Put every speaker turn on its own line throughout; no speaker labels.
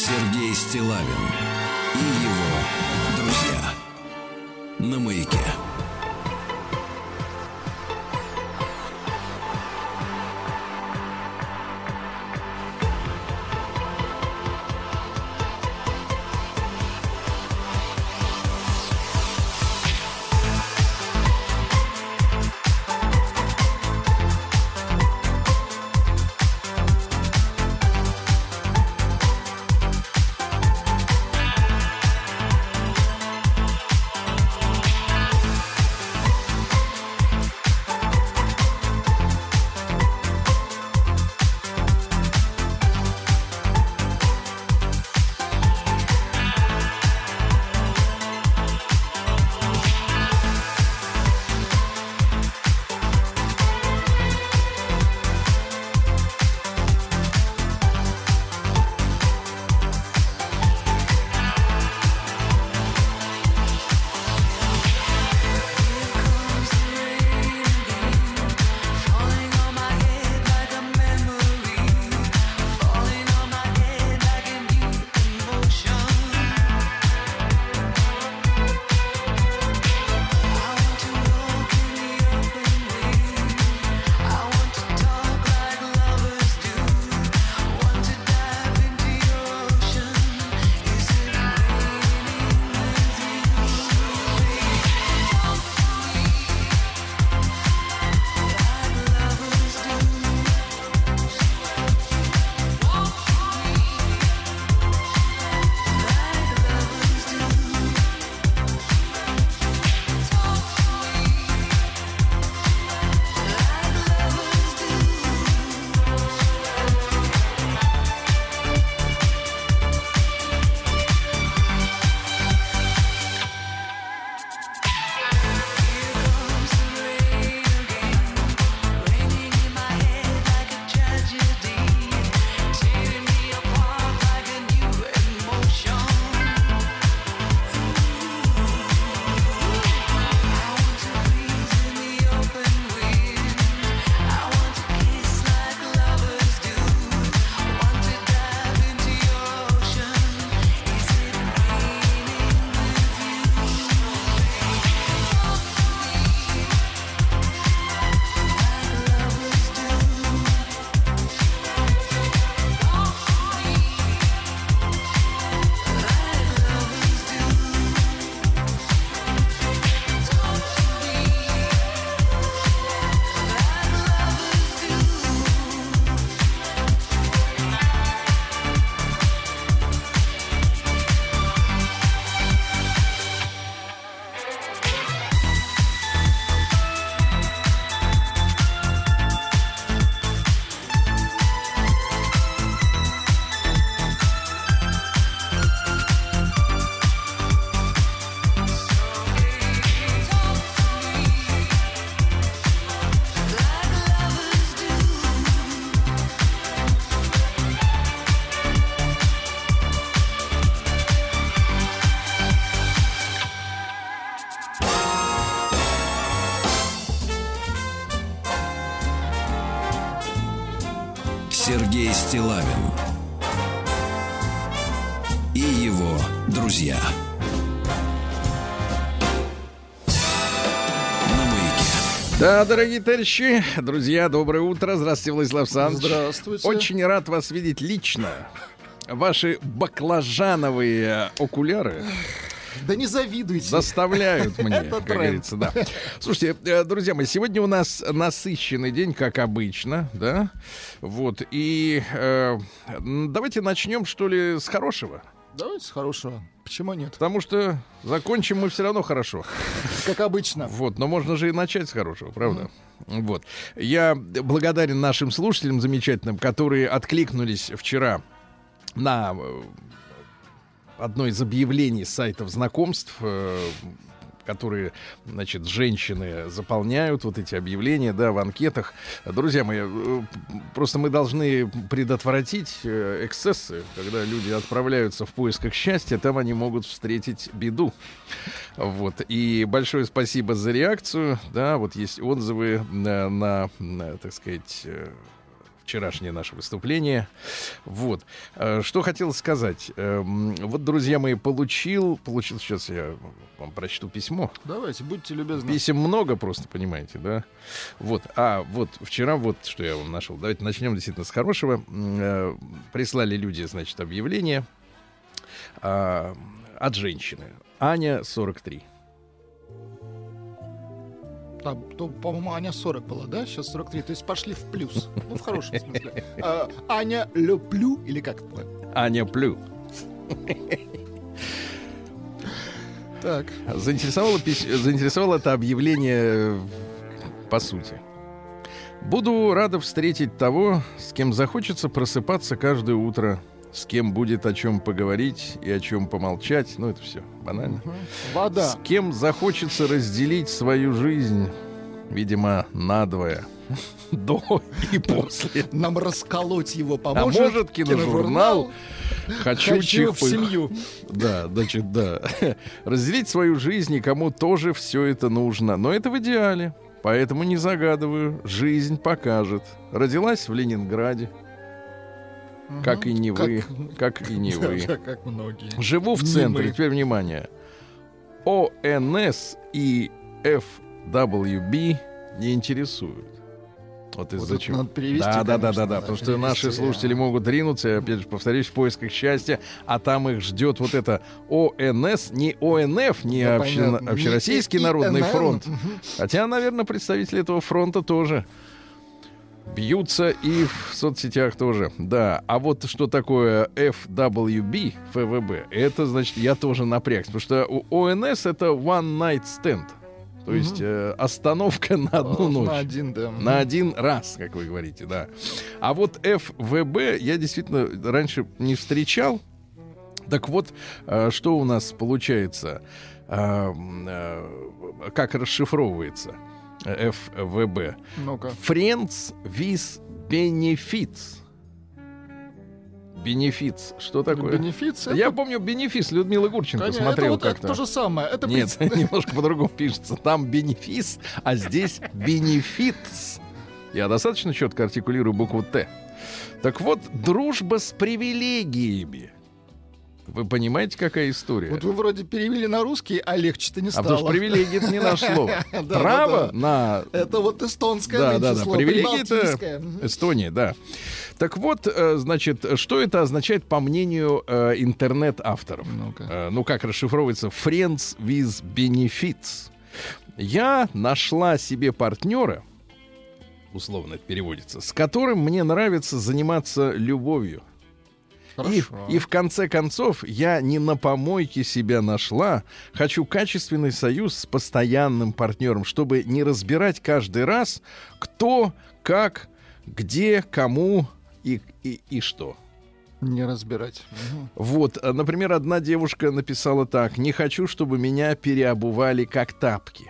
Сергей Стиллавин и его друзья на Маяке. Сергей Стиллавин и его друзья.
Да, дорогие товарищи, друзья, доброе утро. Здравствуйте, Владислав Александрович.
Здравствуйте.
Очень рад вас видеть лично. Ваши баклажановые окуляры
Да не завидуйте.
заставляют мне, как говорится, да. Слушайте, друзья мои, сегодня у нас насыщенный день, как обычно, да. Вот, и давайте начнем, что ли, с хорошего.
Давайте с хорошего. Почему нет?
Потому что закончим мы все равно хорошо.
Как обычно.
Вот, но можно же и начать с хорошего, правда? Вот. Я благодарен нашим слушателям замечательным, которые откликнулись вчера на одно из объявлений сайтов знакомств, которые, значит, женщины заполняют вот эти объявления, да, в анкетах. Друзья мои, просто мы должны предотвратить эксцессы, когда люди отправляются в поисках счастья, там они могут встретить беду. Вот. И большое спасибо за реакцию, да, вот есть отзывы на так сказать, вчерашнее наше выступление. Вот. Что хотел сказать. Вот, друзья мои, получил, сейчас я вам прочту письмо.
Давайте, будьте любезны.
Писем много просто, понимаете, да? Вот. Вот вчера вот, что я вам нашел. Давайте начнем действительно с хорошего. Прислали люди, значит, объявление от женщины. Аня, 43.
То, по-моему, Аня 40 была, да? Сейчас 43. То есть пошли в плюс. Ну, в хорошем смысле. Аня Люплю или как это?
Аня Плю.
Так.
Заинтересовало это объявление по сути. Буду рада встретить того, с кем захочется просыпаться каждое утро, с кем будет о чем поговорить и о чем помолчать. Ну, это все банально.
Вода.
С кем захочется разделить свою жизнь, видимо, надвое. До и после.
Нам расколоть его поможет.
А может, киножурнал «Хочу
в
чихпых».
семью.
Да, значит, да. Разделить свою жизнь, и кому тоже все это нужно. Но это в идеале. Поэтому не загадываю. Жизнь покажет. Родилась в Ленинграде. Как и не вы. Как и не вы.
Как многие.
Живу в центре. Теперь внимание. ОНС и FWB не интересуют. Вот из-за
Вот
чего.
надо перевести,
Да.
конечно,
Потому что наши слушатели могут ринуться, я опять же повторюсь, в поисках счастья, а там их ждет вот это ОНС, не ОНФ, не
Да, понятно.
Общероссийский
Не
народный
ИНН.
фронт. Хотя, наверное, представители этого фронта тоже бьются и в соцсетях тоже. Да, а вот что такое FWB, ФВБ, это, значит, я тоже напрягся, потому что у ОНС это One Night Stand. То есть остановка на одну ночь.
На один, да.
На один раз, как вы говорите, да. А вот ФВБ я действительно раньше не встречал. Так вот, что у нас получается, как расшифровывается ФВБ?
Ну-ка.
Friends with Benefits. Бенефис. Что такое?
Бенефис?
Я помню бенефис Людмилы Гурченко.
Конечно,
Смотрел
это
как-то.
то же самое. Это
Нет, немножко по-другому пишется. Там бенефис, а здесь бенефитс. Я достаточно четко артикулирую букву Т. Так вот, дружба с привилегиями. Вы понимаете, какая история?
Вот вы вроде перевели на русский, а легче-то не
А
стало.
потому что привилегия — это не наше слово.
Да,
Право
да, да.
на...
Это вот эстонское
Да.
слово,
Привилегия — это
прибалтийское.
Эстония, да. Так вот, значит, что это означает по мнению интернет-авторов?
Ну-ка.
Ну, как расшифровывается «friends with benefits». Я нашла себе партнера, условно это переводится, с которым мне нравится заниматься любовью. И в конце концов я не на помойке себя нашла. Хочу качественный союз с постоянным партнером, чтобы не разбирать каждый раз, кто, как, где, кому и что.
Не разбирать.
Вот, например, одна девушка написала так: «Не хочу, чтобы меня переобували как тапки».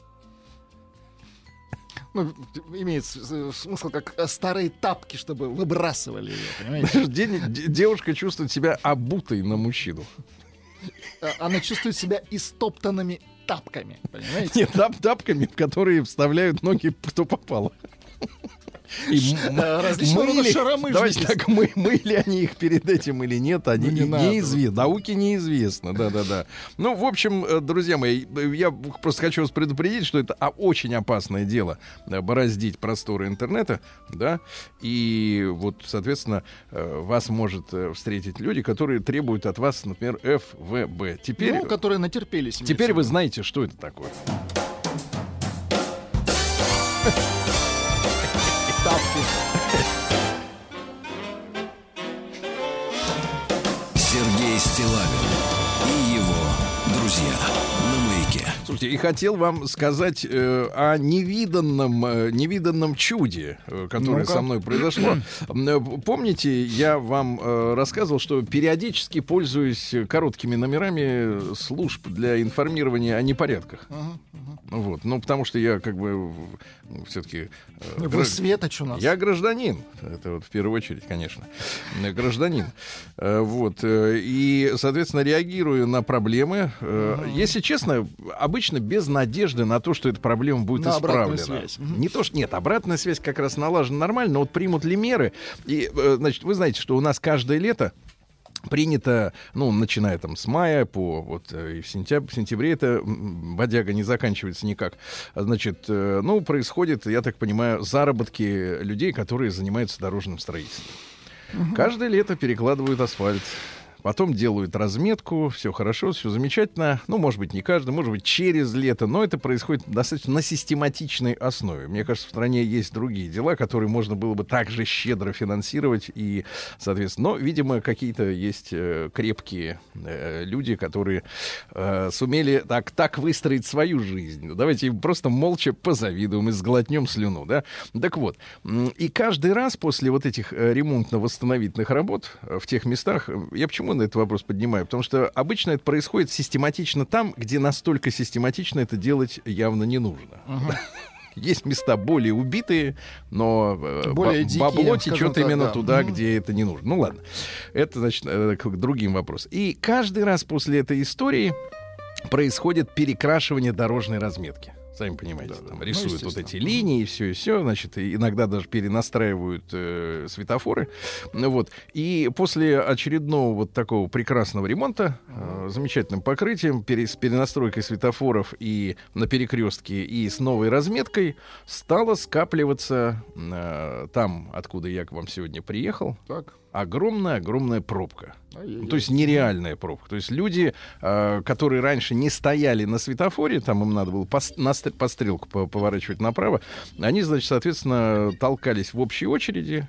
Ну, имеет смысл, как старые тапки, чтобы выбрасывали ее, понимаете?
Девушка чувствует себя обутой на мужчину.
Она чувствует себя истоптанными тапками, понимаете?
Нет, тапками, в которые вставляют ноги кто попало. И
различного рода шаромыжники.
Давайте так, мыли они их перед этим или нет, они
не надо.
неизвестно. Науке неизвестно, да. Ну, в общем, друзья мои, я просто хочу вас предупредить, что это очень опасное дело — бороздить просторы интернета, да, и вот, соответственно, вас может встретить люди, которые требуют от вас, например, ФВБ. Теперь,
Ну, которые натерпелись.
теперь вы знаете, что это такое.
Сергей Стиллавин и его друзья на Маяке.
Слушайте, и хотел вам сказать о невиданном чуде, которое
Ну-ка.
со мной произошло. Помните, я вам рассказывал, что периодически пользуюсь короткими номерами служб для информирования о непорядках. Вот, ну, потому что я как бы все-таки...
Вы светоч у нас.
Я гражданин. Это вот в первую очередь, конечно. Гражданин. Вот. И, соответственно, реагирую на проблемы. Если честно, обычно обычно без надежды на то, что эта проблема будет
На обратную
исправлена.
связь.
Не то, что нет, обратная связь как раз налажена нормально, но вот примут ли меры? И, значит, вы знаете, что у нас каждое лето принято, ну, начиная там с мая по вот и в сентябре эта бодяга не заканчивается никак. Значит, ну, происходит, я так понимаю, заработки людей, которые занимаются дорожным строительством. Каждое лето перекладывают асфальт. Потом делают разметку, все хорошо, все замечательно. Ну, может быть, не каждый, может быть, через лето, но это происходит достаточно на систематичной основе. Мне кажется, в стране есть другие дела, которые можно было бы также щедро финансировать. И, соответственно, но, видимо, какие-то есть крепкие люди, которые сумели так выстроить свою жизнь. Давайте им просто молча позавидуем и сглотнем слюну, да? Так вот, и каждый раз после вот этих ремонтно-восстановительных работ в тех местах, я почему на этот вопрос поднимаю? Потому что обычно это происходит систематично там, где настолько систематично это делать явно не нужно. Есть места более убитые, но
более дикие,
бабло течет
так,
именно
да.
туда, где это не нужно. Ну ладно, это, значит, к другим вопросам. И каждый раз после этой истории происходит перекрашивание дорожной разметки. Сами понимаете,
Да,
там
да.
рисуют
Ну,
вот эти линии, все, значит, и иногда даже перенастраивают светофоры. Ну, вот. И после очередного вот такого прекрасного ремонта, замечательным покрытием, с перенастройкой светофоров и на перекрестке, и с новой разметкой, стало скапливаться там, откуда я к вам сегодня приехал,
Так.
огромная пробка. То есть нереальная пробка. То есть люди, которые раньше не стояли на светофоре, там им надо было по стрелку поворачивать направо, они, значит, соответственно, толкались в общей очереди,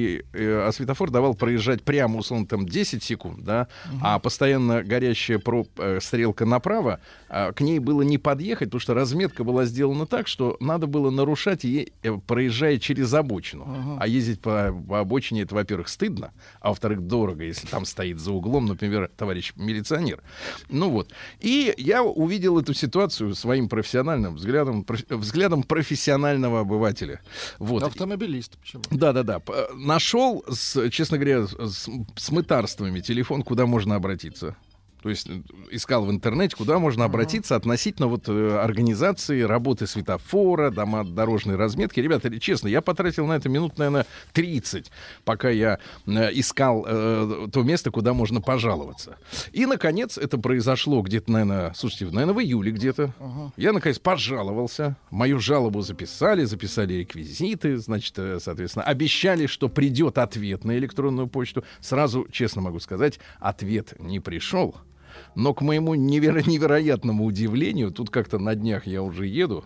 а светофор давал проезжать прямо, условно, там 10 секунд, да, а постоянно горящая стрелка направо, к ней было не подъехать, потому что разметка была сделана так, что надо было нарушать, проезжая через обочину. А ездить по обочине — это, во-первых, стыдно, а во-вторых, дорого, если там стоит за углом, например, товарищ милиционер. Ну вот. И я увидел эту ситуацию своим профессиональным взглядом профессионального обывателя. Вот.
Автомобилист. Почему?
Да. Нашел, честно говоря, с мытарствами телефон, куда можно обратиться. То есть искал в интернете, куда можно обратиться относительно вот организации работы светофора, дорожной разметки. Ребята, честно, я потратил на это минут, наверное, 30, пока я искал то место, куда можно пожаловаться. И, наконец, это произошло где-то, наверное, в июле где-то. Я, наконец, пожаловался. Мою жалобу записали реквизиты, значит, соответственно, обещали, что придет ответ на электронную почту. Сразу, честно могу сказать, ответ не пришел. Но к моему невероятному удивлению, тут как-то на днях я уже еду,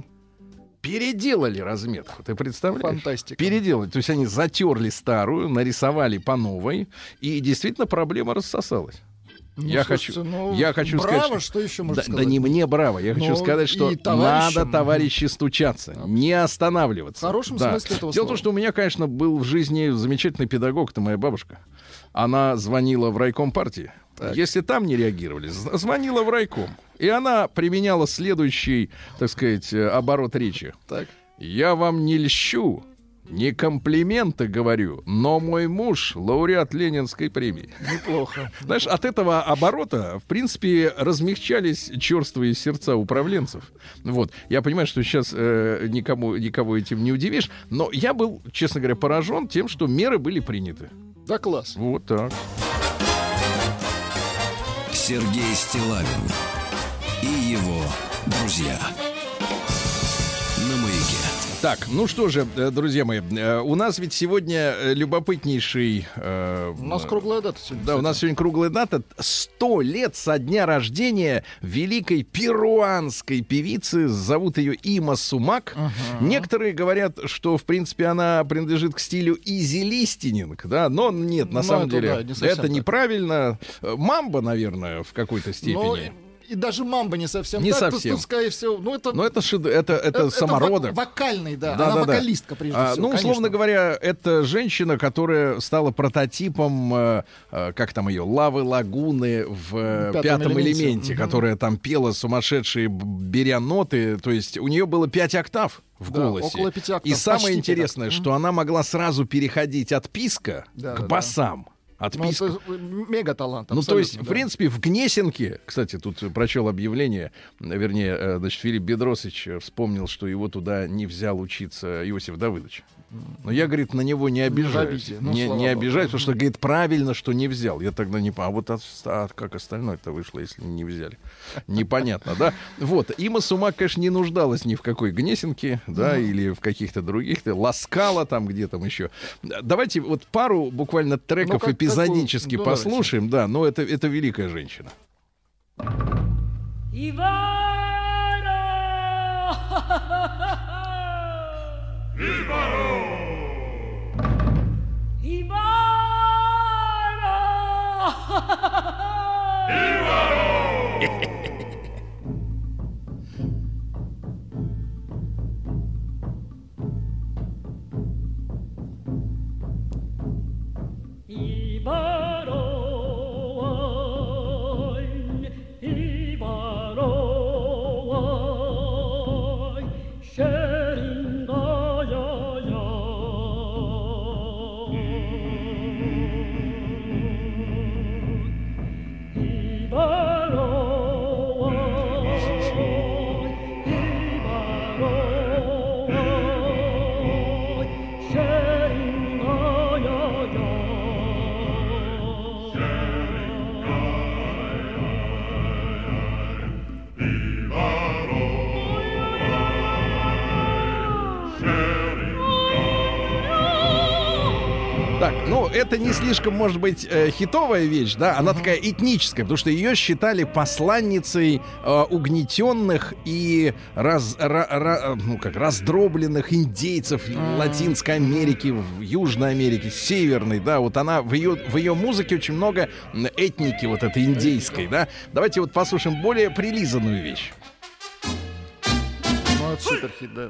переделали разметку. Ты представляешь?
Фантастика.
Переделали. То есть они затерли старую, нарисовали по новой, и действительно проблема рассосалась. Я хочу
браво,
сказать,
что еще можно сказать?
Да не мне браво. Я хочу сказать, что надо, товарищи, стучаться, не останавливаться.
В хорошем смысле этого слова.
Дело в том, что у меня, конечно, был в жизни замечательный педагог, это моя бабушка. Она звонила в райком партии. Так. Если там не реагировали, звонила в райком. И она применяла следующий, так сказать, оборот речи.
Так.
Я вам не льщу, не комплименты говорю, но мой муж лауреат Ленинской премии.
Неплохо.
Знаешь, от этого оборота, в принципе, размягчались черствые сердца управленцев. Вот. Я понимаю, что сейчас никого этим не удивишь, но я был, честно говоря, поражен тем, что меры были приняты.
Да, класс.
Вот так.
Сергей Стиллавин и его друзья. На маяке.
Так, ну что же, друзья мои, у нас ведь сегодня любопытнейший...
У нас круглая дата сегодня.
Да, кстати. У нас сегодня круглая дата. 100 лет со дня рождения великой перуанской певицы. Зовут ее Има Сумак. Некоторые говорят, что, в принципе, она принадлежит к стилю изи-листининг, да, но нет, на самом деле, это неправильно. Мамба, наверное, в какой-то степени.
И даже мамба не совсем
не
так.
совсем.
Тут, скорее всего,
это самородок.
Вокальный, да. Она вокалистка, прежде всего.
Ну, условно говоря, это женщина, которая стала прототипом, как там ее, Лавы Лагуны в «Пятом элементе», которая там пела сумасшедшие, беря ноты. То есть у нее было 5 октав в голосе.
Около 5 октав.
И самое интересное, что она могла сразу переходить от писка к басам. Отписка.
это мега-талант.
Ну, то есть,
абсолютно,
в принципе, в Гнесинке, кстати, тут прочел объявление, вернее, значит, Филипп Бедросович вспомнил, что его туда не взял учиться Иосиф Давыдович. Но я, говорит, на него не обижаюсь.
обиде. Ну,
Не
слава
обижаюсь,
богу.
потому что, говорит, правильно, что не взял. Я тогда не понял. А вот как остальное-то вышло, если не взяли? Непонятно, да? Вот. Има Сума, конечно, не нуждалась ни в какой Гнесинке, да, или в каких-то других. Ласкала там, где там еще. Давайте вот пару буквально треков эпизодически послушаем. Да, но это великая женщина. Так, ну, это не слишком, может быть, хитовая вещь, да? Она такая этническая, потому что ее считали посланницей угнетенных и раздробленных индейцев Латинской Америки, в Южной Америке, Северной, да? Вот она, в ее музыке очень много этники вот этой индейской, да? Давайте вот послушаем более прилизанную вещь.
Ну, это суперхит, да.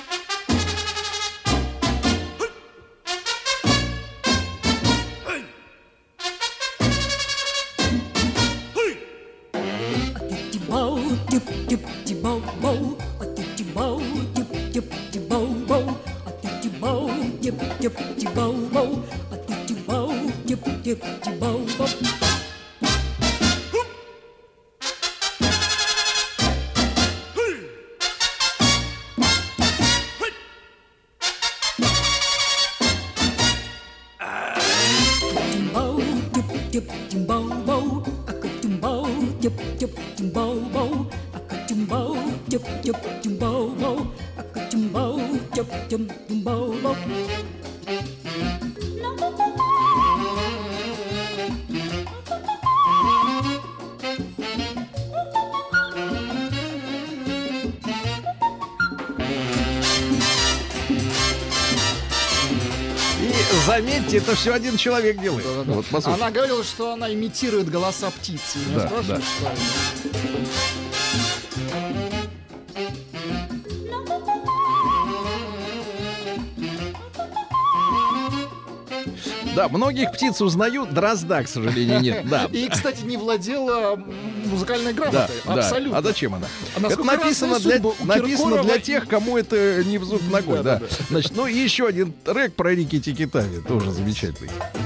Заметьте, это все один человек делает.
Да-да-да.
Вот, послушайте.
Она говорила, что она имитирует голоса птиц. Меня
Да,
спрашивают,
да. Да, многих птиц узнают, дрозда, к сожалению, нет. Да.
И, кстати, не владела музыкальной грамотой.
Да.
Абсолютно.
А зачем она?
А
Это
насколько
написано
разные судьбы у
написано
Киркорова
для
и-
тех, кому это не в зуб ногой. Да.
Да.
Значит, ну и еще один трек про Рики Тики-Тави, тоже замечательный.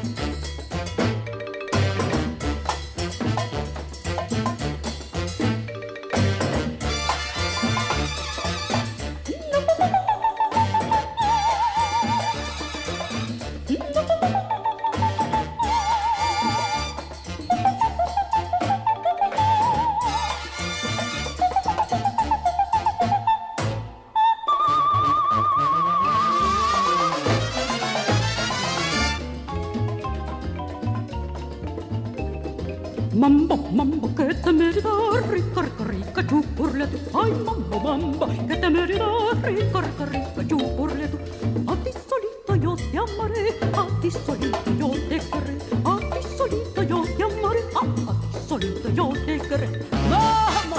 Mambo, mambo, che te merita, ricca, ricca, ricca, giù pure tu. Ai, mambo, mambo, che te merita, ricca, ricca, ricca, giù pure tu. A ti solito io ti amaré, a ti solito io te querré, a ti solito io ti amaré, a ti solito io te querré. Mamma!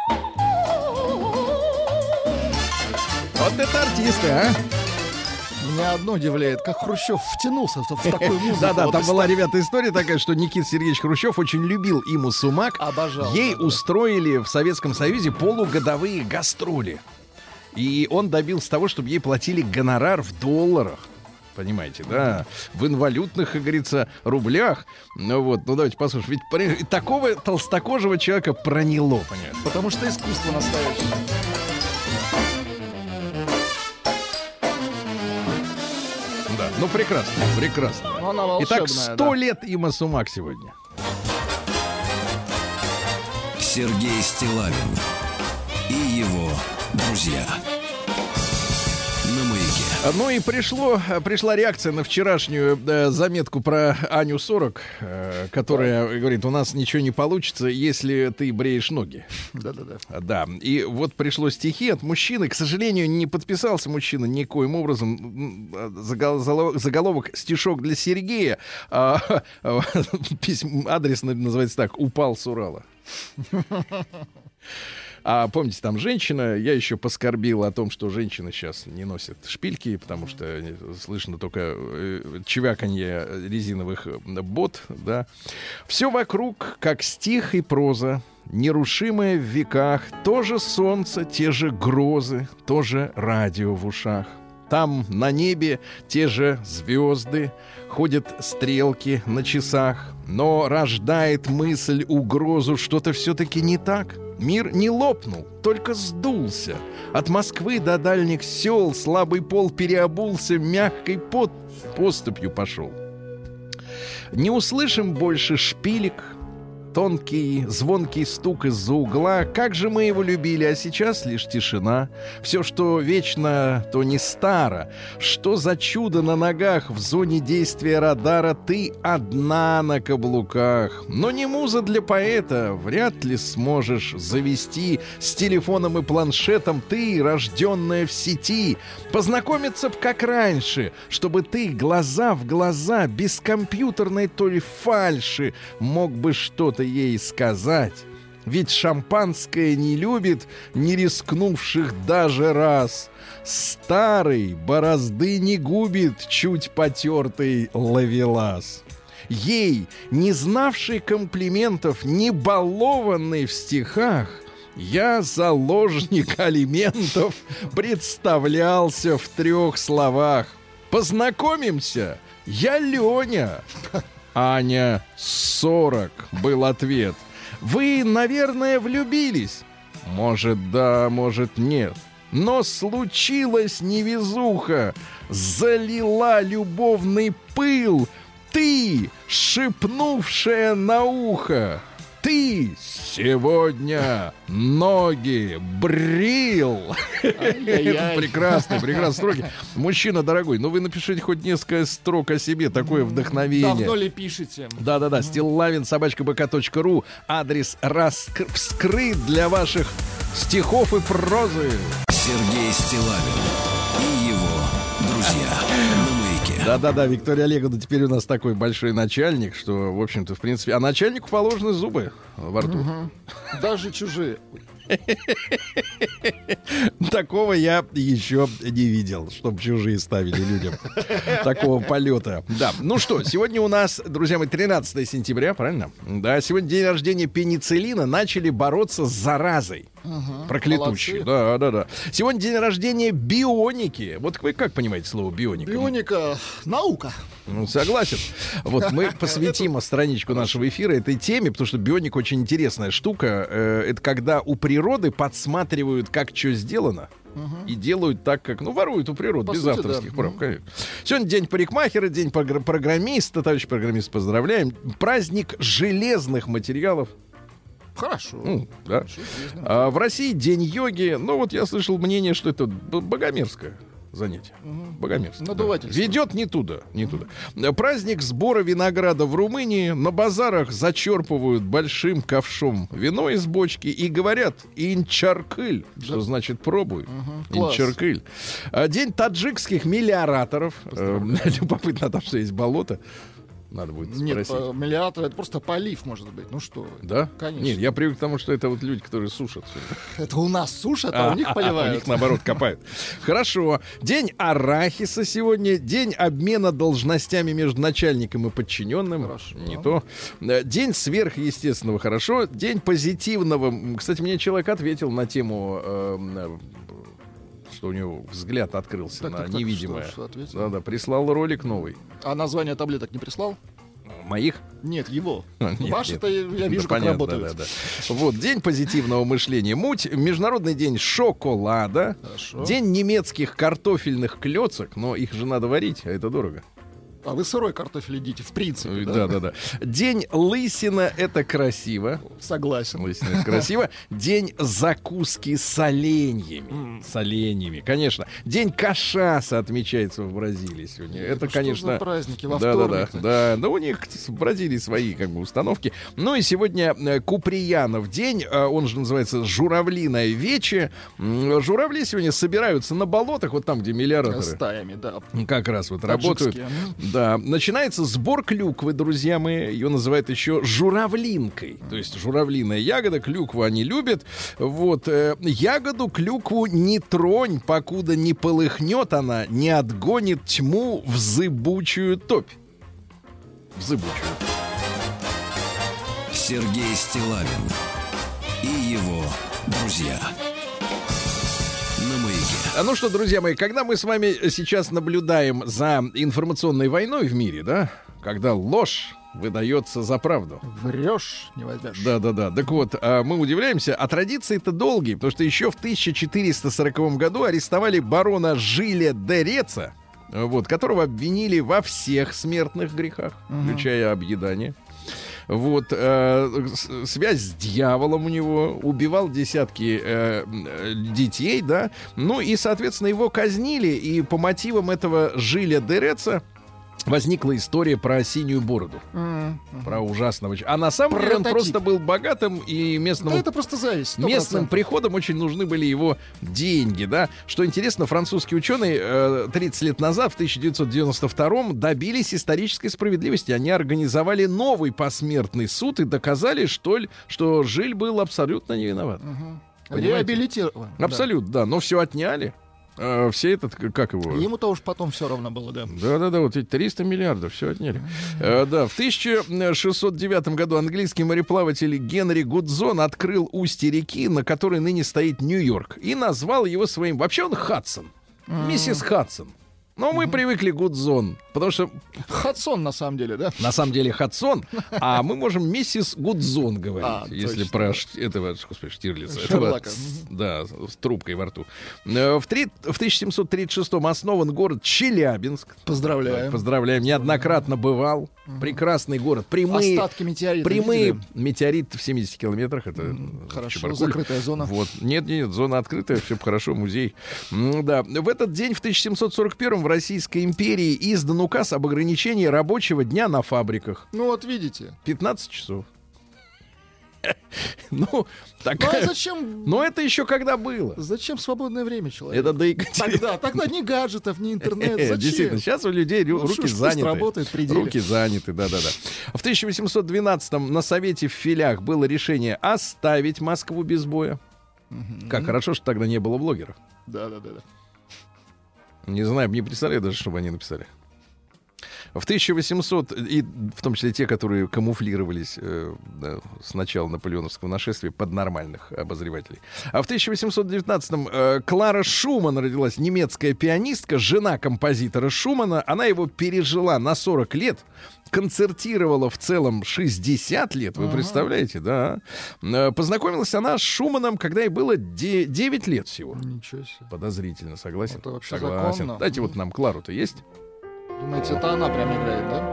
Вот это артисты, а?
Меня одно удивляет, как Хрущев втянулся в такую музыку.
Да-да,
Вот
там
и
была, ребята, история такая, что Никита Сергеевич Хрущев очень любил Иму Сумак.
Обожал.
Ей устроили в Советском Союзе полугодовые гастроли. И он добился того, чтобы ей платили гонорар в долларах. Понимаете, да? В инвалютных, как говорится, рублях. Ну вот, ну давайте послушаем. Ведь такого толстокожего человека проняло, понимаете?
Потому что искусство настоящее.
Да, ну прекрасно, прекрасно.
Ну, она волшебная,
Итак, 100 лет Има Сумак сегодня.
Сергей Стиллавин и его друзья. На маяке.
Ну и пришла реакция на вчерашнюю заметку про Аню 40, которая говорит, у нас ничего не получится, если ты бреешь ноги.
Да-да-да.
Да, и вот пришло стихи от мужчины. К сожалению, не подписался мужчина никоим образом. Заголовок «Стишок для Сергея». Адрес называется так: «Упал с Урала». А помните, там женщина, я еще поскорбил о том, что женщины сейчас не носят шпильки, потому что слышно только чвяканье резиновых бот, да. Все вокруг, как стих и проза, нерушимое в веках, тоже солнце, те же грозы, тоже радио в ушах. Там на небе те же звезды, ходят стрелки на часах, но рождает мысль угрозу, что-то все-таки не так. Мир не лопнул, только сдулся. От Москвы до дальних сел слабый пол переобулся, мягкой поступью пошел. Не услышим больше шпилек, тонкий, звонкий стук из-за угла. Как же мы его любили, а сейчас лишь тишина. Все, что вечно, то не старо. Что за чудо на ногах в зоне действия радара? Ты одна на каблуках. Но не муза для поэта, вряд ли сможешь завести с телефоном и планшетом. Ты, рожденная в сети, познакомиться б как раньше, чтобы ты глаза в глаза, без компьютерной то ли фальши, мог бы что-то ей сказать. Ведь шампанское не любит не рискнувших даже раз. Старый борозды не губит чуть потертый ловелас. Ей, не знавший комплиментов, не балованный в стихах, я, заложник алиментов, представлялся в 3 словах. Познакомимся, я Леня. Аня 40, был ответ. Вы, наверное, влюбились? Может, да, может, нет. Но случилась невезуха, залила любовный пыл. Ты, шепнувшая на ухо, ты сегодня ноги брил. Прекрасные строки. Мужчина дорогой, ну вы напишите хоть несколько строк о себе, такое вдохновение.
Давно ли пишете?
Да-да-да, stilllavin@bk.ru. Адрес вскрыт для ваших стихов и прозы.
Сергей Стиллавин и его друзья.
Да-да-да, Виктория Олеговна теперь у нас такой большой начальник, что, в общем-то, в принципе... А начальнику положены зубы во рту.
Даже чужие.
Такого я еще не видел, чтобы чужие ставили людям такого полета. Да, ну что, сегодня у нас, друзья мои, 13 сентября, правильно? Да, сегодня день рождения пенициллина. Начали бороться с заразой. Проклятущей. Да. Сегодня день рождения бионики. Вот вы как понимаете слово бионика?
Бионика — наука.
Ну, согласен. Вот мы посвятим страничку нашего эфира этой теме, потому что бионик очень интересная штука. Это когда у природы подсматривают, как что сделано, и делают так, как... Ну, воруют у природы, без авторских прав. Сегодня день парикмахера, день программиста. Товарищ программист, поздравляем. Праздник железных материалов.
Хорошо.
Да. В России день йоги. Ну, вот я слышал мнение, что это богомерзкое занятие. Богомерзкое.
Надувательство.
Ведет не туда. Праздник сбора винограда в Румынии. На базарах зачерпывают большим ковшом вино из бочки и говорят «инчаркыль», что значит «пробуй». Инчаркыль. День таджикских мелиораторов. Любопытно, там что есть болото. Надо будет
Нет,
спросить.
мелиоратор — это просто полив, может быть. Ну что вы.
Да?
Конечно.
Нет, я привык к тому, что это вот люди, которые сушат.
Это у нас сушат, а у них
У
поливают.
них, наоборот, копают. Хорошо. День арахиса сегодня. День обмена должностями между начальником и подчиненным.
Хорошо.
Не то. День сверхъестественного. Хорошо. День позитивного. Кстати, мне человек ответил на тему... что у него взгляд открылся на невидимое.
Что ответил?
Да-да, прислал ролик новый.
А название таблеток не прислал?
Моих?
Нет, его.
Нет,
Ваши-то
нет.
я вижу,
Да,
как
понятно,
работают.
да. Вот, день позитивного мышления. Международный день шоколада.
Хорошо.
День немецких картофельных клёцок. Но их же надо варить, а это дорого.
А вы сырой картофель едите, в принципе,
Да. День лысина — это красиво.
Согласен.
Лысина — это красиво. День закуски с оленьями. С оленями, конечно. День кашаса отмечается в Бразилии сегодня. Это,
Ну,
конечно...
Что за праздники во
Да.
вторник?
Да, у них в Бразилии свои как бы установки. Ну и сегодня Куприянов день, он же называется Журавлиное вече. Журавли сегодня собираются на болотах, вот там, где мелиораторы
Стаями, да.
как раз вот работают.
Таджикские.
Да, начинается сбор клюквы, друзья мои. Ее называют еще журавлинкой. То есть журавлиная ягода, клюкву они любят. Вот, ягоду, клюкву не тронь, покуда не полыхнет она, не отгонит тьму в зыбучую топь. В зыбучую.
Сергей Стиллавин и его друзья.
Ну что, друзья мои, когда мы с вами сейчас наблюдаем за информационной войной в мире, да, когда ложь выдается за правду.
Врешь, не возьмешь.
Да. Так вот, мы удивляемся, а традиции-то долгие, потому что еще в 1440 году арестовали барона Жиля де Реца, вот, которого обвинили во всех смертных грехах, включая объедание. Вот, связь с дьяволом у него, убивал десятки детей, да, ну и, соответственно, его казнили, и по мотивам этого Жиля де Реца возникла история про синюю бороду, про ужасного. А на самом деле он просто был богатым, и местному...
Да это просто зависть. 100%.
Местным приходам очень нужны были его деньги, да. Что интересно, французские ученые 30 лет назад, в 1992-м, добились исторической справедливости. Они организовали новый посмертный суд и доказали, что Жиль был абсолютно не виноват.
Реабилитирован.
Абсолютно, да. Но все отняли. Все этот, как его...
Ему-то уж потом все равно было, да.
Да, вот эти 300 миллиардов, все отняли. Да, в 1609 году английский мореплаватель Генри Гудзон открыл устье реки, на которой ныне стоит Нью-Йорк, и назвал его своим... Вообще он Хадсон, миссис Хадсон. Но мы привыкли Гудзон, потому что...
Хадсон, на самом деле, да?
На самом деле Хадсон, а мы можем миссис Гудзон говорить, если
точно.
про этого, господи, Штирлица.
Шерлока.
Да, с трубкой во рту. В 1736-м основан город Челябинск.
Поздравляем.
Поздравляем, неоднократно бывал. Прекрасный город. Прямые,
Остатки метеорита
прямые
видели?
метеорит в 70 километрах. Это
Хорошо,
Чебаркуль.
закрытая зона.
Вот. Нет, зона открытая, все хорошо, музей. Да. В этот день, в 1741-м, в Российской империи издан указ об ограничении рабочего дня на фабриках.
Ну вот видите.
15 часов. Ну,
Ну а
такая...
зачем?
Но это еще когда было.
Зачем свободное время человеку?
Это до Екатерины.
Тогда ни гаджетов, ни интернет. Зачем?
Действительно, сейчас у людей руки
пусть
заняты.
работает при деле.
Руки заняты, да. В 1812-м на Совете в Филях было решение оставить Москву без боя. Как хорошо, что тогда не было блогеров.
Да.
Не знаю, не представляю даже, чтобы они написали. В 1800, и в том числе те, которые камуфлировались с начала наполеоновского нашествия под нормальных обозревателей. А в 1819-м Клара Шуман родилась, немецкая пианистка, жена композитора Шумана. Она его пережила на 40 лет, концертировала в целом 60 лет, вы представляете, да? Познакомилась она с Шуманом, когда ей было 9 лет всего.
Ничего себе.
Подозрительно, согласен?
Это вообще
Согласен.
законно.
Дайте вот нам Клару-то есть?
Думаете, это она прям играет, да?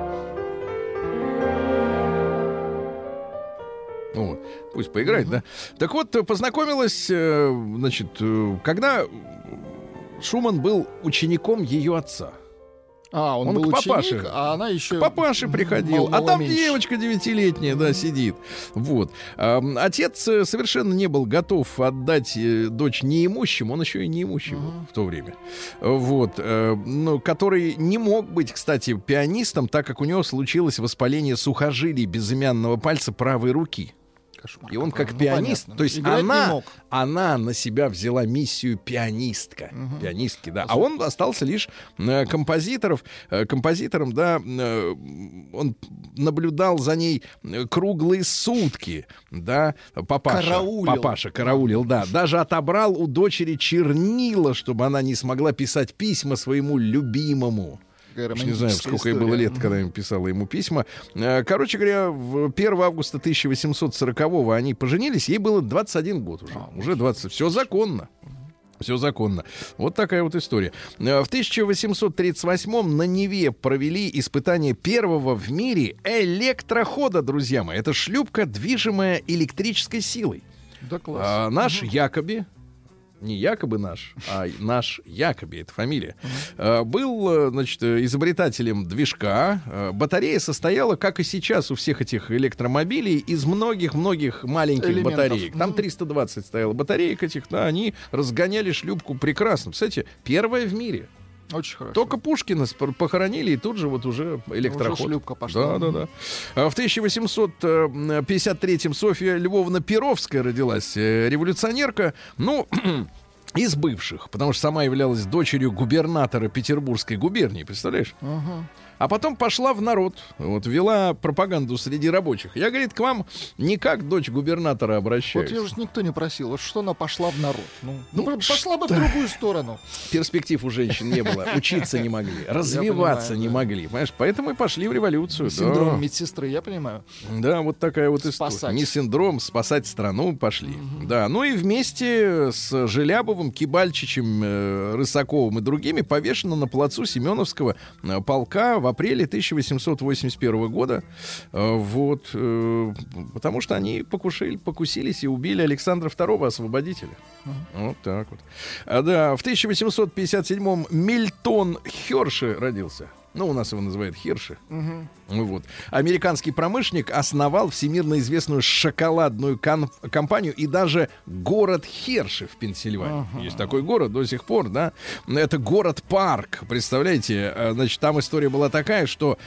Ну, пусть поиграет, да? Так вот, познакомилась, значит, когда Шуман был учеником ее отца.
Он
Он
был
к
ученик,
папаше.
а она еще...
К папаше приходил, а там девочка 9-летняя, да, сидит. Вот. Отец совершенно не был готов отдать дочь неимущему, он еще и неимущий был в то время. Вот. Ну, который не мог быть, кстати, пианистом, так как у него случилось воспаление сухожилий безымянного пальца правой руки.
Кошмар.
И он как
Ну,
пианист,
понятно.
то есть
Играть не мог.
она на себя взяла миссию пианистки, да, а он остался лишь композитором, да, он наблюдал за ней круглые сутки, да, папаша караулил, да, даже отобрал у дочери чернила, чтобы она не смогла писать письма своему любимому. Не знаю, сколько ей было лет, когда я писала ему письма. Короче говоря, 1 августа 1840-го они поженились, ей было 21 год уже. Уже 20. Все законно. Все законно. Вот такая вот история. В 1838-м на Неве провели испытание первого в мире электрохода, друзья мои. Это шлюпка, движимая электрической силой.
Да, класс.
Наш якобы, не якобы наш, а наш якобы, это фамилия, был, значит, изобретателем движка. Батарея состояла, как и сейчас у всех этих электромобилей, из многих-многих маленьких
элементов.
батареек. Там 320 стояло батареек этих, да, они разгоняли шлюпку прекрасно. Представляете, первая в мире.
Очень хорошо.
Только Пушкина похоронили, и тут же вот уже электроход.
Уже шлюпка пошла.
Да. В 1853-м Софья Львовна Перовская родилась, революционерка, ну, из бывших, потому что сама являлась дочерью губернатора Петербургской губернии, представляешь? А потом пошла в народ, вот, вела пропаганду среди рабочих. Я, говорит, к вам не как дочь губернатора обращаюсь.
Вот ее же никто не просил. Вот что она пошла в народ?
Ну,
пошла бы в другую сторону.
Перспектив у женщин не было, учиться не могли, развиваться не могли, понимаешь? Поэтому и пошли в революцию.
Синдром медсестры, я понимаю.
Да, вот такая вот история.
Спасать.
Не синдром, спасать страну пошли. Да, ну и вместе с Желябовым, Кибальчичем, Рысаковым и другими повешено на плацу Семеновского полка в апреле 1881 года. Вот, потому что они покусились и убили Александра II, освободителя. Вот так вот. Да, в 1857-м Мильтон Херши родился. Ну, у нас его называют Херши. Вот. Американский промышленник основал всемирно известную шоколадную компанию и даже город Херши в Пенсильвании. Есть такой город до сих пор, да. Это город-парк, представляете? Значит, там история была такая, что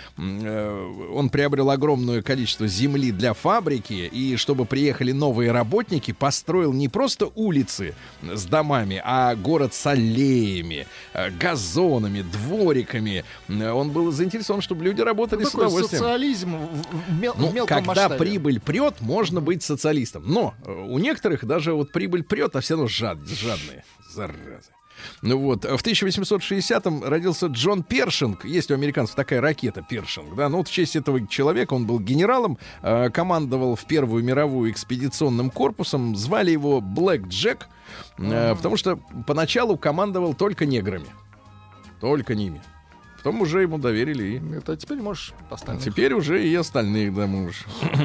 он приобрел огромное количество земли для фабрики, и чтобы приехали новые работники, построил не просто улицы с домами, а город с аллеями, газонами, двориками. Он был заинтересован, чтобы люди работали с удовольствием.
Социализм в мелком
когда
масштабе.
прибыль прет, можно быть социалистом. Но у некоторых даже вот прибыль прет, а все равно жадные. Заразы. Ну вот, в 1860-м родился Джон Першинг. Есть у американцев такая ракета Першинг, да. Ну вот в честь этого человека, он был генералом, командовал в Первую мировую экспедиционным корпусом. Звали его Блэк Джек, потому что поначалу командовал только неграми. Только ними. Потом уже ему доверили.
Это теперь можешь остальных.
Теперь уже и остальных, да, можешь.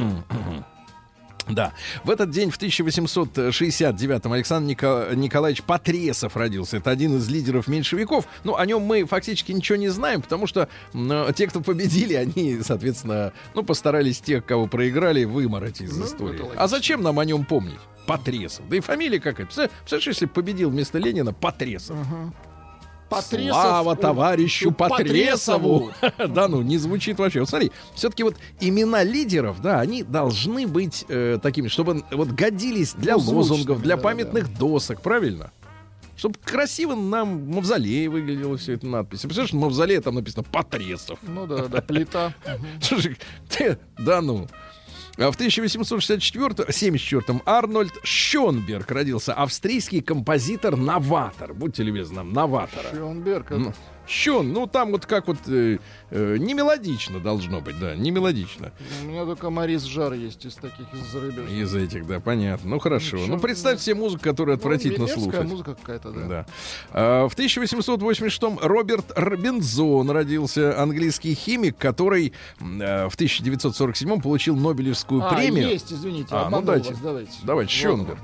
Да. В этот день, в 1869-м, Александр Николаевич Потресов родился. Это один из лидеров меньшевиков. Ну, о нем мы фактически ничего не знаем, потому что те, кто победили, они, соответственно, постарались тех, кого проиграли, вымороть из истории. А зачем нам о нем помнить? Потресов. Да и фамилия какая. Представляешь, если победил вместо Ленина Потресов. Слава товарищу Потресову! Да, ну, не звучит вообще. Вот смотри, все-таки вот имена лидеров, да, они должны быть такими, чтобы вот годились для лозунгов, для памятных досок, правильно? Чтобы красиво нам мавзолей выглядело все это надпись. Представляешь, мавзолей там написано Потресов.
Ну да, плита.
Слушай, да ну. В 1874-м Арнольд Шёнберг родился, австрийский композитор-новатор. Будьте любезны, новатора.
Шёнберг.
Ну там вот как вот не мелодично должно быть, да, не мелодично.
У меня только Морис Жар есть из таких, из зарубежных.
Из этих, да, понятно. Ну хорошо. Ну представь себе музыку, которую отвратительно слушать.
Музыка какая-то, да.
В 1886-м Роберт Робинзон родился, английский химик, который в 1947-м получил Нобелевскую премию.
Есть, извините,
ну дайте.
Вас,
давайте, Шёнберг.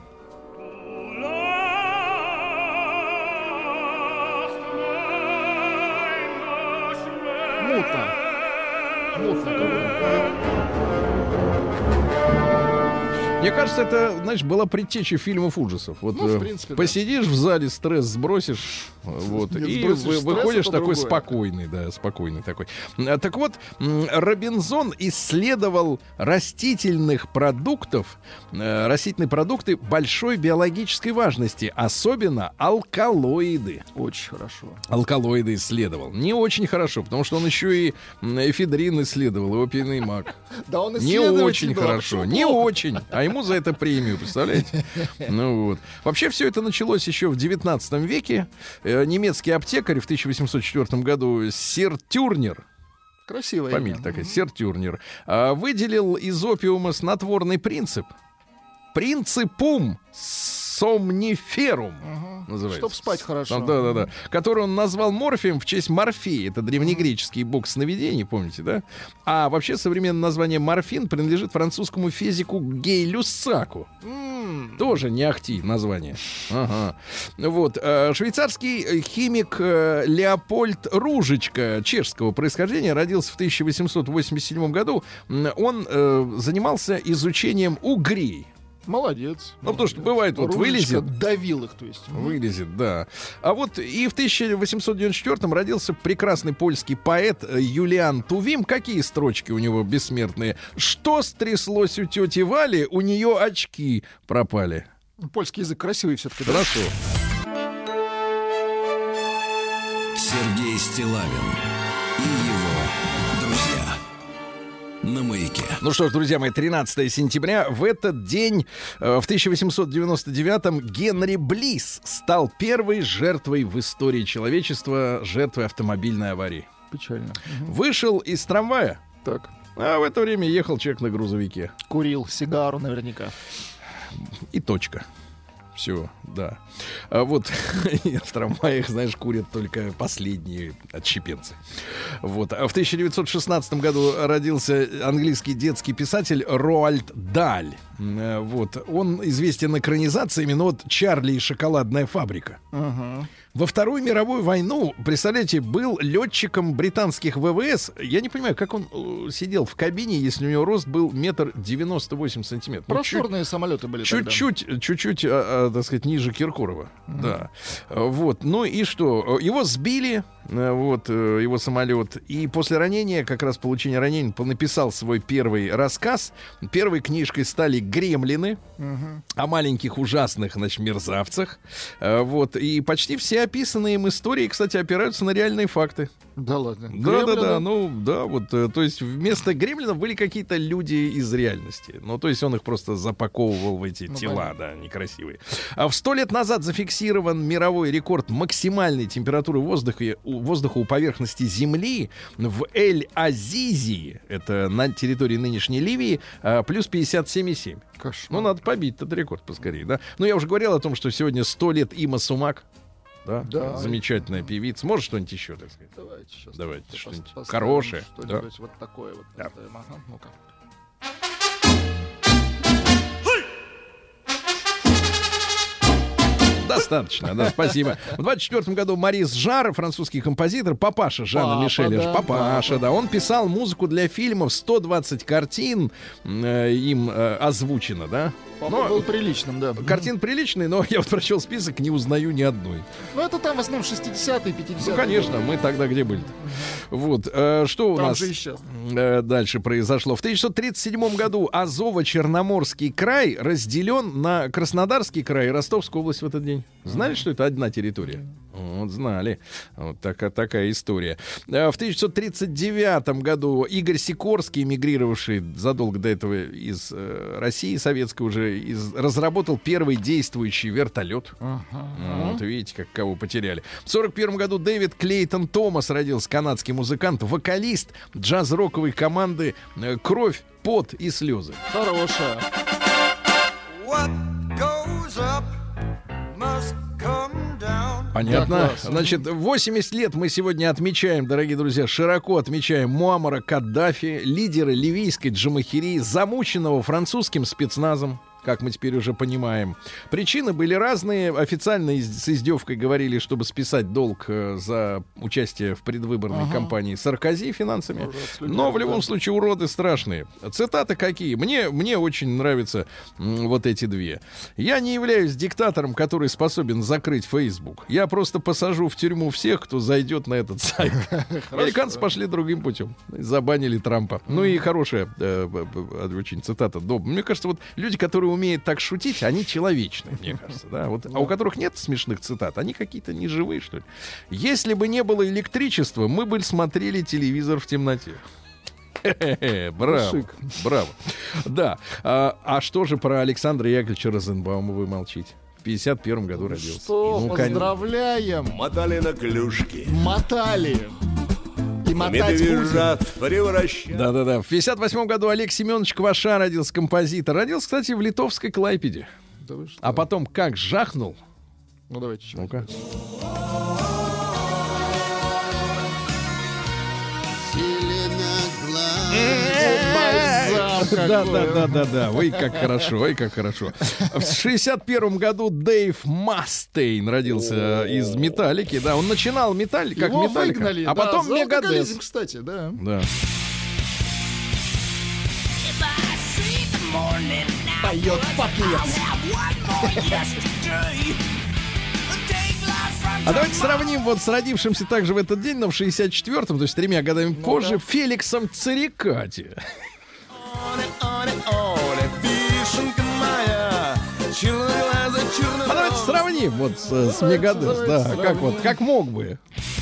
Мне кажется, это, знаешь, была предтеча фильмов ужасов. Вот
в принципе,
посидишь в зале, стресс сбросишь, вот,
Нет,
и
сбросишь стресс,
выходишь
это
такой
другое.
спокойный, да, спокойный такой. Так вот, Робинзон исследовал растительные продукты большой биологической важности, особенно алкалоиды.
Очень хорошо.
Алкалоиды исследовал. Не очень хорошо, потому что он еще и эфедрин исследовал, и опийный мак.
Да он
Не очень хорошо, не очень. А ему за это премию, представляете? Ну вот. Вообще все это началось еще в 19 веке. Немецкий аптекарь в 1804 году Сир Тюрнер,
Красивая
фамилия такая, Сир Тюрнер, выделил из опиума снотворный принцип. Принципум сомниферум называется.
Чтоб спать хорошо.
Да. Который он назвал морфием в честь Морфея. Это древнегреческий бог сновидений, помните, да? А вообще современное название морфин принадлежит французскому физику Гей-Люссаку. Тоже не ахти название. Ага. Вот. Швейцарский химик Леопольд Ружечка чешского происхождения родился в 1887 году. Он занимался изучением угрей.
Молодец.
Ну, потому что бывает, вот
Ружечка
вылезет.
давил их, то есть.
Вылезет, да. А вот и в 1894-м родился прекрасный польский поэт Юлиан Тувим. Какие строчки у него бессмертные? Что стряслось у тети Вали? У нее очки пропали.
Польский язык красивый все-таки.
Хорошо.
Сергей Стиллавин и его друзья на Маяке.
Ну что ж, друзья мои, 13 сентября. В этот день, в 1899-м, Генри Блисс стал первой жертвой в истории человечества, жертвой автомобильной аварии.
Печально.
Вышел из трамвая,
Так.
а в это время ехал человек на грузовике.
Курил сигару наверняка.
И точка. Все, да. А вот в трамваях, знаешь, курят только последние отщепенцы. Вот. А в 1916 году родился английский детский писатель Роальд Даль. Вот. Он известен экранизациями, но вот «Чарли и шоколадная фабрика». Во Вторую мировую войну, представляете, был летчиком британских ВВС. Я не понимаю, как он сидел в кабине, если у него рост был 1,98 м.
Просторные самолеты были тогда.
Чуть-чуть, так сказать, ниже Киркорова. Да. Вот. Ну и что? Его сбили, вот, его самолет. И после ранения, как раз получения ранения, написал свой первый рассказ. Первой книжкой стали «Гремлины». О маленьких ужасных, значит, мерзавцах. Вот. И почти все описанные им истории, кстати, опираются на реальные факты.
Да ладно.
Да, ну да, вот, то есть вместо гремлинов были какие-то люди из реальности. Ну, то есть он их просто запаковывал в эти тела, да, некрасивые. А в 100 лет назад зафиксирован мировой рекорд максимальной температуры воздуха у поверхности Земли в Эль-Азизи, это на территории нынешней Ливии, плюс 57,7. Ну, надо побить этот рекорд поскорее, да. Ну, я уже говорил о том, что сегодня 100 лет Има Сумак. Да, замечательная певица. Может, что-нибудь еще, так сказать?
Давайте сейчас.
Давайте что-нибудь хорошее.
Что-нибудь вот такое вот.
Да.
Ага, ну-ка.
Достаточно, да, спасибо. В 24 году Морис Жарр, французский композитор, папаша Жана Мишеля,
да,
папаша, да, он писал музыку для фильмов, 120 картин им озвучено, да.
Папа был приличным, да.
Картин приличные, но я вот прочел список, не узнаю ни одной.
Ну, это там в основном 60-е, 50-е.
Ну, конечно, мы тогда где были? Вот, что у
там
нас
же и сейчас.
Дальше произошло? В 1937 году Азово-Черноморский край разделен на Краснодарский край и Ростовскую область в этот день. Знали, что это одна территория? Вот знали. Вот такая история. В 1939 году Игорь Сикорский, эмигрировавший задолго до этого из России советской уже, разработал первый действующий вертолет. Вот видите, как кого потеряли. В 1941 году Дэвид Клейтон Томас родился, канадский музыкант, вокалист джаз-роковой команды «Кровь, пот и слезы».
Хорошая.
Понятно. Значит, 80 лет мы сегодня отмечаем, дорогие друзья, широко отмечаем Муаммара Каддафи, лидера ливийской джамахирии, замученного французским спецназом. как мы теперь уже понимаем. Причины были разные. Официально с издевкой говорили, чтобы списать долг за участие в предвыборной кампании Саркози финансами. Но в любом случае уроды страшные. Цитаты какие? Мне очень нравятся вот эти две. «Я не являюсь диктатором, который способен закрыть Facebook. Я просто посажу в тюрьму всех, кто зайдет на этот сайт». Американцы пошли другим путем. Забанили Трампа. Ну и хорошая очень цитата. Мне кажется, вот люди, которые умеют так шутить, они человечные, мне кажется. Да? Вот, а у которых нет смешных цитат, они какие-то неживые, что ли. «Если бы не было электричества, мы бы смотрели телевизор в темноте». Браво, браво. Да. А что же про Александра Яковлевича Розенбаума вы молчите? В 51 году родился.
Что, поздравляем.
Мотали на клюшки.
Мотали. И мотать будем.
Да-да-да. В 58 году Олег Семенович Кваша родился, композитор. Родился, кстати, в литовской Клайпеде.
Да вы что?
А потом как жахнул.
Ну, давайте чуть.
Ну-ка. Да. Ой, как хорошо, ой, как хорошо. В 61 году Дэйв Мастейн родился из Металлики. Да, он начинал как Металлика, а потом Мегадес.
Кстати, да.
Да.
Поет подлец.
А давайте сравним вот с родившимся также в этот день, но в 64-м, то есть 3 годами позже, Феликсом Царикати. А давайте сравним вот с Мегадес, да, как мог бы.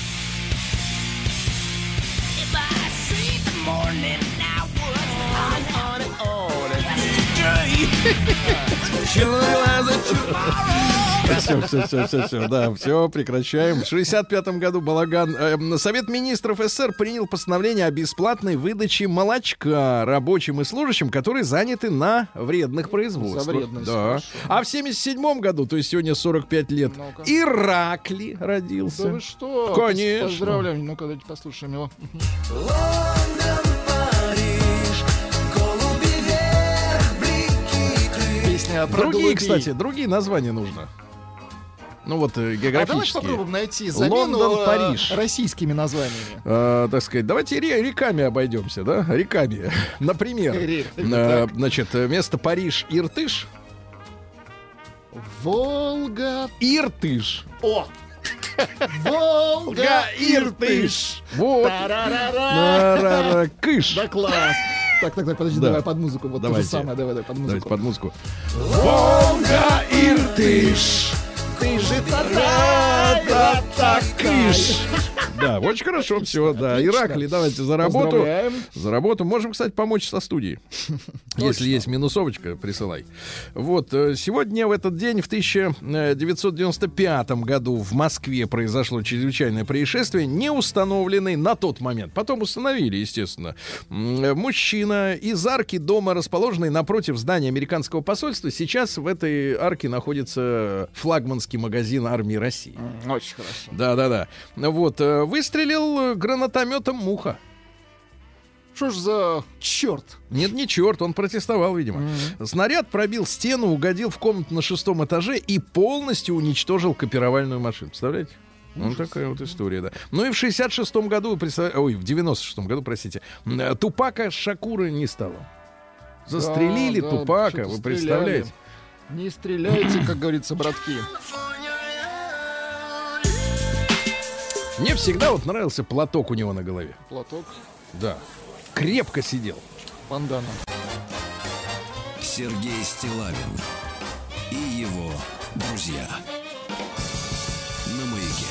Все, да, все, прекращаем. В 65-м году балаган. Совет министров СССР принял постановление о бесплатной выдаче молочка рабочим и служащим, которые заняты на вредных производствах.
За вредность,
да.
хорошо.
А в 77-м году, то есть сегодня 45 лет,
Ну-ка.
Ираклий родился.
Да вы что?
Конечно.
Поздравляем. Ну-ка, давайте послушаем его. Песня про
Другие,
голубей.
кстати, другие названия нужно. Ну вот
А давайте
географические.
попробуем найти замену
Лондон, Париж.
российскими названиями.
Так сказать, давайте реками обойдемся, да? Реками. Например,
Так.
значит, вместо Париж Иртыш.
Волга.
Иртыш.
О! Волга, Иртыш.
Вот.
Тарарара.
Кыш.
Да, класс. Так, подожди,
Да.
давай под музыку. Вот то
Давайте.
же самое, давай под
Давайте
музыку.
под музыку. Волга, Иртыш.
Ты же
Кыш. Да, очень хорошо все, да. Ираклий, давайте за работу.
Поздравляем.
За работу. Можем, кстати, помочь со студией. Если есть минусовочка, присылай. Вот, сегодня, в этот день, в 1995 году в Москве произошло чрезвычайное происшествие, не установленный на тот момент. Потом установили, естественно. Мужчина из арки дома, расположенной напротив здания американского посольства. Сейчас в этой арке находится флагманский магазин армии России.
Очень хорошо.
Да-да-да. Вот, выстрелил гранатометом муха.
Что ж за черт?
Нет, не черт, он протестовал, видимо. Снаряд пробил стену, угодил в комнату на 6-м этаже и полностью уничтожил копировальную машину. Представляете? Ну, такая вот история, да. Ну и в 66-м году, в 96-м году, простите, Тупака Шакура не стало. Застрелили
Да,
Тупака,
что-то
вы
стреляли.
представляете?
Не стреляйте, как говорится, братки.
Мне всегда вот нравился платок у него на голове.
Платок,
Да. Крепко сидел.
бандана.
Сергей Стиллавин и его друзья на Маяке.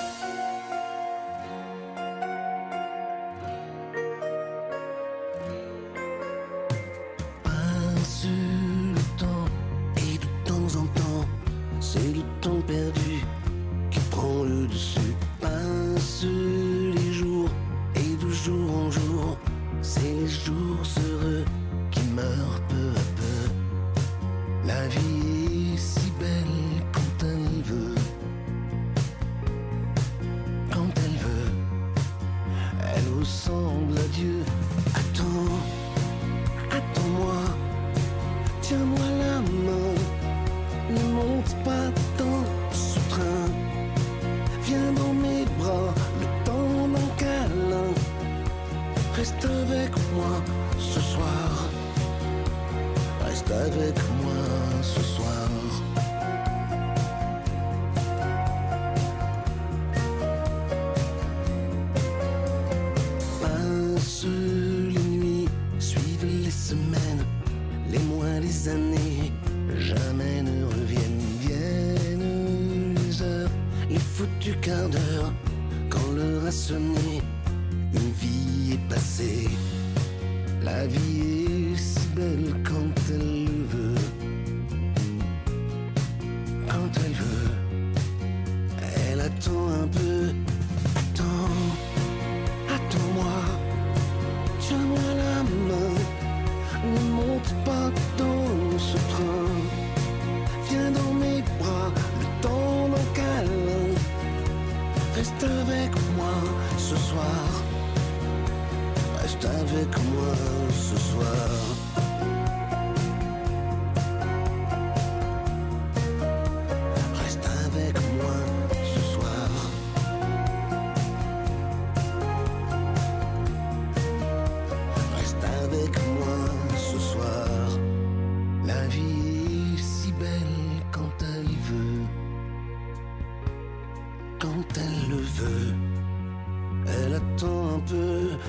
Passe le temps et de temps en temps, c'est le temps perdu qui prend le dessus. Passe les jours et de jour en jour, c'est les jours heureux qui meurent peu à peu. La vie est si belle quand elle veut. Quand elle veut, elle ressemble à Dieu. Attends, attends-moi, tiens-moi la main. foutu quart d'heure, quand l'heure a sonné, une vie est passée. La vie est si belle quand elle le veut. Quand elle veut, elle attend un peu. Attends-moi, tiens-moi la main. Ne monte pas dans ce train. Viens dans mes bras, le temps d'un câlin. Reste avec moi ce soir. Reste avec moi ce soir. Reste avec moi ce soir. Reste avec moi ce soir. La vie est si belle quand elle veut. Quand elle le veut. Elle attend un peu.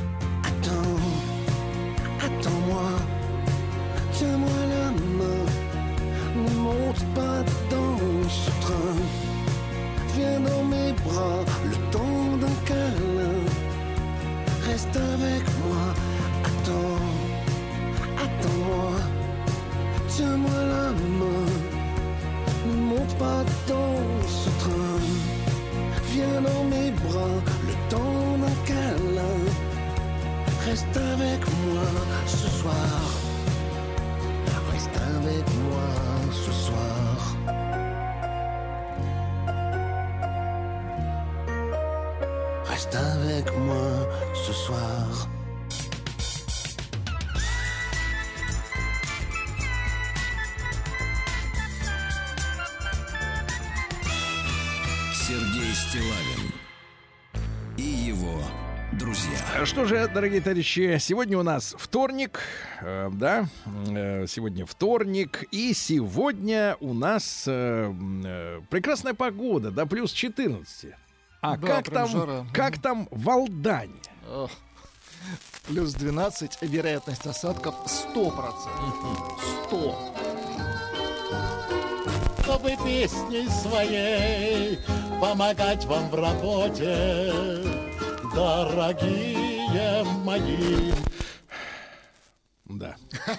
Attends-moi, tiens-moi la main. Ne monte pas dans ce train. Viens dans mes bras, le temps d'un câlin. Reste avec moi, attends-moi. Tiens-moi la main. Ne monte pas dans ce train. Viens dans mes bras, le temps d'un câlin. Reste avec moi ce soir. Reste avec moi ce soir. Reste avec moi ce soir.
Сергей Стиллавин и его друзья.
Что же, дорогие товарищи, сегодня у нас вторник, да, сегодня вторник, и сегодня у нас прекрасная погода, да, плюс 14. А
Да,
как там в Алдане?
Ох, плюс 12, вероятность осадков 100%. 100.
Чтобы песней своей помогать вам в работе, дорогие мои.
Да.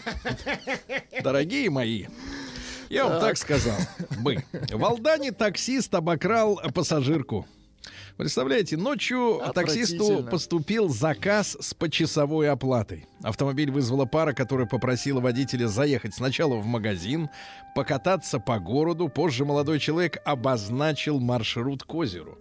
Дорогие мои, я вам так сказал бы. В Алдане таксист обокрал пассажирку. Представляете, ночью таксисту поступил заказ с почасовой оплатой. Автомобиль вызвала пара, которая попросила водителя заехать сначала в магазин, покататься по городу. Позже молодой человек обозначил маршрут к озеру.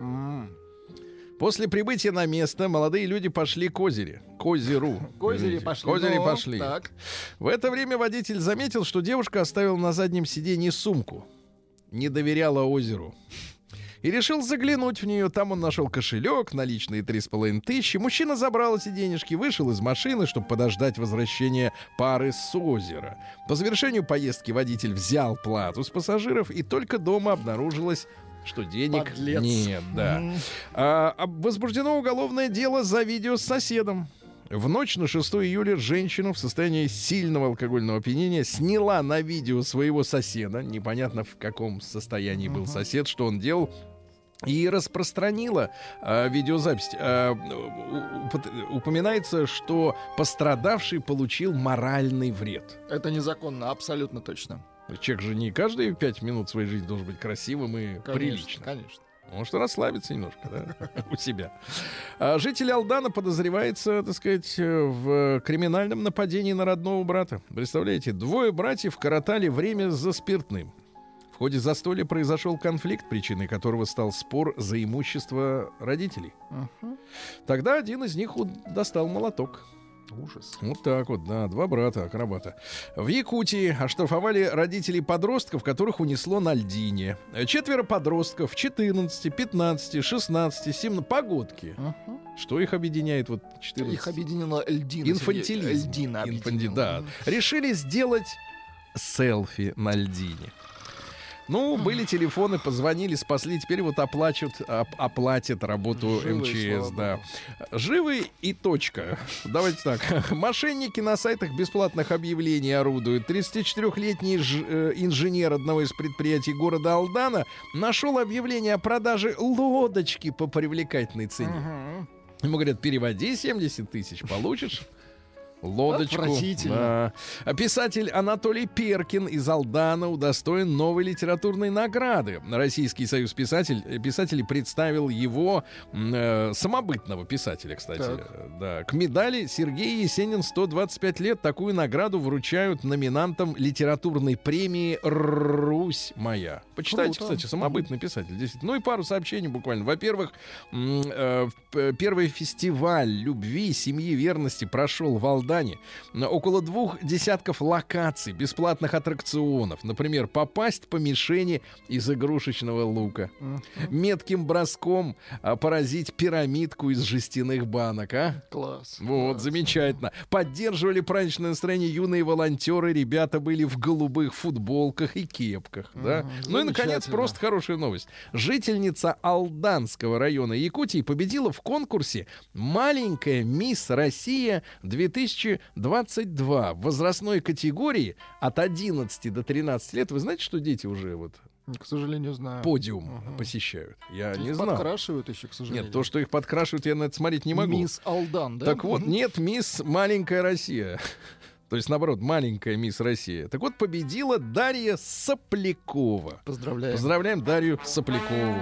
После прибытия на место молодые люди пошли к озеру. К озеру.
К озере пошли.
К озере
Ну,
пошли.
так.
В это время водитель заметил, что девушка оставила на заднем сиденье сумку. Не доверяла озеру. И решил заглянуть в нее. Там он нашел кошелек, наличные 3500. Мужчина забрал эти денежки, вышел из машины, чтобы подождать возвращения пары с озера. По завершению поездки водитель взял плату с пассажиров, и только дома обнаружилось, что денег
Подлец.
нет. Да. Возбуждено уголовное дело за видео с соседом. В ночь на 6 июля женщина в состоянии сильного алкогольного опьянения сняла на видео своего соседа. Непонятно, в каком состоянии был сосед, что он делал. И распространила видеозапись. Упоминается, что пострадавший получил моральный вред.
Это незаконно, абсолютно точно.
Человек же не каждые 5 минут своей жизни должен быть красивым и приличным.
Конечно.
Может расслабиться немножко, да, у себя. Житель Алдана подозревается, так сказать, в криминальном нападении на родного брата. Представляете, двое братьев коротали время за спиртным. В ходе застолья произошел конфликт, причиной которого стал спор за имущество родителей. Тогда один из них достал молоток.
Ужас.
Вот так вот, да, два брата, акробата. В Якутии оштрафовали родителей подростков, которых унесло на льдине. 4 подростков, 14, 15, 16, 17, погодки. Что их объединяет? Вот 14.
Их объединила льдина.
Инфантилизм.
Льдина
Да. Решили сделать селфи на льдине. Ну, были телефоны, позвонили, спасли, теперь вот оплатят работу
Живы,
МЧС,
слава
да. Живы и точка. Давайте так. Мошенники на сайтах бесплатных объявлений орудуют. 34-летний инженер одного из предприятий города Алдана нашел объявление о продаже лодочки по привлекательной цене. Ему говорят, переводи 70 тысяч, получишь лодочку.
Отвратительно.
Да. Писатель Анатолий Перкин из Алдана удостоен новой литературной награды. Российский союз писателей представил его самобытного писателя, кстати. Да, к медали Сергей Есенин 125 лет. Такую награду вручают номинантам литературной премии «Русь моя». Почитайте,
Круто.
кстати, самобытный писатель. Действительно. Ну и пару сообщений буквально. Во-первых, первый фестиваль любви, семьи, верности прошел в Алдане. Около 2 десятков локаций, бесплатных аттракционов. Например, попасть по мишени из игрушечного лука. Метким броском поразить пирамидку из жестяных банок.
Класс.
Вот,
Класс.
замечательно. Поддерживали праздничное настроение юные волонтеры. Ребята были в голубых футболках и кепках. Да? Ну и, наконец,
Замечательно.
просто хорошая новость. Жительница Алданского района Якутии победила в конкурсе «Маленькая мисс Россия 2022» в возрастной категории от 11 до 13 лет. Вы знаете, что дети уже вот
К сожалению, знаю.
подиум посещают? Я не
Их
знал.
подкрашивают еще, к сожалению.
Нет, то, что их подкрашивают, я на это смотреть не могу.
Мисс Алдан, да?
Так вот, нет, мисс Маленькая Россия. То есть, наоборот, маленькая мисс Россия. Так вот, победила Дарья Соплякова.
Поздравляю.
Поздравляем Дарью Соплякову.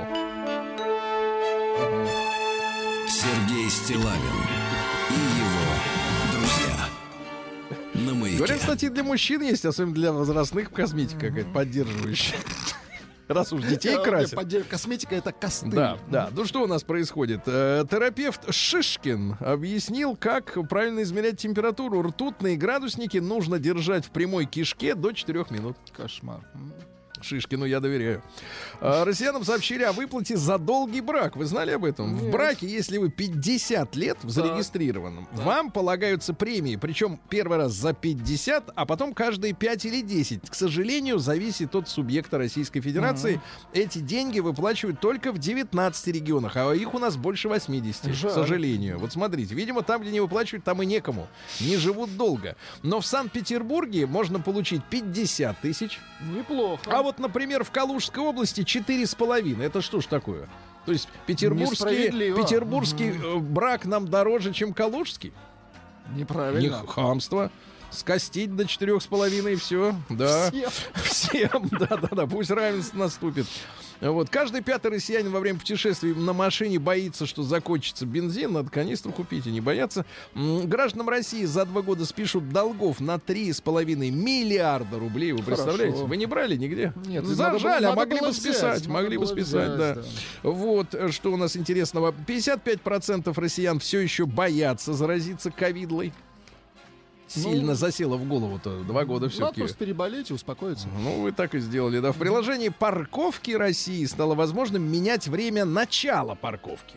Сергей Стиллавин и его друзья. На Маяке.
Говорят, кстати, для мужчин есть, особенно для возрастных, косметика какая-то поддерживающая. Раз уж детей красят.
Косметика — это костыль.
Да, да. Ну что у нас происходит? Терапевт Шишкин объяснил, как правильно измерять температуру. Ртутные градусники нужно держать в прямой кишке до 4 минут.
Кошмар.
Шишкину я доверяю. Россиянам сообщили о выплате за долгий брак. Вы знали об этом?
Нет.
В браке, если вы 50 лет в зарегистрированном, вам полагаются премии. Причем первый раз за 50, а потом каждые 5 или 10. К сожалению, зависит от субъекта Российской Федерации. Эти деньги выплачивают только в 19 регионах, а их у нас больше 80,
Жаль.
к сожалению. Вот смотрите, видимо, там, где не выплачивают, там и некому. Не живут долго. Но в Санкт-Петербурге можно получить 50 тысяч.
Неплохо.
А вот, например, в Калужской области 4,5. Это что ж такое? То есть петербургский
Несправедливо.
брак нам дороже, чем калужский? Не
Неправильно.
хамство. Скостить до 4,5 и все. Да. Всем. Да. Пусть равенство наступит. Вот. Каждый 5-й россиянин во время путешествий на машине боится, что закончится бензин. Надо канистру купить и не бояться. Гражданам России за 2 года спишут долгов на 3,5 миллиарда рублей. Вы представляете?
Хорошо.
Вы не брали нигде?
Нет,
Зажали, а могли бы
было
списать.
взять,
Могли бы
надо было
списать, да.
взять,
Вот, что у нас интересного. 55% россиян все еще боятся заразиться ковидлой. Сильно засело в голову-то. 2 года
Надо
все-таки.
просто переболеть и успокоиться.
Ну, вы так и сделали, да. В приложении парковки России стало возможным менять время начала парковки.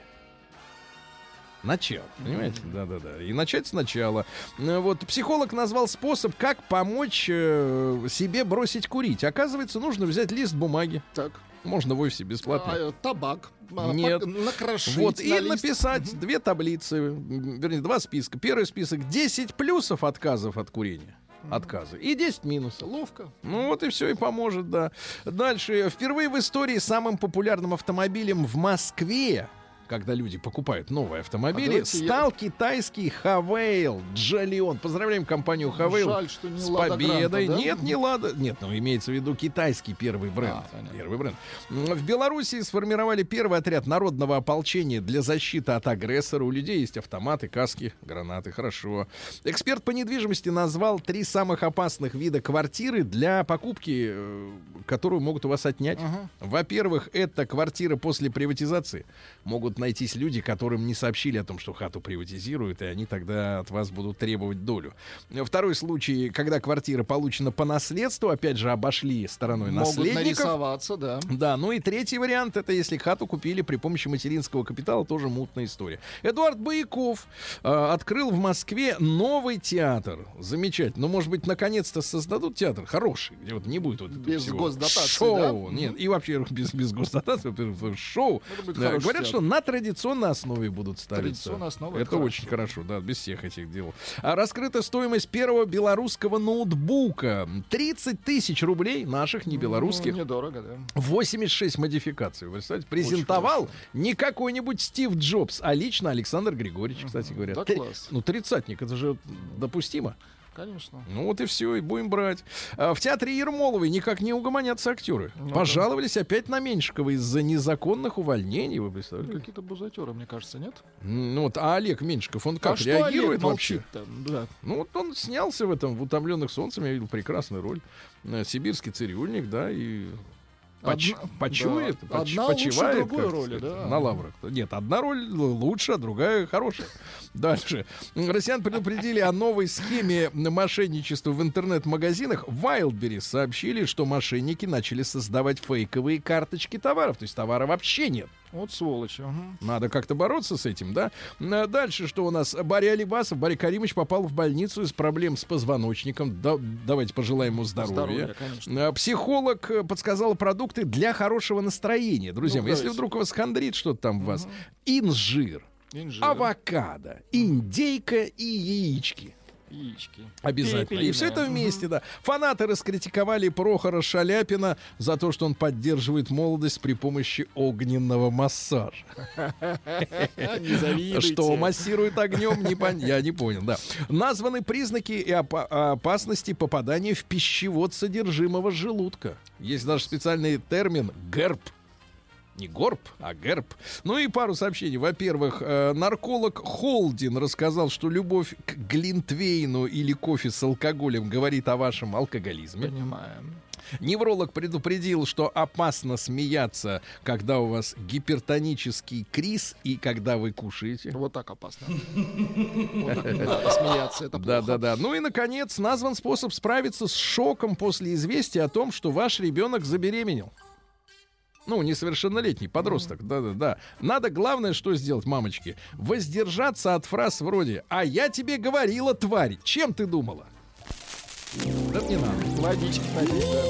Начало, понимаете? Да. И начать сначала. Вот психолог назвал способ, как помочь себе бросить курить. Оказывается, нужно взять лист бумаги.
Так.
Можно в офисе бесплатно.
Табак.
Нет.
Накрошить.
Вот,
на
и
лист.
написать 2 таблицы, вернее, 2 списка. Первый список 10 плюсов отказов от курения. Отказы. И 10 минусов.
Ловко.
Ну вот и все, и поможет, да. Дальше. Впервые в истории самым популярным автомобилем в Москве, когда люди покупают новые автомобили,
давайте
стал китайский Хавейл Джолион. Поздравляем компанию Хавейл
Жаль, что не
с
Лада
победой.
Гранта, да?
Нет, не Лада. Нет, ну имеется в виду китайский первый бренд.
Понятно.
Первый бренд. В Белоруссии сформировали первый отряд народного ополчения для защиты от агрессора. У людей есть автоматы, каски, гранаты. Хорошо. Эксперт по недвижимости назвал 3 самых опасных вида квартиры для покупки, которую могут у вас отнять. Во-первых, это квартира после приватизации. Могут могут найтись люди, которым не сообщили о том, что хату приватизируют, и они тогда от вас будут требовать долю. Второй случай, когда квартира получена по наследству, опять же, обошли стороной
Могут
наследников.
нарисоваться, да.
Да, ну и третий вариант, это если хату купили при помощи материнского капитала, тоже мутная история. Эдуард Бояков открыл в Москве новый театр. Замечательно. Ну, может быть, наконец-то создадут театр хороший, где вот не будет вот этого
Без
всего
госдотации,
шоу.
да?
Нет, и вообще без госдотации, во-первых, шоу.
Это будет
Да,
хороший
говорят,
театр.
что на традиционной основе будут ставиться.
Традиционная основа,
Это
это
очень хорошо, да, без всех этих дел. А раскрыта стоимость первого белорусского ноутбука. 30 тысяч рублей наших, не белорусских.
Ну, недорого, да.
86 модификаций. Вы представляете, презентовал не какой-нибудь Стив Джобс, а лично Александр Григорьевич, кстати говоря.
Да, класс.
Ну, тридцатник, это же допустимо.
Конечно.
Ну вот и все, и будем брать. В театре Ермоловой никак не угомонятся актеры. Пожаловались опять на Меньшикова из-за незаконных увольнений, вы представляете?
Какие-то бузатеры, мне кажется, нет?
Ну вот, а Олег Меньшиков, он как
а
реагирует
что Олег
вообще?
молчит-то? Да.
Ну вот он снялся в этом, в «Утомленных солнцем», я видел прекрасную роль. Сибирский цирюльник, да, и почует,
да. Одна лучше
почивает,
другой
как
роли,
сказать,
да.
на лаврах. Нет, одна роль лучше, а другая хорошая. Дальше. Россиян предупредили о новой схеме мошенничества в интернет-магазинах. В Wildberries сообщили, что мошенники начали создавать фейковые карточки товаров. То есть товара вообще нет.
Вот сволочи. Угу.
Надо как-то бороться с этим, да? Дальше что у нас? Барри Алибасов, Барри Каримович попал в больницу из проблем с позвоночником. Давайте пожелаем ему здоровья. Психолог подсказал продукты для хорошего настроения. Друзья мои, если вдруг вас хандрит что-то там в вас. Инжир, авокадо, индейка и яички.
Яички.
Обязательно. И все это вместе, да. Фанаты раскритиковали Прохора Шаляпина за то, что он поддерживает молодость при помощи огненного массажа. Что массирует огнем, я не понял, да. Названы признаки и опасности попадания в пищевод содержимого желудка. Есть даже специальный термин ГЭРБ. Не горб, а герб. Ну и пару сообщений. Во-первых, нарколог Холдин рассказал, что любовь к глинтвейну или кофе с алкоголем говорит о вашем алкоголизме.
Понимаем.
Невролог предупредил, что опасно смеяться, когда у вас гипертонический криз и когда вы кушаете.
Вот так опасно. Надо смеяться, это плохо.
Да. Ну и, наконец, назван способ справиться с шоком после известия о том, что ваш ребенок забеременел. Ну, несовершеннолетний подросток, да. Надо, главное, что сделать, мамочки? Воздержаться от фраз вроде «А я тебе говорила, тварь, чем ты думала?» Это не надо.
Водички попить, да.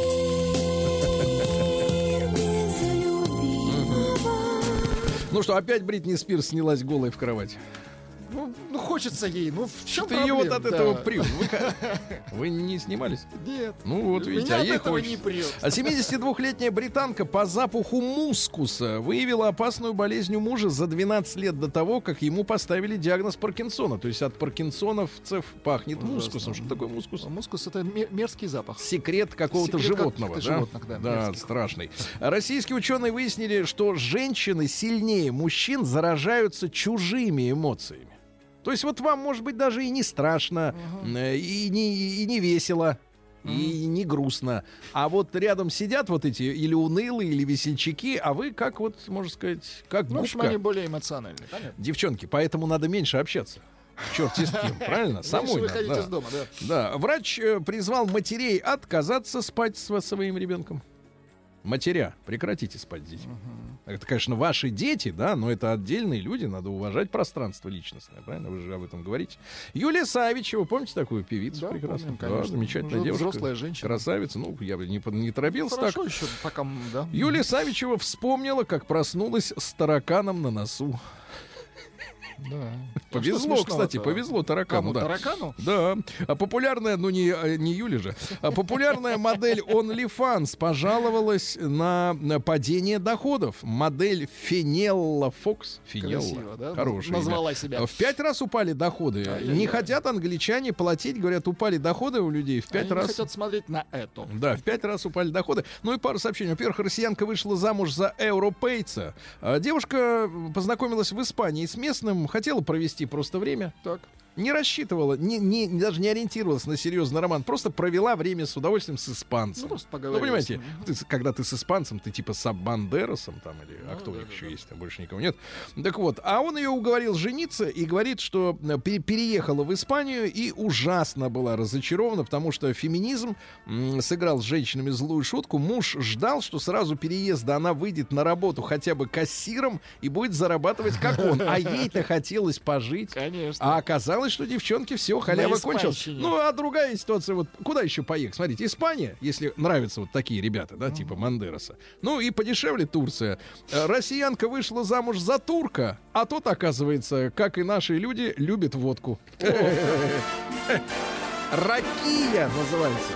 Ну что, опять Бритни Спирс снялась голой в кровать?
Ну, хочется ей. Ну, в чем
Ты
проблема?
ее вот от этого прет. Вы не снимались?
Нет.
Ну вот видите,
Меня
а ей
от этого
хочется.
не прет.
А 72-летняя британка по запаху мускуса выявила опасную болезнь у мужа за 12 лет до того, как ему поставили диагноз Паркинсона. То есть от паркинсоновцев пахнет мускусом. Что такое мускус?
Мускус — это мерзкий запах.
Секрет какого-то животного, да?
Животных, да,
Да, страшный. Российские ученые выяснили, что женщины сильнее мужчин заражаются чужими эмоциями. То есть вот вам, может быть, даже и не страшно, и не весело, и не грустно. А вот рядом сидят вот эти или унылые, или весельчаки, а вы как вот, можно сказать, как
Ну, в общем,
губка.
они более эмоциональные, понятно.
Девчонки, поэтому надо меньше общаться. Черт с кем, правильно? Самой
Меньше выходить
надо,
из дома, да.
Да, врач призвал матерей отказаться спать со своим ребенком. Матеря, прекратите спать с детьми. Это, конечно, ваши дети, да, но это отдельные люди, надо уважать пространство личностное, правильно? Вы же об этом говорите. Юлия Савичева, помните такую певицу
Да,
прекрасную?
помним, конечно.
Замечательная
Уже
девушка.
взрослая женщина.
Красавица. Ну, я бы не торопился так.
Хорошо еще, пока, да.
Юлия Савичева вспомнила, как проснулась с тараканом на носу.
Да.
Повезло,
Смешно,
кстати,
да.
повезло таракану.
Кому,
Да.
таракану?
Да. А популярная, ну не Юля же, а популярная модель OnlyFans пожаловалась на падение доходов. Модель Фенелла Фокс.
Красиво, да?
Хорошая.
Назвала себя.
В 5 раз упали доходы.
Ай-яй-яй.
Не хотят англичане платить, говорят, упали доходы у людей в 5
Они
раз.
не хотят смотреть на это.
Да, в 5 раз упали доходы. Ну и пару сообщений. Во-первых, россиянка вышла замуж за европейца. Девушка познакомилась в Испании с местным, хотела провести просто время.
Так.
не рассчитывала, даже не ориентировалась на серьезный роман, просто провела время с удовольствием с испанцем.
Просто
Ну,
поговорить.
понимаете, когда ты с испанцем, ты типа с Бандерасом там, или кто у них еще есть, там больше никого нет. Так вот, а он ее уговорил жениться и говорит, что переехала в Испанию и ужасно была разочарована, потому что феминизм сыграл с женщинами злую шутку. Муж ждал, что сразу переезда она выйдет на работу хотя бы кассиром и будет зарабатывать как он. А ей-то хотелось пожить.
Конечно.
А оказалось, что девчонки все, халява
На
кончилась.
испанщине.
Ну, а другая ситуация, вот куда еще поехать? Смотрите, Испания, если нравятся вот такие ребята, да, типа Мандераса. Ну и подешевле Турция. Россиянка вышла замуж за турка, а тот, оказывается, как и наши люди, любит водку. Ракия называется.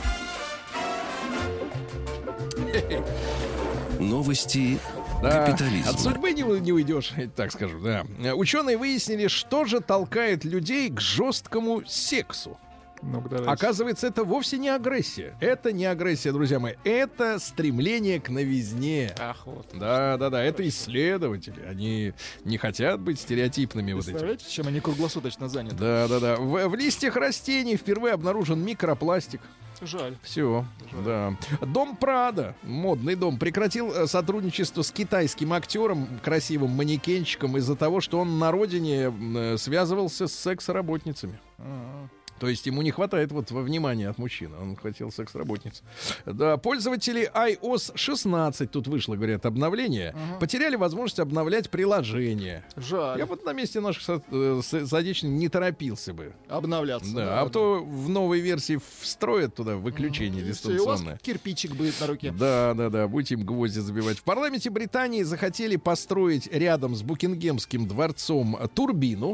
Новости
Да,
капитализма.
от судьбы не уйдешь, так скажу, да. Ученые выяснили, что же толкает людей к жесткому сексу.
Ну-ка, давайте.
Оказывается, это вовсе не агрессия. Это не агрессия, друзья мои. Это стремление к новизне.
Ах, вот.
Да, это исследователи. Они не хотят быть стереотипными вот этими.
Представляете, чем они круглосуточно заняты?
Да. В листьях растений впервые обнаружен микропластик.
Жаль.
Все, да. Дом Прада, модный дом, прекратил сотрудничество с китайским актером, красивым манекенщиком, из-за того, что он на родине связывался с секс-работницами. То есть ему не хватает вот внимания от мужчин. Он хотел секс-работниц. Да, пользователи iOS 16, тут вышло, говорят, обновление, потеряли возможность обновлять приложение.
Жаль.
Я вот на месте наших соотечественников не торопился бы.
Обновляться.
Да, а то в новой версии встроят туда выключение
И у вас
дистанционное.
кирпичик будет на руке.
Да, будете им гвозди забивать. В парламенте Британии захотели построить рядом с Букингемским дворцом турбину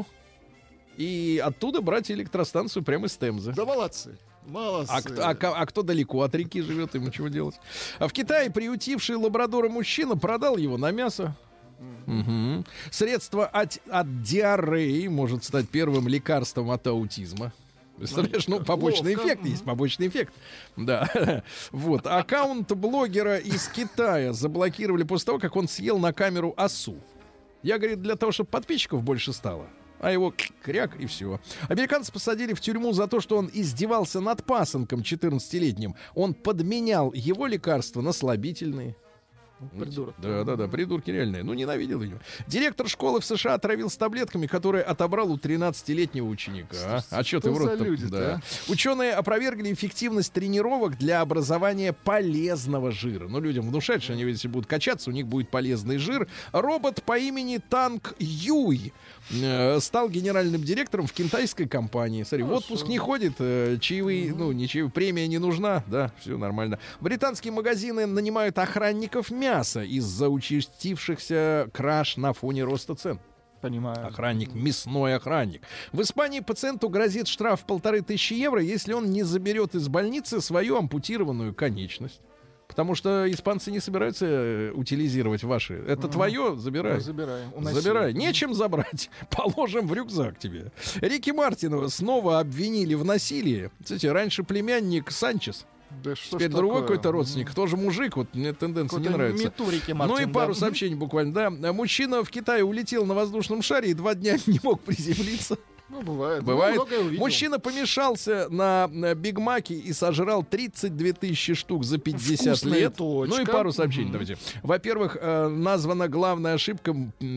и оттуда брать электростанцию прямо из Темзы.
Да молодцы. Молодцы.
А кто далеко от реки живет, ему чего делать? А в Китае приютивший лабрадора мужчина продал его на мясо. Мгм. Средство от диареи может стать первым лекарством от аутизма. Представляешь, ну, побочный
Ловко.
эффект есть, побочный эффект. Да. Вот. Аккаунт блогера из Китая заблокировали после того, как он съел на камеру осу. Я, говорит, для того, чтобы подписчиков больше стало. А его кряк и все. Американцы посадили в тюрьму за то, что он издевался над пасынком 14-летним. Он подменял его лекарства на слабительные.
Придурок.
Да, придурки реальные. Ну, ненавидел ее. Директор школы в США отравил с таблетками, которые отобрал у 13-летнего ученика. А что ты в
за
рот-то?
люди-то,
Да. Ученые опровергли эффективность тренировок для образования полезного жира. Ну, людям внушают, что они, если будут качаться, у них будет полезный жир. Робот по имени Танг Юй стал генеральным директором в китайской компании. Смотри, в отпуск не ходит, чаевые, ну, не чаевые, премия не нужна, да, все нормально. Британские магазины нанимают охранников мяса из-за участившихся краж на фоне роста цен.
Понимаю.
Охранник, мясной охранник. В Испании пациенту грозит штраф 1500 евро, если он не заберет из больницы свою ампутированную конечность. Потому что испанцы не собираются утилизировать ваши. Это твое, забирай.
Да, забираем. Уноси.
Забирай. Нечем забрать. Положим в рюкзак тебе. Рики Мартинова снова обвинили в насилии. Кстати, раньше племянник Санчес.
Да что
Теперь
ж
другой
такое?
какой-то родственник. Тоже мужик. Вот мне тенденция не
Какой-то
нравится.
мету Рики
Ну и
Мартин,
пару
да.
сообщений буквально. Да. Мужчина в Китае улетел на воздушном шаре и 2 дня не мог приземлиться.
Ну, бывает.
Бывает.
Ну, многое увидел.
Мужчина помешался на Биг Маке и сожрал 32 тысячи штук за 50
Вкусная
лет.
точка.
Ну и пару сообщений давайте. Во-первых, названа главная ошибка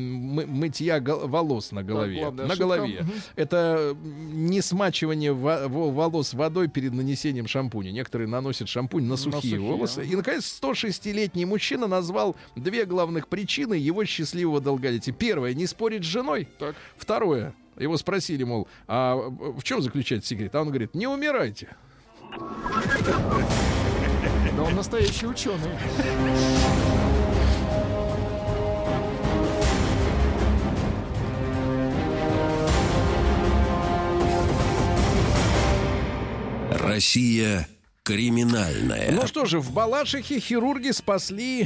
мытья волос на голове.
главная
На
ошибка.
голове. Это не смачивание волос водой перед нанесением шампуня. Некоторые наносят шампунь на сухие волосы. И, наконец, 106-летний мужчина назвал 2 главных причины его счастливого долголетия. Первое — не спорить с женой.
Так.
Второе — его спросили, мол, а в чем заключается секрет? А он говорит: не умирайте.
Да он настоящий ученый.
Россия криминальная.
Ну что же, в Балашихе хирурги спасли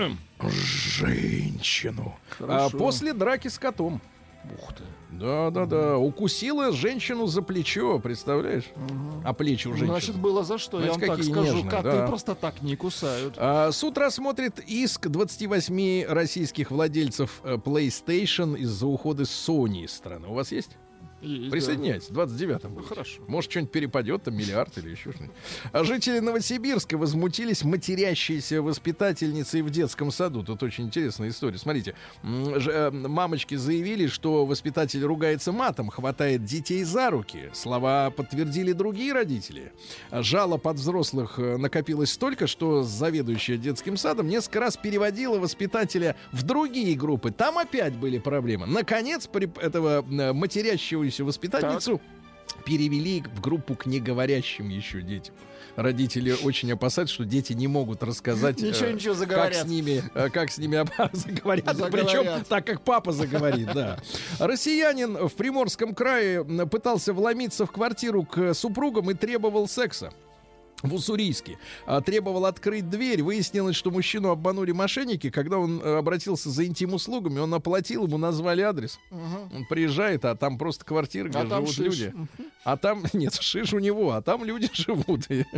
женщину после драки с котом.
Ух ты.
Да. Укусила женщину за плечо, представляешь? А плечи у женщины.
Значит, было за что. Я
Значит,
вам так
какие
скажу.
нежные,
Коты
да.
просто так не кусают.
Суд рассмотрит иск 28 российских владельцев PlayStation из-за ухода Sony из страны. У вас есть? Присоединяйтесь, в 29-м.
Ну, хорошо.
Может, что-нибудь перепадет, там миллиард или еще что-нибудь. А жители Новосибирска возмутились матерящейся воспитательницей в детском саду. Тут очень интересная история. Смотрите, мамочки заявили, что воспитатель ругается матом, хватает детей за руки. Слова подтвердили другие родители. Жалоб от взрослых накопилось столько, что заведующая детским садом несколько раз переводила воспитателя в другие группы. Там опять были проблемы. Наконец, этого матерящегося воспитательницу перевели в группу к неговорящим еще детям. Родители очень опасаются, что дети не могут рассказать,
Ничего заговорят.
как с ними заговорят. Причем так, как папа заговорит, да. Россиянин в Приморском крае пытался вломиться в квартиру к супругам и требовал секса. В Уссурийске. Требовал открыть дверь. Выяснилось, что мужчину обманули мошенники. Когда он обратился за интим-услугами, он оплатил, ему назвали адрес. Он приезжает, а там просто квартира, где живут люди. А там, нет, шиш у него, а там люди живут.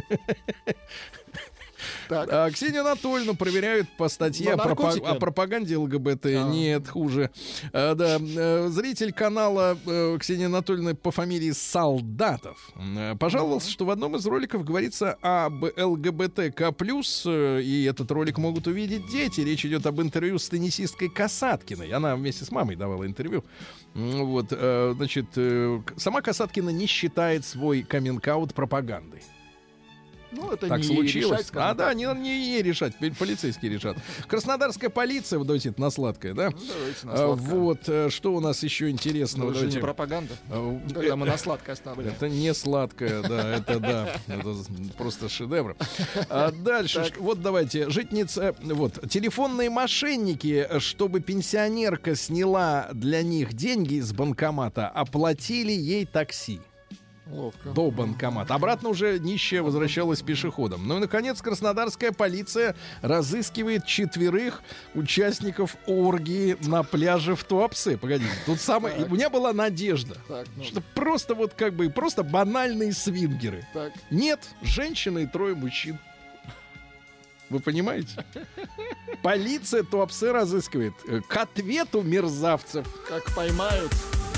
Ксению Анатольевну проверяют по статье о пропаганде ЛГБТ. Нет, хуже. Зритель канала Ксении Анатольевны по фамилии Солдатов пожаловался, что в одном из роликов говорится об ЛГБТК+, и этот ролик могут увидеть дети. Речь идет об интервью с теннисисткой Касаткиной. Она вместе с мамой давала интервью. Вот, значит, сама Касаткина не считает свой каминг-аут пропагандой.
Ну, это
так
не
случилось.
Решать,
да, не решать, полицейские решат. Краснодарская полиция, давайте на сладкое, да?
Давайте на сладкое.
Вот, что у нас еще интересного?
Это же не пропаганда. Когда мы на сладкое ставили.
Это не сладкое, да, это просто шедевр. Дальше, вот давайте, житница, вот, телефонные мошенники, чтобы пенсионерка сняла для них деньги из банкомата, оплатили ей такси.
Ловко.
До банкомата. Обратно уже нищая возвращалась пешеходом. Ну и, наконец, краснодарская полиция разыскивает 4 участников оргии на пляже в Туапсе. Погодите, тут самое... У меня была надежда, что просто вот как бы просто банальные свингеры. Нет, женщина и 3 мужчин. Вы понимаете? Полиция Туапсе разыскивает. К ответу мерзавцев.
Как поймают.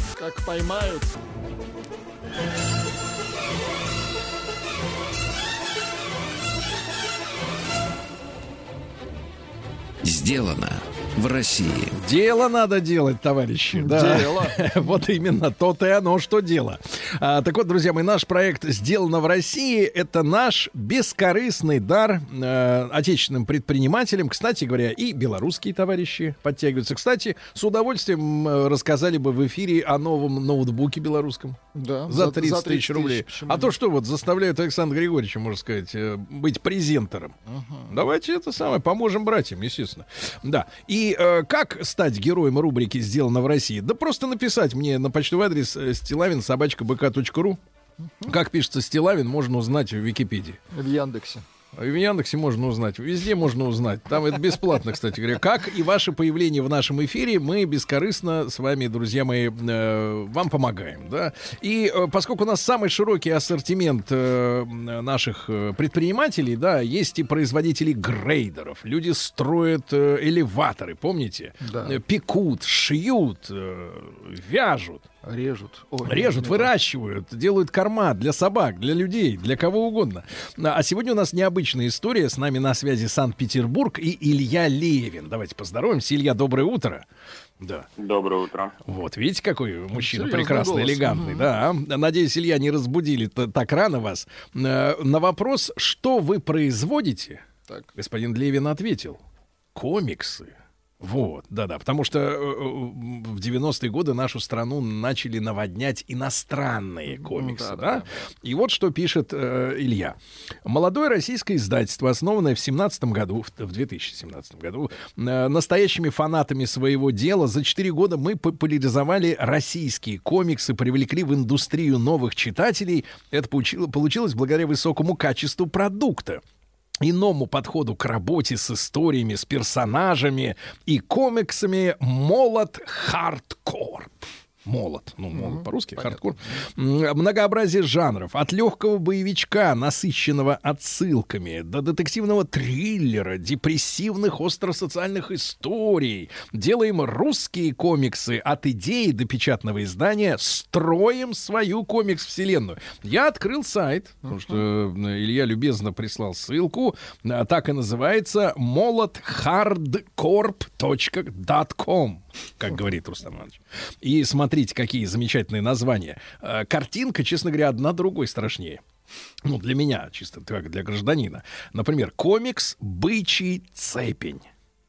Сделано в России.
Дело надо делать, товарищи. Да.
Дело.
Вот именно то-то и оно, что дело. Так вот, друзья мои, наш проект «Сделано в России» — это наш бескорыстный дар отечественным предпринимателям. Кстати говоря, и белорусские товарищи подтягиваются. Кстати, с удовольствием рассказали бы в эфире о новом ноутбуке белорусском.
Да,
за 30 тысяч рублей. А то что вот заставляют Александра Григорьевича, можно сказать, быть презентером. Давайте это самое, поможем братьям, естественно. Да. И как стать героем рубрики «Сделано в России»? Да просто написать мне на почтовый адрес stilavin@bk.ru. Как пишется Стилавин, можно узнать в Википедии.
В Яндексе.
В Яндексе можно узнать, везде можно узнать. Там это бесплатно, кстати говоря. Как и ваше появление в нашем эфире, мы бескорыстно с вами, друзья мои, вам помогаем. Да? И поскольку у нас самый широкий ассортимент наших предпринимателей, да, есть и производители грейдеров. Люди строят элеваторы, помните?
Да.
Пекут, шьют, вяжут.
Режут,
выращивают, делают корма для собак, для людей, для кого угодно. А сегодня у нас необычная история. С нами на связи Санкт-Петербург и Илья Левин. Давайте поздороваемся. Илья, доброе утро. Да.
Доброе утро.
Вот, видите, какой мужчина
серьезный
прекрасный,
голос.
элегантный. Да. Надеюсь, Илья, не разбудили так рано вас. На вопрос, что вы производите, господин Левин ответил: комиксы. Вот, да-да, потому что в 90-е годы нашу страну начали наводнять иностранные комиксы, да? И вот что пишет Илья. Молодое российское издательство, основанное в 2017 году, настоящими фанатами своего дела, за 4 года мы популяризовали российские комиксы, привлекли в индустрию новых читателей. Это получилось благодаря высокому качеству продукта, иному подходу к работе с историями, с персонажами и комиксами «Молот Хардкор». Молот. Ну, молот по-русски, хардкор. Многообразие жанров. От легкого боевичка, насыщенного отсылками, до детективного триллера, депрессивных остросоциальных историй. Делаем русские комиксы от идеи до печатного издания. Строим свою комикс-вселенную. Я открыл сайт, потому что Илья любезно прислал ссылку. Так и называется molotхардкорп.com, как говорит Рустам Иванович. И смотрите, какие замечательные названия. Картинка, честно говоря, одна другой страшнее. Ну, для меня, чисто как для гражданина. Например, комикс «Бычий цепень».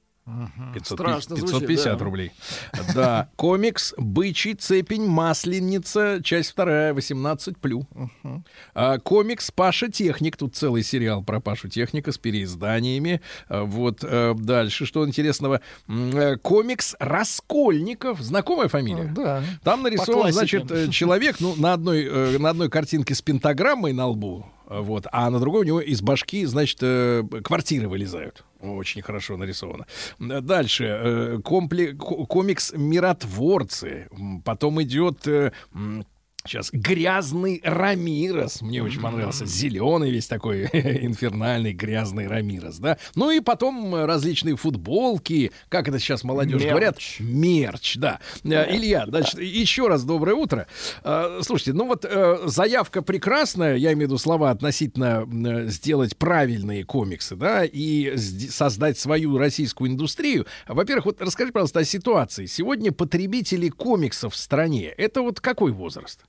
550 рублей. Да, комикс «Бычий цепень. Масленица». Часть 2, 18+. Комикс «Паша Техник». Тут целый сериал про Пашу Техника с переизданиями. Вот дальше, что интересного. Комикс «Раскольников». Знакомая фамилия?
Да.
Там нарисован, значит, человек, ну, на одной картинке с пентаграммой на лбу. Вот, а на другой у него из башки, значит, квартиры вылезают. Очень хорошо нарисовано. Дальше. Комикс «Миротворцы». Потом идет... Сейчас «Грязный Рамирес». Мне очень понравился. Зеленый весь такой инфернальный грязный Рамирес, да. Ну и потом различные футболки. Как это сейчас молодежь говорят? Мерч, да. Илья, значит, еще раз доброе утро. Слушайте, ну вот заявка прекрасная, я имею в виду слова относительно сделать правильные комиксы, да, и создать свою российскую индустрию. Во-первых, вот расскажи, пожалуйста, о ситуации. Сегодня потребители комиксов в стране — это вот какой возраст?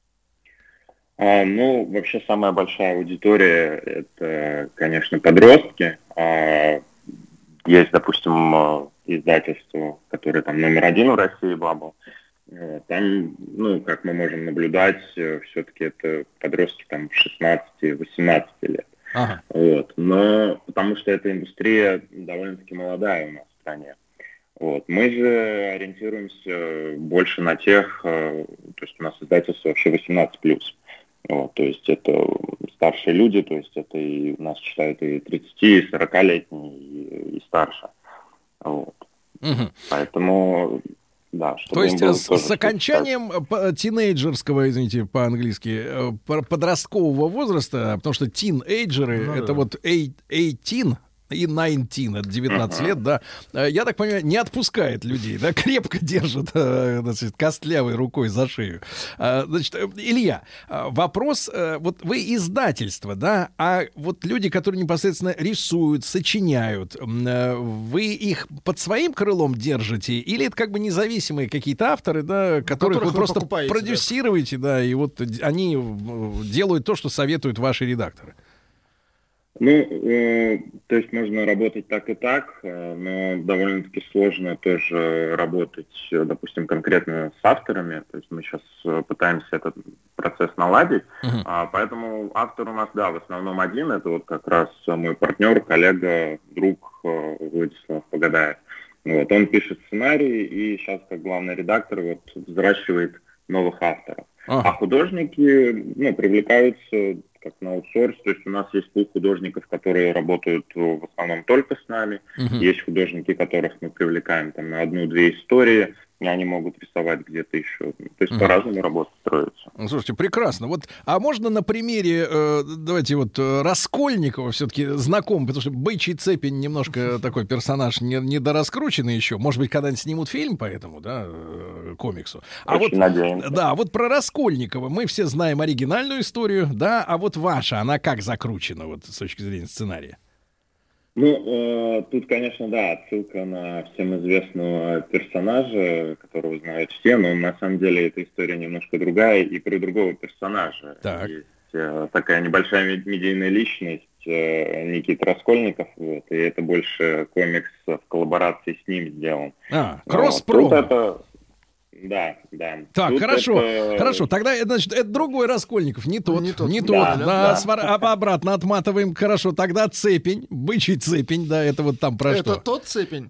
Ну, вообще самая большая аудитория — это, конечно, подростки. Есть, допустим, издательство, которое там номер 1 в России, Бабл. Там, ну, как мы можем наблюдать, все-таки это подростки там 16-18 лет. Ага. Вот. Но потому что эта индустрия довольно-таки молодая у нас в стране. Вот. Мы же ориентируемся больше на тех, то есть у нас издательство вообще 18+. Вот, то есть это старшие люди, то есть это и у нас читают и 30, и 40-летние, и старше. Вот. Поэтому, да.
То есть с окончанием тинейджерского, извините, по-английски, подросткового возраста, потому что тинейджеры, это вот 18 и 19, это 19 лет, да, я так понимаю, не отпускает людей, да, крепко держит, значит, костлявой рукой за шею. Значит, Илья, вопрос, вот вы издательство, да, а вот люди, которые непосредственно рисуют, сочиняют, вы их под своим крылом держите, или это как бы независимые какие-то авторы, да, которых вы просто продюсируете, да, и вот они делают то, что советуют ваши редакторы?
Ну, то есть можно работать так и так, но довольно-таки сложно тоже работать, допустим, конкретно с авторами. То есть мы сейчас пытаемся этот процесс наладить, поэтому автор у нас, да, в основном один. Это вот как раз мой партнер, коллега, друг Владислав Погадаев. Вот, он пишет сценарий и сейчас как главный редактор вот взращивает новых авторов. А художники, ну, привлекаются как на аутсорс, то есть у нас есть пул художников, которые работают в основном только с нами, есть художники, которых мы привлекаем там на 1-2 истории, и они могут рисовать где-то еще. То есть по-разному работа строится.
Слушайте, прекрасно. Вот, а можно на примере, давайте вот Раскольникова все-таки знаком, потому что «Бычий цепень» немножко такой персонаж недораскрученный еще. Может быть, когда-нибудь снимут фильм по этому, да, комиксу. А
очень
вот,
надеемся.
Да, вот про Раскольникова мы все знаем оригинальную историю, да, а вот ваша, она как закручена вот с точки зрения сценария?
Ну, тут, конечно, да, отсылка на всем известного персонажа, которого знают все, но на самом деле эта история немножко другая и про другого персонажа. Так. Есть такая небольшая медийная личность, Никита Раскольников, вот, и это больше комикс в коллаборации с ним сделан.
Кросс-промо.
Вот, это... Да, да.
Так,
тут
хорошо,
это...
хорошо. Тогда, значит, это другой Раскольников, не тот.
Да.
Обратно отматываем. Хорошо, тогда цепень, бычий цепень, да, это вот там про что?
Это тот цепень?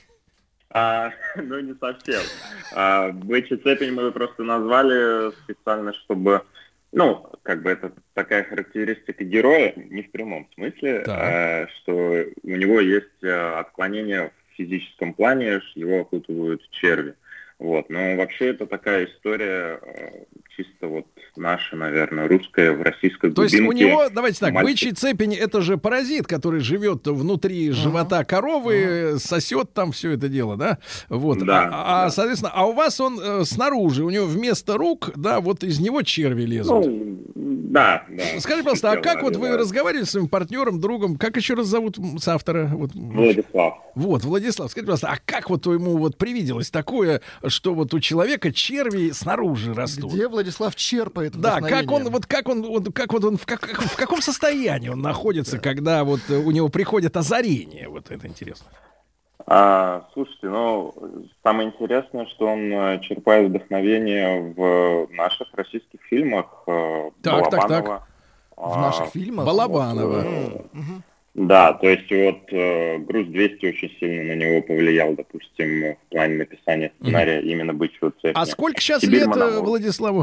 Ну, не совсем. Бычий цепень мы просто назвали специально, чтобы... Ну, как бы это такая характеристика героя, не в прямом смысле, что у него есть отклонения в физическом плане, его окутывают черви. Вот. Но вообще это такая история чисто вот наша, наверное, русская, в российской глубинке.
То есть у него, давайте так,
мальчик.
бычий цепень — это же паразит, который живет внутри живота коровы, сосет там все это дело, да? Вот.
Да,
Соответственно, а у вас он снаружи, у него вместо рук, да, вот из него черви лезут.
Ну, да.
Скажи, пожалуйста, а как вот вы разговаривали с своим партнером, другом, как еще раз зовут соавтора? Вот.
Владислав.
Вот, Владислав, скажите, пожалуйста, а как вот ему вот привиделось такое, что вот у человека черви снаружи растут?
Где Владислав черпает
Да,
вдохновение?
как он в каком состоянии он находится, когда вот у него приходит озарение? Вот это интересно.
Слушайте, самое интересное, что он черпает вдохновение в наших российских фильмах. Балабанова.
В наших фильмах?
Балабанова.
Да, то есть вот «Груз-200» очень сильно на него повлиял, допустим, в плане написания сценария именно «Бычьего цепня».
А сколько сейчас
«Сибирь
лет
монолог».
Владиславу?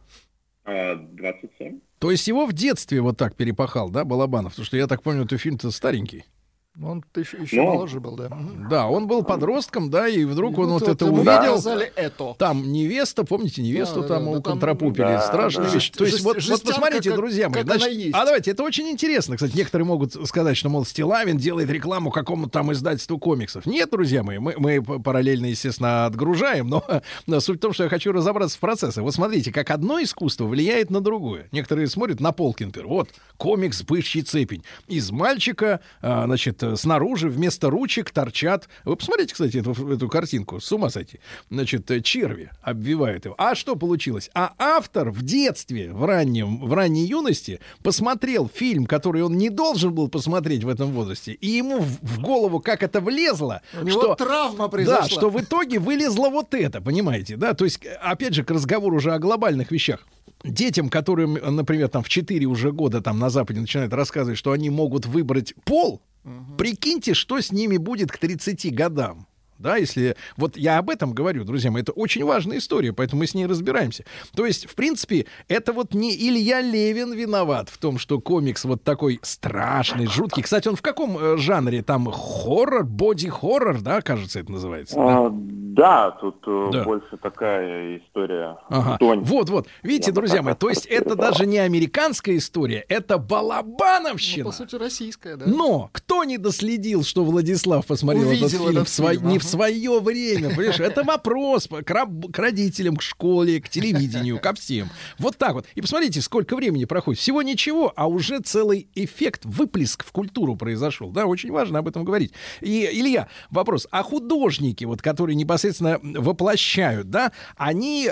27.
То есть его в детстве вот так перепахал, да, Балабанов? Потому что я так помню, этот фильм-то старенький.
Он еще моложе был, да.
Да, он был подростком, да, и вдруг он вот это
ему
увидел.
показали это.
Там невеста, помните, невесту
Да,
там
да,
у
там,
контрапупили.
да,
Страшная
да.
вещь. То есть вот
Жестянка,
посмотрите, друзья мои.
как она
Значит,
есть.
давайте, это очень интересно. Кстати, некоторые могут сказать, что, мол, Стилавин делает рекламу какому-то там издательству комиксов. Нет, друзья мои, мы параллельно, естественно, отгружаем, но суть в том, что я хочу разобраться в процессе. Вот смотрите, как одно искусство влияет на другое. Некоторые смотрят на полки, например, вот, комикс «Бычий цепень». Из мальчика, значит, снаружи вместо ручек торчат. Вы посмотрите, кстати, эту картинку. С ума сойти. Значит, черви обвивают его. А что получилось? А автор в детстве, в ранней юности посмотрел фильм, который он не должен был посмотреть в этом возрасте. И ему в голову как это влезло.
У него
что,
травма произошла.
Да, что в итоге вылезло вот это, понимаете? Да, то есть, опять же, к разговору уже о глобальных вещах. Детям, которым, например, там в 4 уже года там на Западе начинают рассказывать, что они могут выбрать пол, прикиньте, что с ними будет к 30 годам. Да, если... Вот я об этом говорю, друзья мои, это очень важная история, поэтому мы с ней разбираемся. То есть, в принципе, это вот не Илья Левин виноват в том, что комикс вот такой страшный, жуткий. Кстати, он в каком жанре? Там хоррор, боди-хоррор, да, кажется, это называется?
Да, тут больше такая история.
Ага. Вот. Видите, друзья мои, то есть это даже не американская история, это балабановщина.
По сути, российская, да.
Но кто не доследил, что Владислав посмотрел этот фильм не в свое время, понимаешь? Это вопрос к родителям, к школе, к телевидению, ко всем. Вот так вот. И посмотрите, сколько времени проходит. Всего ничего, а уже целый эффект, выплеск в культуру произошел. Да, очень важно об этом говорить. И, Илья, вопрос. А художники, вот, которые непосредственно воплощают, да, они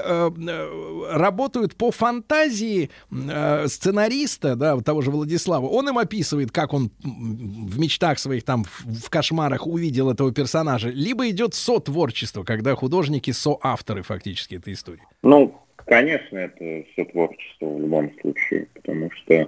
работают по фантазии сценариста, да, того же Владислава. Он им описывает, как он в мечтах своих, там, в кошмарах увидел этого персонажа. Либо идет сотворчество, когда художники соавторы фактически этой истории.
Ну, конечно, это сотворчество в любом случае, потому что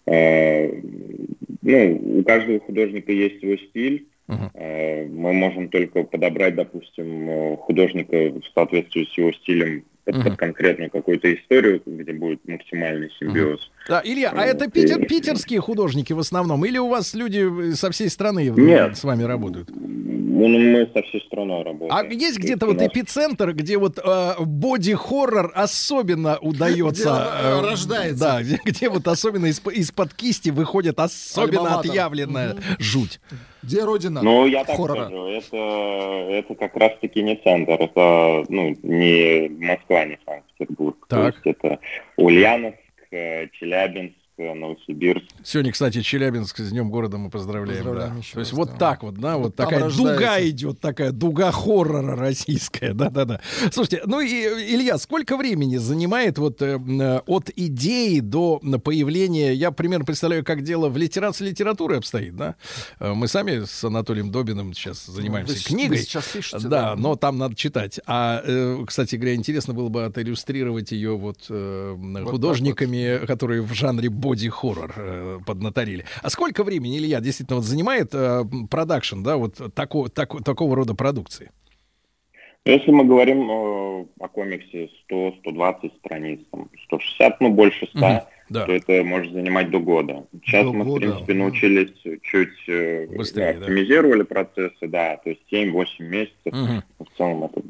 у каждого художника есть свой стиль. Мы можем только подобрать, допустим, художника в соответствии с его стилем под конкретную какую-то историю, где будет максимальный симбиоз.
Да, Илья, а это питерские художники в основном? Или у вас люди со всей страны с вами работают?
Мы со всей страной работаем.
А есть где-то вот эпицентр, где вот боди-хоррор особенно удается...
рождается.
Да, где вот особенно из-под кисти выходит особенно отъявленная жуть.
Где родина
я так
хоррора?
скажу, это как раз-таки не центр, это не Москва, не Санкт-Петербург.
Так.
То есть это Ульяновск, Челябинск, Новосибирск.
Сегодня, кстати, Челябинск с Днем города мы поздравляем. Да. То есть вот так вот, да, вот такая
рождается.
дуга идет, такая дуга хоррора российская, да-да-да. Слушайте, ну и, Илья, сколько времени занимает вот от идеи до появления, я примерно представляю, как дело в литературе обстоит, да? Мы сами с Анатолием Добиным сейчас занимаемся книгой.
Вы сейчас пишете,
да, но там надо читать. Кстати говоря, интересно было бы отиллюстрировать ее вот художниками, которые в жанре боди-хоррор поднаторили. А сколько времени, Илья, действительно вот занимает продакшн, да, вот такого рода продукции?
Если мы говорим о комиксе 100-120 страниц, 160, больше 100, то это может занимать до года. Сейчас мы, в принципе, научились чуть
быстрее,
оптимизировали процессы, да, то есть 7-8 месяцев. В целом это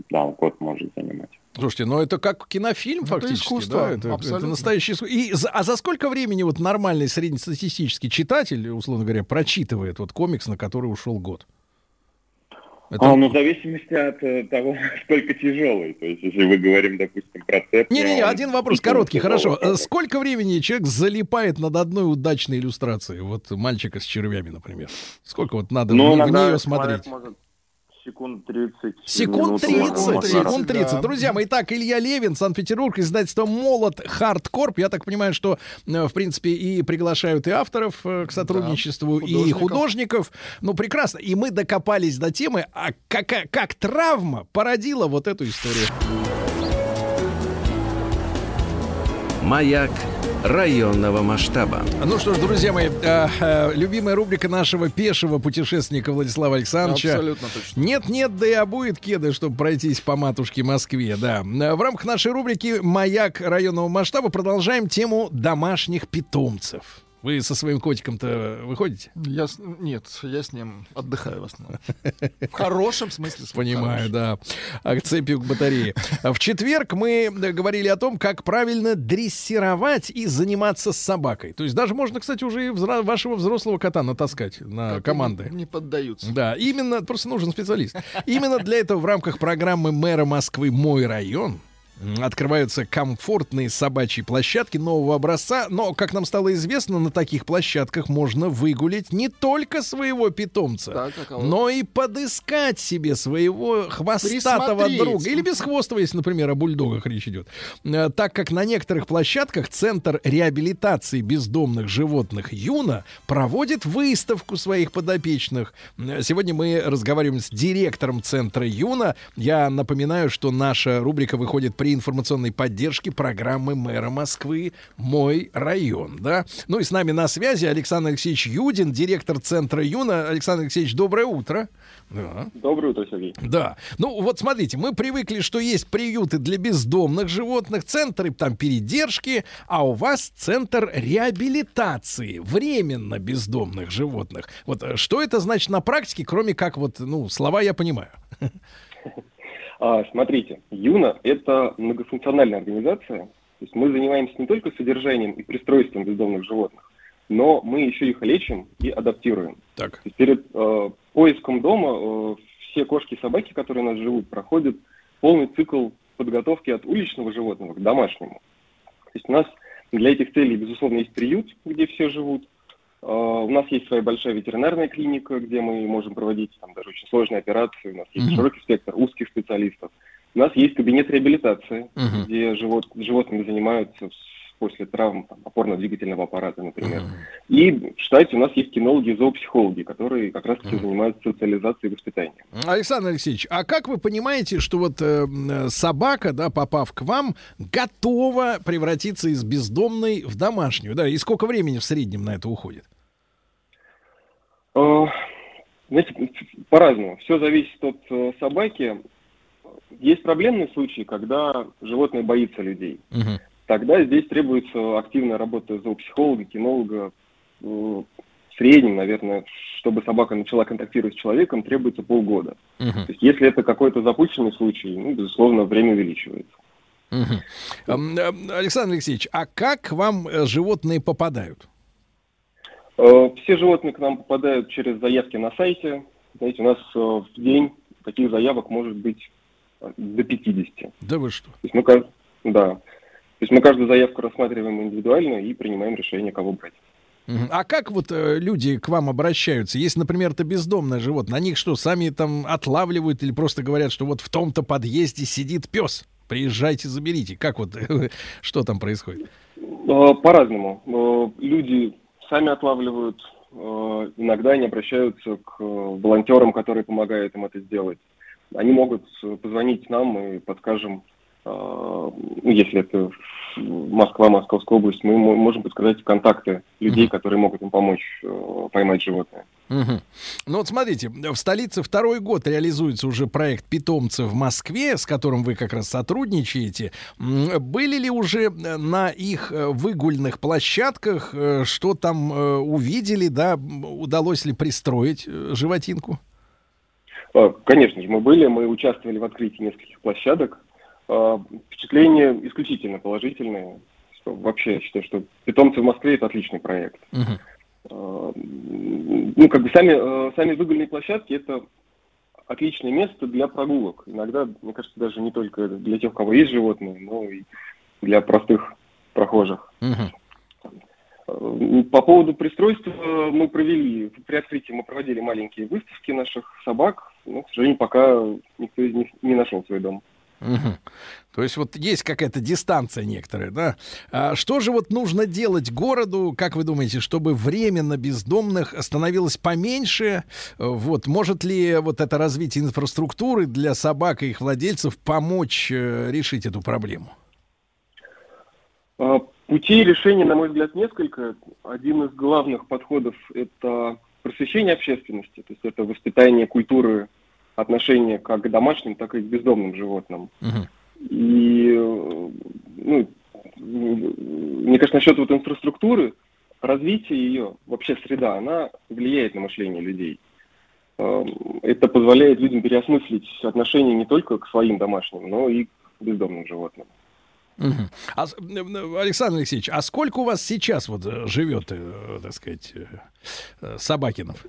да, год может занимать.
Слушайте, ну это как кинофильм фактически,
искусство,
да? Это
абсолютно.
настоящее искусство. А за сколько времени вот нормальный среднестатистический читатель, условно говоря, прочитывает вот комикс, на который ушел год?
Ну, в зависимости от того, насколько тяжелый. То есть, если мы говорим, допустим, про цепь...
Не-не-не, один вопрос короткий, хорошо.
Тяжелый.
Сколько времени человек залипает над одной удачной иллюстрацией? Вот мальчика с червями, например. Сколько вот надо в нее смотреть?
Может, секунд 30.
Секунд 30. Секунд 30.
Да.
Друзья мои, так, Илья Левин, Санкт-Петербург, издательство «Молот Хардкорп». Я так понимаю, что, в принципе, и приглашают и авторов к сотрудничеству, и художников. Ну, прекрасно. И мы докопались до темы, а как травма породила вот эту историю.
Маяк районного масштаба.
Ну что ж, друзья мои, любимая рубрика нашего пешего путешественника Владислава Александровича.
Абсолютно точно.
Нет-нет, да и обует кеды, чтобы пройтись по матушке Москве, да. В рамках нашей рубрики «Маяк районного масштаба» продолжаем тему домашних питомцев. Вы со своим котиком-то выходите?
Нет, я с ним отдыхаю в основном. В хорошем смысле.
Понимаю, да. А к цепи, к батарее. В четверг мы говорили о том, как правильно дрессировать и заниматься с собакой. То есть даже можно, кстати, уже и вашего взрослого кота натаскать на команды.
Не поддаются.
Да, именно, просто нужен специалист. Именно для этого в рамках программы мэра Москвы «Мой район» открываются комфортные собачьи площадки нового образца, но, как нам стало известно, на таких площадках можно выгулять не только своего питомца, но и подыскать себе своего хвостатого друга. Или бесхвостого, если, например, о бульдогах речь идет. Так как на некоторых площадках Центр реабилитации бездомных животных «Юна» проводит выставку своих подопечных. Сегодня мы разговариваем с директором Центра «Юна». Я напоминаю, что наша рубрика выходит при информационной поддержке программы мэра Москвы «Мой район». Да? Ну и с нами на связи Александр Алексеевич Юдин, директор Центра «Юна». Александр Алексеевич, доброе утро. Да.
Доброе утро, Сергей.
Да. Ну вот смотрите, мы привыкли, что есть приюты для бездомных животных, центры там передержки, а у вас центр реабилитации временно бездомных животных. Вот что это значит на практике, кроме как вот, ну, слова я понимаю.
Смотрите, ЮНА – это многофункциональная организация. То есть мы занимаемся не только содержанием и пристройством бездомных животных, но мы еще их лечим и адаптируем.
Так.
То есть перед поиском дома все кошки и собаки, которые у нас живут, проходят полный цикл подготовки от уличного животного к домашнему. То есть у нас для этих целей, безусловно, есть приют, где все живут. У нас есть своя большая ветеринарная клиника, где мы можем проводить там даже очень сложные операции. У нас есть широкий спектр узких специалистов. У нас есть кабинет реабилитации, где животными занимаются после травм опорно-двигательного аппарата, например. И в штате у нас есть кинологи и зоопсихологи, которые как раз-таки занимаются социализацией и воспитанием.
Александр Алексеевич, а как вы понимаете, что вот собака, да, попав к вам, готова превратиться из бездомной в домашнюю? Да, и сколько времени в среднем на это уходит?
Знаете, по-разному. Все зависит от собаки. Есть проблемные случаи, когда животное боится людей. Тогда здесь требуется активная работа зоопсихолога, кинолога. В среднем, наверное, чтобы собака начала контактировать с человеком, требуется полгода. То есть, если это какой-то запущенный случай, ну, безусловно, время увеличивается.
Александр Алексеевич, а как к вам животные попадают?
Все животные к нам попадают через заявки на сайте. Знаете, у нас в день таких заявок может быть до 50.
Да вы что?
То есть мы каждую заявку рассматриваем индивидуально и принимаем решение, кого брать.
А как вот люди к вам обращаются? Если, например, это бездомное животное, на них что, сами там отлавливают или просто говорят, что вот в том-то подъезде сидит пес? Приезжайте, заберите. Как вот, что там происходит?
По-разному. Люди сами отлавливают, иногда они обращаются к волонтерам, которые помогают им это сделать. Они могут позвонить нам, и подскажем, если это Москва, Московская область, мы можем подсказать контакты людей, которые могут им помочь поймать животное.
Ну вот смотрите, в столице второй год реализуется уже проект «Питомцы в Москве», с которым вы как раз сотрудничаете. Были ли уже на их выгульных площадках, что там увидели, да, удалось ли пристроить животинку?
Конечно же, мы участвовали в открытии нескольких площадок. Впечатления исключительно положительные. Вообще, я считаю, что «Питомцы в Москве» — это отличный проект. Сами выгульные площадки — это отличное место для прогулок. Иногда, мне кажется, даже не только для тех, у кого есть животные, но и для простых прохожих. По поводу пристройства при открытии мы проводили маленькие выставки наших собак, но, к сожалению, пока никто из них не нашел свой дом.
То есть вот есть какая-то дистанция некоторая, да? А что же вот нужно делать городу, как вы думаете, чтобы временно бездомных становилось поменьше? Вот, может ли вот это развитие инфраструктуры для собак и их владельцев помочь решить эту проблему?
Путей решения, на мой взгляд, несколько. Один из главных подходов — это просвещение общественности, то есть это воспитание культуры отношения как к домашним, так и к бездомным животным. И, мне кажется, насчет вот инфраструктуры, развитие ее, вообще среда, она влияет на мышление людей. Это позволяет людям переосмыслить отношение не только к своим домашним, но и к бездомным животным.
Александр Алексеевич, а сколько у вас сейчас вот живет, так сказать, собакинов?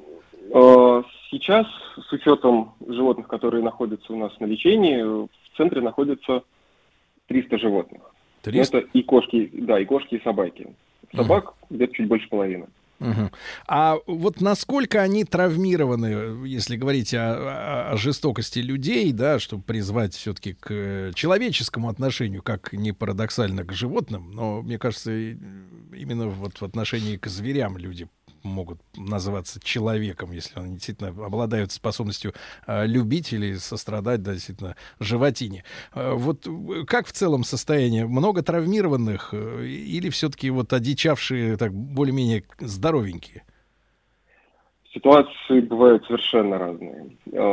Сейчас, с учетом животных, которые находятся у нас на лечении, в центре находится 300 животных. 300? Это и кошки, и собаки. Собак где-то чуть больше половины.
А вот насколько они травмированы, если говорить о жестокости людей, да, чтобы призвать все-таки к человеческому отношению, как ни парадоксально к животным, но, мне кажется, именно вот в отношении к зверям люди могут называться человеком, если они действительно обладают способностью любить или сострадать, да, действительно, животине. Вот как в целом состояние? Много травмированных или все-таки вот одичавшие, так, более-менее здоровенькие?
Ситуации бывают совершенно разные.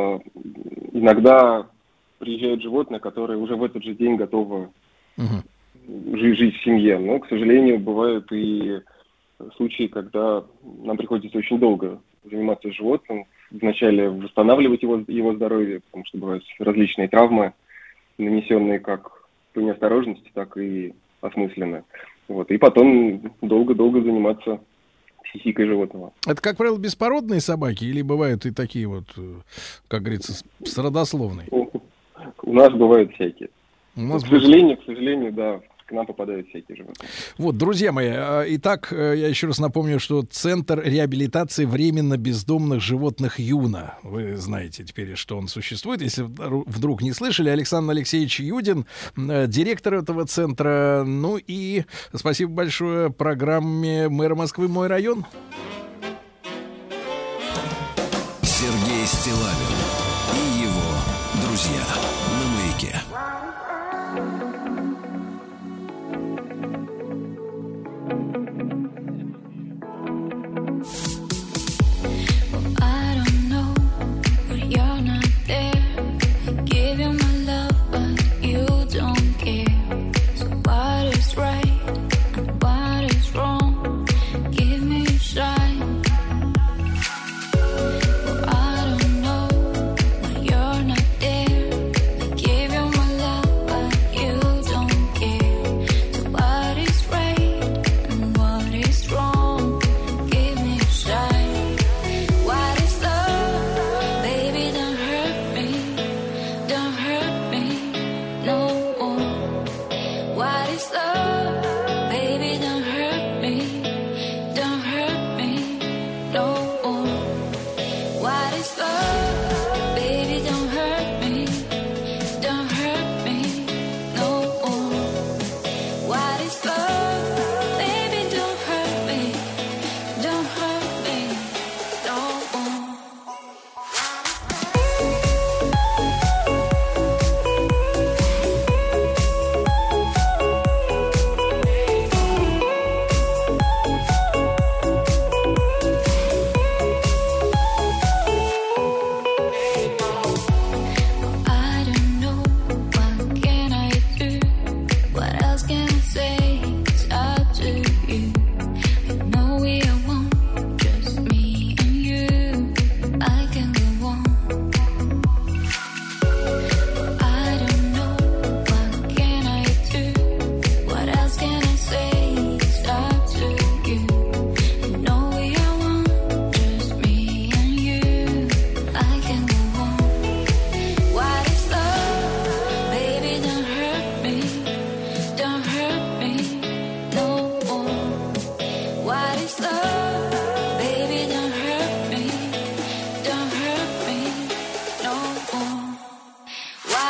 Иногда приезжают животные, которые уже в этот же день готовы жить в семье, но, к сожалению, бывают и случаи, когда нам приходится очень долго заниматься животным, вначале восстанавливать его здоровье, потому что бывают различные травмы, нанесенные как по неосторожности, так и осмысленно. Вот. И потом долго-долго заниматься психикой животного. Это,
как правило, беспородные собаки или бывают и такие вот, как говорится, с родословной?
У нас бывают всякие. К сожалению, да. К нам попадают всякие животные.
Вот, друзья мои, итак, я еще раз напомню, что Центр реабилитации временно бездомных животных «Юна». Вы знаете теперь, что он существует. Если вдруг не слышали, Александр Алексеевич Юдин, директор этого центра. Ну и спасибо большое программе мэра Москвы «Мой район».
Сергей Стиллавин и его друзья на Маяке.
You're not there. I give you my love.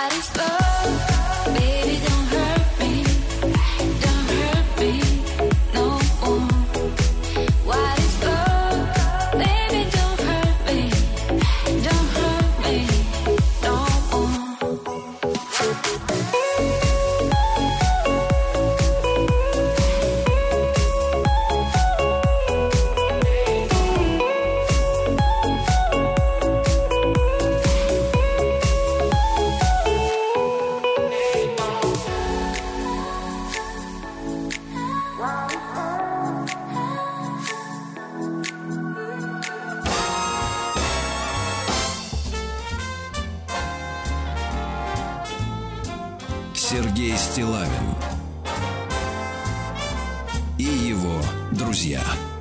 Сергей Стиллавин и его друзья.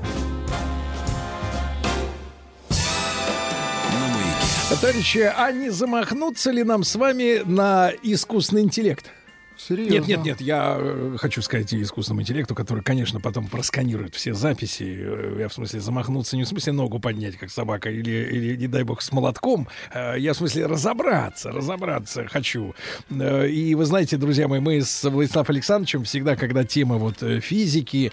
Товарищи, а не замахнуться ли нам с вами на искусственный интеллект?
Серьезно?
Нет, я хочу сказать и искусственному интеллекту, который, конечно, потом просканирует все записи. Я в смысле замахнуться, не в смысле ногу поднять, как собака, или не дай бог, с молотком. Я в смысле разобраться хочу. И вы знаете, друзья мои, мы с Владиславом Александровичем всегда, когда тема вот физики,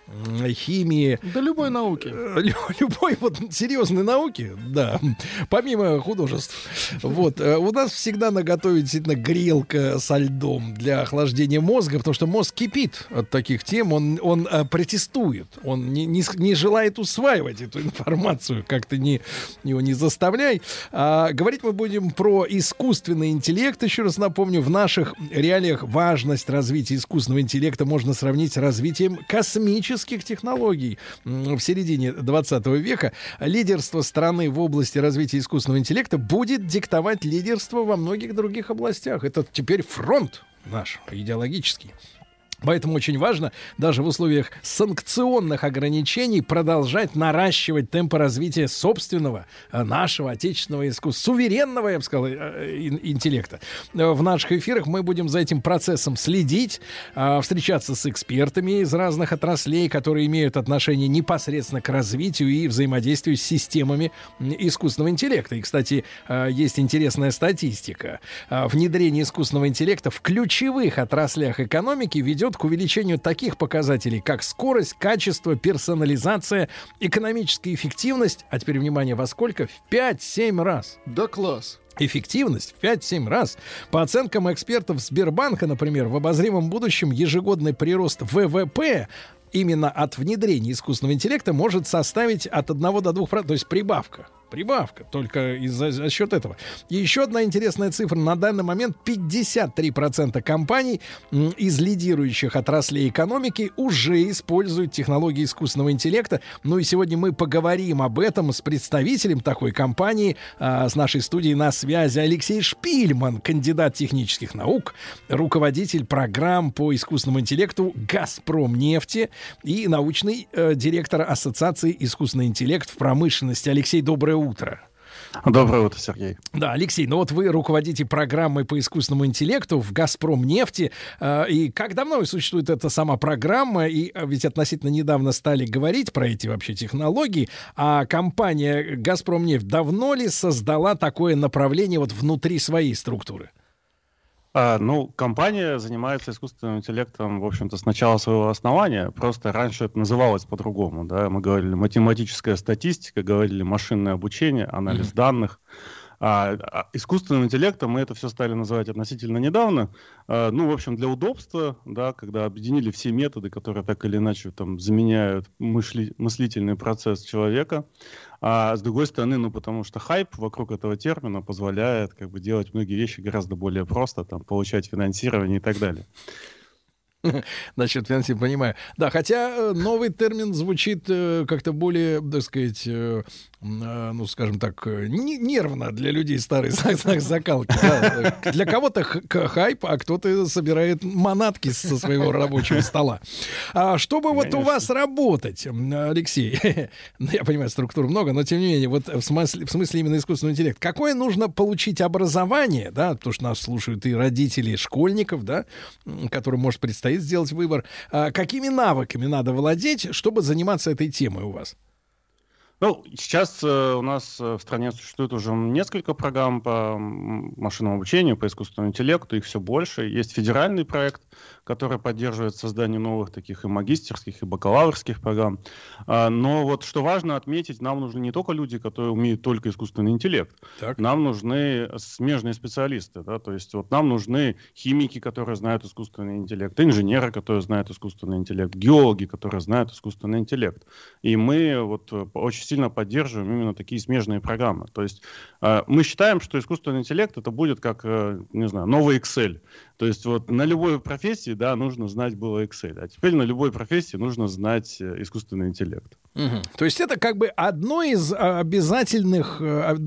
химии.
Да любой науки.
Любой вот серьезной науки, да, помимо художеств. Вот, у нас всегда наготове действительно грелка со льдом для охлаждения мозга, потому что мозг кипит от таких тем, он протестует, он не желает усваивать эту информацию, как-то его не заставляй. Говорить мы будем про искусственный интеллект, еще раз напомню, в наших реалиях важность развития искусственного интеллекта можно сравнить с развитием космических технологий в середине 20 века. Лидерство страны в области развития искусственного интеллекта будет диктовать лидерство во многих других областях. Это теперь фронт наш идеологический. Поэтому очень важно даже в условиях санкционных ограничений продолжать наращивать темпы развития собственного, нашего отечественного искусства, суверенного, я бы сказал, интеллекта. В наших эфирах мы будем за этим процессом следить, встречаться с экспертами из разных отраслей, которые имеют отношение непосредственно к развитию и взаимодействию с системами искусственного интеллекта. И, кстати, есть интересная статистика. Внедрение искусственного интеллекта в ключевых отраслях экономики ведет к увеличению таких показателей, как скорость, качество, персонализация, экономическая эффективность, а теперь, внимание, во сколько? В 5-7 раз.
Да класс.
Эффективность в 5-7 раз. По оценкам экспертов Сбербанка, например, в обозримом будущем ежегодный прирост ВВП именно от внедрения искусственного интеллекта может составить от 1 до 2%, то есть прибавка только за счет этого. И еще одна интересная цифра. На данный момент 53% компаний из лидирующих отраслей экономики уже используют технологии искусственного интеллекта. Ну и сегодня мы поговорим об этом с представителем такой компании. С нашей студией на связи Алексей Шпильман, кандидат технических наук, руководитель программ по искусственному интеллекту «Газпромнефти» и научный директор Ассоциации «Искусственный интеллект в промышленности». Алексей, доброе утро.
Доброе утро, Сергей.
Да, Алексей, ну вот вы руководите программой по искусственному интеллекту в «Газпромнефти». И как давно существует эта сама программа? И ведь относительно недавно стали говорить про эти вообще технологии. А компания «Газпромнефть» давно ли создала такое направление вот внутри своей структуры?
Компания занимается искусственным интеллектом, в общем-то, с начала своего основания. Просто раньше это называлось по-другому. Да? Мы говорили математическая статистика, говорили машинное обучение, анализ данных. Искусственным интеллектом мы это все стали называть относительно недавно. В общем, для удобства, да, когда объединили все методы, которые так или иначе там заменяют мыслительный процесс человека. А с другой стороны, потому что хайп вокруг этого термина позволяет делать многие вещи гораздо более просто, получать финансирование и так далее.
Насчет финансирования, понимаю. Да, хотя новый термин звучит как-то более, так сказать, скажем так, нервно для людей старой закалки. Да. Для кого-то хайп, а кто-то собирает манатки со своего рабочего стола. Чтобы вот у вас работать, Алексей, я понимаю, структур много, но тем не менее, вот в смысле именно искусственного интеллекта, какое нужно получить образование, да, потому что нас слушают и родители школьников, да, которым может предстоять сделать выбор. Какими навыками надо владеть, чтобы заниматься этой темой у вас?
Ну, сейчас у нас в стране существует уже несколько программ по машинному обучению, по искусственному интеллекту, их все больше. Есть федеральный проект, который поддерживает создание новых таких и магистерских, и бакалаврских программ. Но вот что важно отметить, нам нужны не только люди, которые умеют только искусственный интеллект. Так. Нам нужны смежные специалисты. Да? То есть вот нам нужны химики, которые знают искусственный интеллект, инженеры, которые знают искусственный интеллект, геологи, которые знают искусственный интеллект. И мы вот очень сильно поддерживаем именно такие смежные программы. То есть мы считаем, что искусственный интеллект это будет как, не знаю, новый Excel. То есть вот на любой профессии, да, нужно знать было Excel, а теперь на любой профессии нужно знать искусственный интеллект.
Угу. То есть это как бы один из обязательных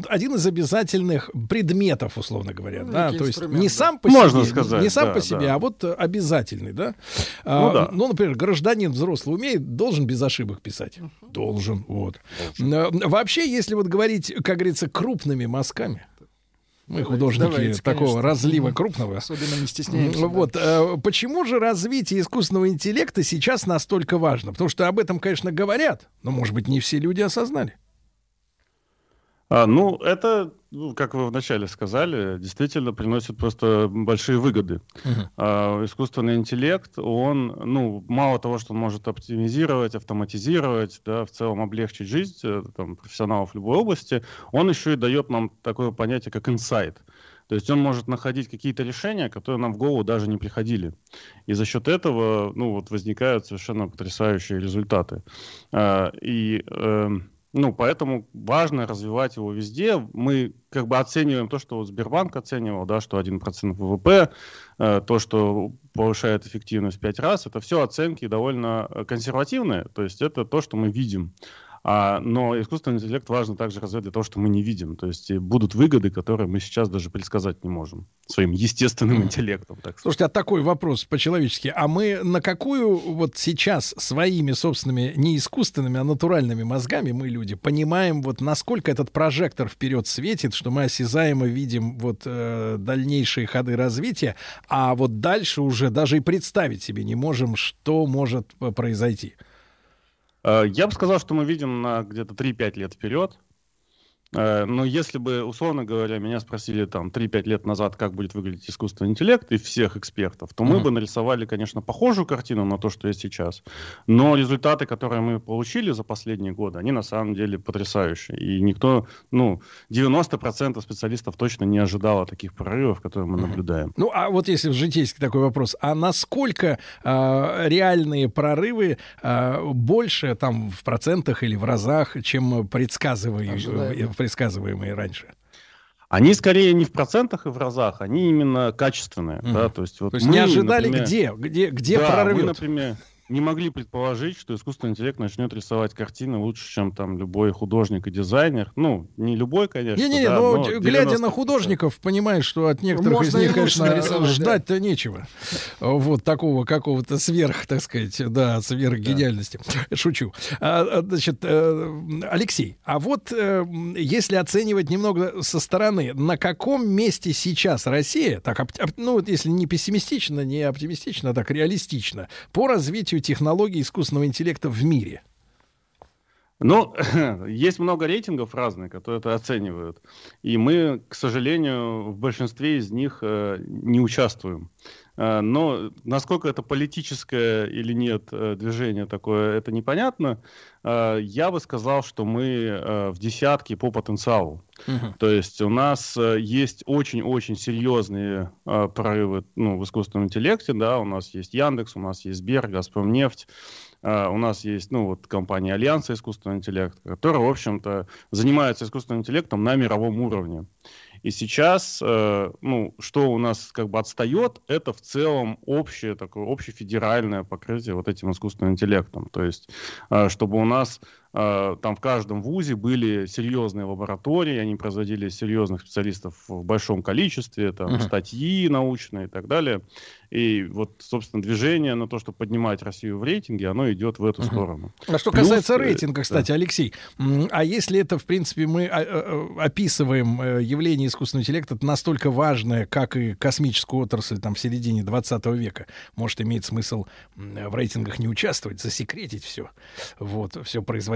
предметов, условно говоря, да, то есть не сам по
можно
себе,
сказать,
не сам по себе, а вот обязательный, да.
Да.
Ну, например, гражданин взрослый должен без ошибок писать, должен, вот. Вообще, если вот говорить, как говорится, крупными мазками. Мы художники такого разлива крупного.
Особенно не стесняемся.
Вот. Почему же развитие искусственного интеллекта сейчас настолько важно? Потому что об этом, конечно, говорят, но, может быть, не все люди осознали.
Ну, это, как вы вначале сказали, действительно приносит просто большие выгоды. Искусственный интеллект, он, мало того, что он может оптимизировать, автоматизировать, да, в целом облегчить жизнь профессионалов в любой области, он еще и дает нам такое понятие, как инсайт. То есть он может находить какие-то решения, которые нам в голову даже не приходили. И за счет этого, возникают совершенно потрясающие результаты. Поэтому важно развивать его везде. Мы как бы оцениваем то, что Сбербанк оценивал, да, что 1% ВВП, то, что повышает эффективность в 5 раз. Это все оценки довольно консервативные, то есть это то, что мы видим. Но искусственный интеллект важно также развивать для того, что мы не видим. То есть будут выгоды, которые мы сейчас даже предсказать не можем своим естественным интеллектом. Так сказать.
Слушайте, а такой вопрос по-человечески. А мы на какую вот сейчас своими собственными, не искусственными, а натуральными мозгами мы, люди, понимаем, вот насколько этот прожектор вперед светит, что мы осязаемо видим вот дальнейшие ходы развития, а вот дальше уже даже и представить себе не можем, что может произойти?
Я бы сказал, что мы видим на где-то 3-5 лет вперед. Но если бы, условно говоря, меня спросили там 3-5 лет назад, как будет выглядеть искусственный интеллект и всех экспертов, то мы бы нарисовали, конечно, похожую картину на то, что есть сейчас. Но результаты, которые мы получили за последние годы, они на самом деле потрясающие. И никто, 90% специалистов точно не ожидало таких прорывов, которые мы наблюдаем.
Ну, а вот если житейский такой вопрос, а насколько реальные прорывы больше там в процентах или в разах, чем предсказываемые раньше?
Они скорее не в процентах и в разах, они именно качественные. Да? То есть
мы, не ожидали, например, где прорывет?
Мы, например, не могли предположить, что искусственный интеллект начнет рисовать картины лучше, чем там любой художник и дизайнер. Не любой, конечно.
Но глядя на художников, понимаешь, что от некоторых из них, конечно, ждать-то нечего. Вот такого какого-то сверхгениальности. Шучу. Значит, Алексей, а вот если оценивать немного со стороны, на каком месте сейчас Россия, так, если не пессимистично, не оптимистично, а так реалистично, по развитию технологий искусственного интеллекта в мире?
Есть много рейтингов разных, которые это оценивают. И мы, к сожалению, в большинстве из них не участвуем. Но насколько это политическое или нет движение такое, это непонятно. Я бы сказал, что мы в десятке по потенциалу. То есть у нас есть очень-очень серьезные прорывы в искусственном интеллекте. Да? У нас есть Яндекс, у нас есть Сбер, Газпромнефть. У нас есть компания Альянса искусственного интеллекта, которая, в общем-то, занимается искусственным интеллектом на мировом уровне. И сейчас, что у нас как бы отстает, это в целом общефедеральное покрытие вот этим искусственным интеллектом. То есть, чтобы у нас там в каждом вузе были серьезные лаборатории, они производили серьезных специалистов в большом количестве, там, статьи научные и так далее. И вот, собственно, движение на то, чтобы поднимать Россию в рейтинге, оно идет в эту сторону.
А что касается рейтинга, кстати, Алексей, а если это, в принципе, мы описываем явление искусственного интеллекта настолько важное, как и космическую отрасль там, в середине 20 века, может, имеет смысл в рейтингах не участвовать, засекретить все, все производительное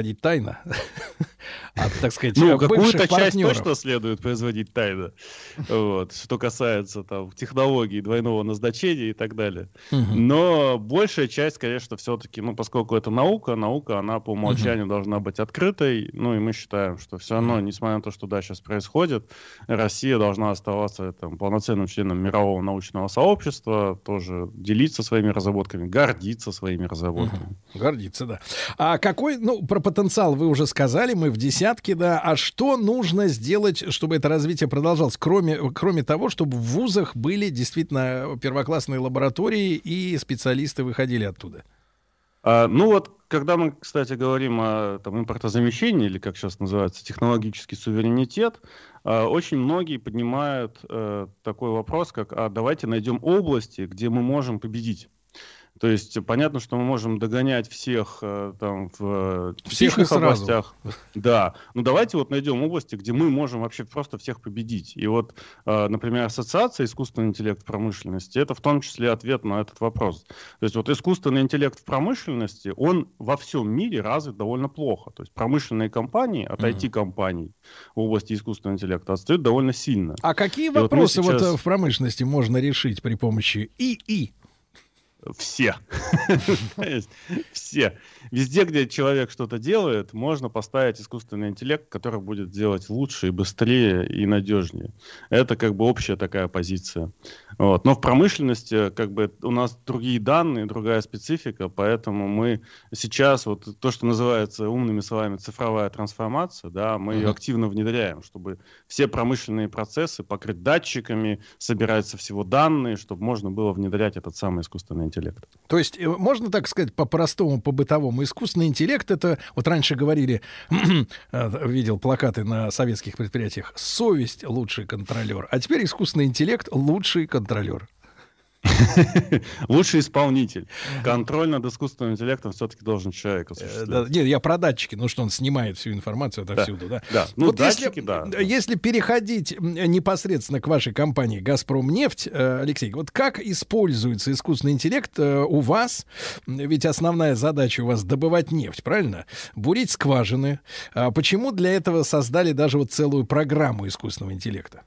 производить тайно. От, так сказать,
какую-то
бывших
часть
партнеров.
точно следует производить тайно. Вот, что касается там технологий двойного назначения и так далее. Но большая часть, конечно, все-таки, поскольку это наука, она по умолчанию должна быть открытой. Ну, и мы считаем, что все равно, несмотря на то, что сейчас происходит, Россия должна оставаться полноценным членом мирового научного сообщества, тоже делиться своими разработками, гордиться своими разработками.
Гордиться, да. А какой, про потенциал вы уже сказали, мы в десятке, да. А что нужно сделать, чтобы это развитие продолжалось, кроме того, чтобы в вузах были действительно первоклассные лаборатории и специалисты выходили оттуда?
Когда мы, кстати, говорим о импортозамещении, или как сейчас называется, технологический суверенитет, очень многие поднимают такой вопрос, как давайте найдем области, где мы можем победить. То есть понятно, что мы можем догонять всех в технических областях. Да. Давайте найдем области, где мы можем вообще просто всех победить. И например, Ассоциация искусственный интеллект в промышленности, это в том числе ответ на этот вопрос. То есть искусственный интеллект в промышленности, он во всем мире развит довольно плохо. То есть промышленные компании от IT-компаний в области искусственного интеллекта отстают довольно сильно.
А какие вопросы в промышленности можно решить при помощи ИИ?
Все. Все. Везде, где человек что-то делает, можно поставить искусственный интеллект, который будет делать лучше и быстрее и надежнее. Это общая такая позиция. Но в промышленности у нас другие данные, другая специфика, поэтому мы сейчас то, что называется умными словами цифровая трансформация, да, мы ее активно внедряем, чтобы все промышленные процессы покрыть датчиками, собирать со всего данные, чтобы можно было внедрять этот самый искусственный интеллект.
То есть, можно так сказать, по-простому, по-бытовому, искусственный интеллект — это, раньше говорили, видел плакаты на советских предприятиях, совесть — лучший контролер, а теперь искусственный интеллект — лучший контролер.
Лучший исполнитель. Контроль над искусственным интеллектом все-таки должен человек осуществлять.
Нет, я про датчики, что он снимает всю информацию отовсюду. Да.
Датчики,
если переходить непосредственно к вашей компании «Газпромнефть», Алексей, как используется искусственный интеллект у вас? Ведь основная задача у вас — добывать нефть, правильно? Бурить скважины. Почему для этого создали даже целую программу искусственного интеллекта?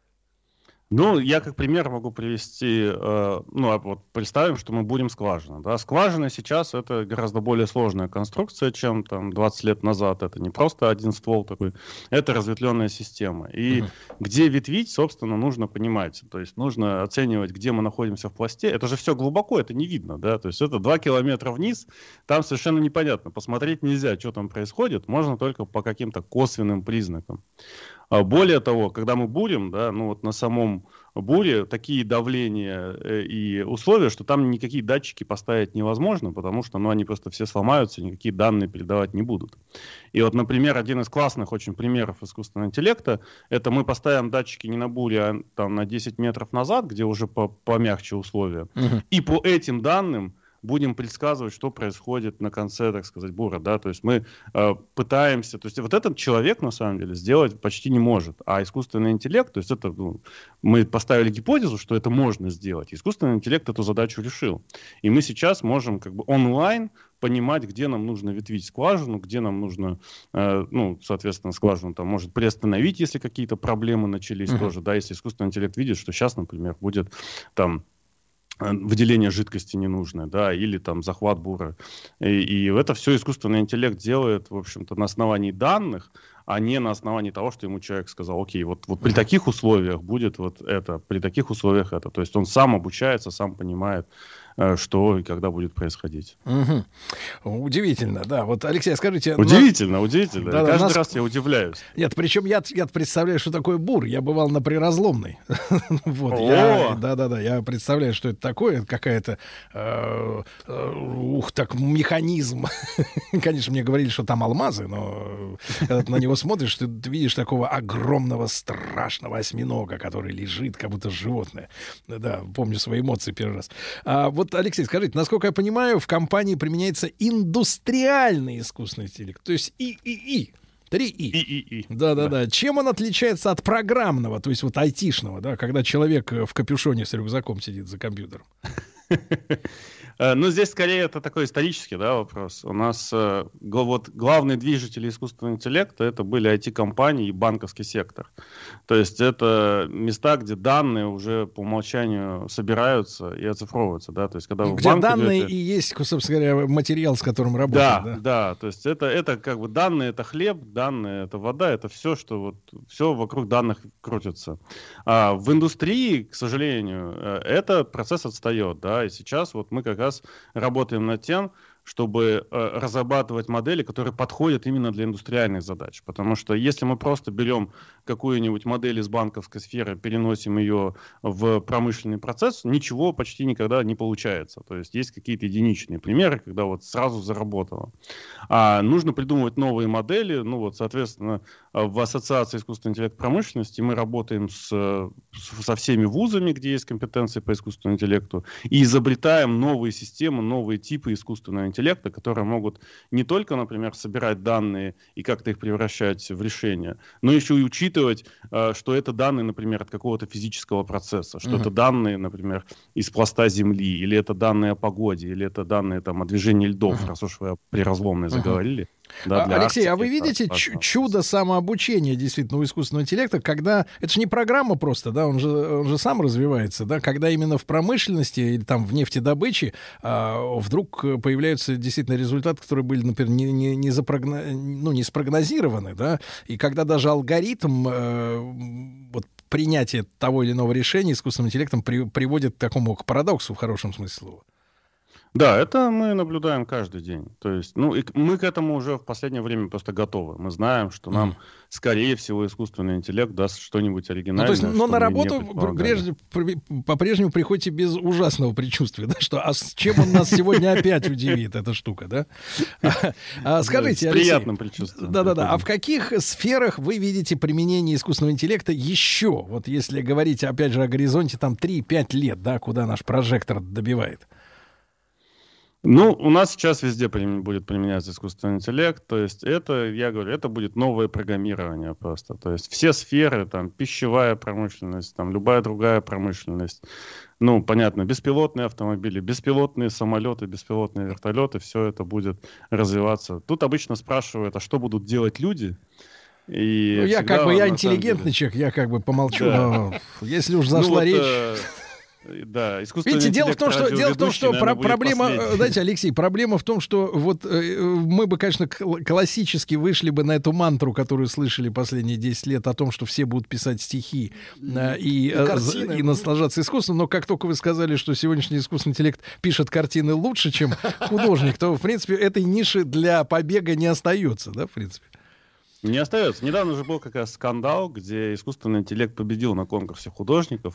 Я как пример могу привести, представим, что мы бурим скважину. Да? Скважина сейчас — это гораздо более сложная конструкция, чем 20 лет назад. Это не просто один ствол такой, это разветвленная система. И где ветвить, собственно, нужно понимать. То есть нужно оценивать, где мы находимся в пласте. Это же все глубоко, это не видно. Да? То есть это 2 километра вниз, там совершенно непонятно. Посмотреть нельзя, что там происходит, можно только по каким-то косвенным признакам. Более того, когда мы бурим, на самом буре такие давления и условия, что там никакие датчики поставить невозможно, потому что они просто все сломаются, никакие данные передавать не будут. И например, один из классных очень примеров искусственного интеллекта, это мы поставим датчики не на буре, а на 10 метров назад, где уже помягче условия, и по этим данным будем предсказывать, что происходит на конце, так сказать, бура, да, то есть мы пытаемся, то есть этот человек, на самом деле, сделать почти не может, а искусственный интеллект, то есть это, мы поставили гипотезу, что это можно сделать, искусственный интеллект эту задачу решил, и мы сейчас можем онлайн понимать, где нам нужно ветвить скважину, где нам нужно, соответственно, скважину может приостановить, если какие-то проблемы начались тоже, да, если искусственный интеллект видит, что сейчас, например, будет выделение жидкости ненужное, да, или захват бура. И это все искусственный интеллект делает, в общем-то, на основании данных, а не на основании того, что ему человек сказал: окей, вот при таких условиях будет это, при таких условиях это. То есть он сам обучается, сам понимает, что и когда будет происходить.
Удивительно, да. Алексей, скажите...
Удивительно. Да, каждый раз я удивляюсь.
Нет, причем я представляю, что такое бур. Я бывал на Приразломной. Я представляю, что это такое, какая-то механизм. Конечно, мне говорили, что там алмазы, но когда ты на него смотришь, ты видишь такого огромного страшного осьминога, который лежит, как будто животное. Да, помню свои эмоции первый раз. Алексей, скажите, насколько я понимаю, в компании применяется индустриальный искусственный интеллект, то есть ИИИ. 3И. Да. Чем он отличается от программного, то есть айтишного, да, когда человек в капюшоне с рюкзаком сидит за компьютером?
Ну, здесь скорее это такой исторический, да, вопрос. У нас вот главные движители искусственного интеллекта это были IT-компании и банковский сектор. То есть это места, где данные уже по умолчанию собираются и оцифровываются, да. То есть когда вы в банк
данные
идете,
и есть, собственно говоря, материал, с которым работают.
Да. То есть это как бы данные, это хлеб, данные, это вода, это все, что вот все вокруг данных крутится. А в индустрии, к сожалению, этот процесс отстает, да. И сейчас вот мы как раз работаем над тем, чтобы разрабатывать модели, которые подходят именно для индустриальных задач. Потому что если мы просто берем какую-нибудь модель из банковской сферы, переносим ее в промышленный процесс, ничего почти никогда не получается. То есть есть какие-то единичные примеры, когда вот сразу заработало. А нужно придумывать новые модели. Ну вот, соответственно, в Ассоциации искусственного интеллекта промышленности мы работаем со всеми вузами, где есть компетенции по искусственному интеллекту, и изобретаем новые системы, новые типы искусственного интеллекта, которые могут не только, например, собирать данные и как-то их превращать в решения, но еще и учитывать, что это данные, например, от какого-то физического процесса, что это данные, например, из пласта земли, или это данные о погоде, или это данные там, о движении льдов, раз уж вы при разломной заговорили. Да,
Алексей, а вы видите чудо самообучения действительно у искусственного интеллекта, когда это же не программа просто, да, он же сам развивается, да, когда именно в промышленности или там в нефтедобыче вдруг появляются действительно результаты, которые были, например, не спрогнозированы, да, и когда даже алгоритм вот принятия того или иного решения искусственным интеллектом приводит к такому к парадоксу в хорошем смысле слова.
Да, это мы наблюдаем каждый день. То есть, ну, и мы к этому уже в последнее время просто готовы. Мы знаем, что нам, скорее всего, искусственный интеллект даст что-нибудь оригинальное. Ну, то есть,
но на работу по-прежнему приходите без ужасного предчувствия, да, что а с чем он нас сегодня опять удивит, эта штука, да? Скажите, Алексей. С
приятным предчувствием.
Да-да-да. А в каких сферах вы видите применение искусственного интеллекта еще? Вот если говорить, опять же, о горизонте там 3-5 лет, да, куда наш прожектор добивает?
Ну, у нас сейчас везде будет применяться искусственный интеллект, то есть это, я говорю, это будет новое программирование просто, то есть все сферы, там, пищевая промышленность, там, любая другая промышленность, ну, понятно, беспилотные автомобили, беспилотные самолеты, беспилотные вертолеты, все это будет развиваться. Тут обычно спрашивают, а что будут делать люди? И
ну, я интеллигентный человек, я как бы помолчу, да. Но если уж зашла речь...
Да, искусственный
интеллект.
Видите,
дело в том, что проблема, знаете, Алексей, проблема в том, что вот мы бы, конечно, классически вышли бы на эту мантру, которую слышали последние 10 лет о том, что все будут писать стихи и наслаждаться искусством, но как только вы сказали, что сегодняшний искусственный интеллект пишет картины лучше, чем художник, то, в принципе, этой ниши для побега не остается, да, в принципе.
Не остается. Недавно же был как раз скандал, где искусственный интеллект победил на конкурсе художников.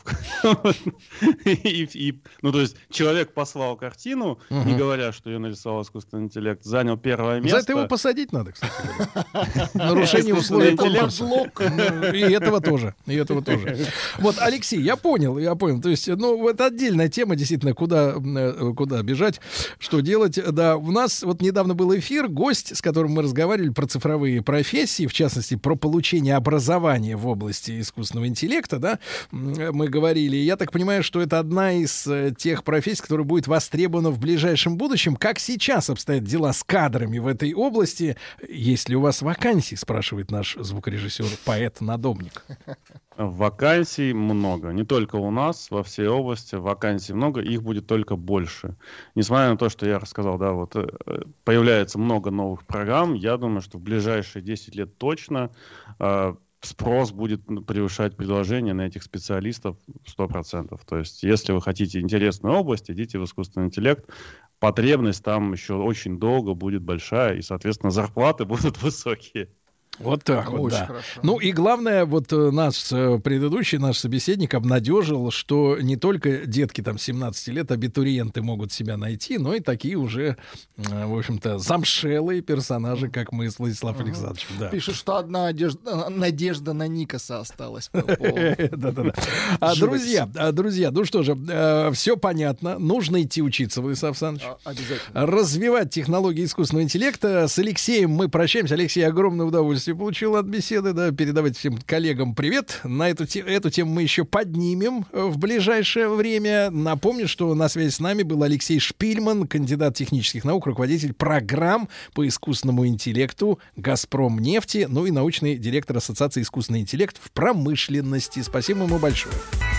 Ну, то есть человек послал картину, не говоря, что ее нарисовал искусственный интеллект, занял первое место.
За это его посадить надо, кстати. Нарушение условий конкурса. И этого тоже. Вот, Алексей, я понял. То есть, ну, это отдельная тема, действительно, куда бежать, что делать. Да, у нас вот недавно был эфир, гость, с которым мы разговаривали про цифровые профессии, в частности, про получение образования в области искусственного интеллекта, да, мы говорили. Я так понимаю, что это одна из тех профессий, которая будет востребована в ближайшем будущем. Как сейчас обстоят дела с кадрами в этой области? Есть ли у вас вакансии, спрашивает наш звукорежиссер, поэт-надомник.
Вакансий много. Не только у нас, во всей области вакансий много, их будет только больше. Несмотря на то, что я рассказал, да, вот появляется много новых программ, я думаю, что в ближайшие 10 лет точно спрос будет превышать предложение на этих специалистов 100%. То есть, если вы хотите интересную область, идите в искусственный интеллект. Потребность там еще очень долго будет большая, и, соответственно, зарплаты будут высокие.
Вот так вот,
очень
да.
Хорошо.
Ну и главное, вот предыдущий наш собеседник обнадежил, что не только детки там 17 лет, абитуриенты могут себя найти, но и такие уже, в общем-то, замшелые персонажи, как мы с Владиславом Александровичем. Да.
Пишут, что одна надежда на Никаса осталась.
Да-да-да. Друзья, ну что же, все понятно. Нужно идти учиться, Владислав Александрович.
Обязательно.
Развивать технологии искусственного интеллекта. С Алексеем мы прощаемся. Алексей, огромное удовольствие удовольствие получил от беседы, да, передавайте всем коллегам привет. На эту тему мы еще поднимем в ближайшее время. Напомню, что на связи с нами был Алексей Шпильман, кандидат технических наук, руководитель программ по искусственному интеллекту «Газпромнефти», ну и научный директор Ассоциации «Искусственный интеллект в промышленности». Спасибо ему большое.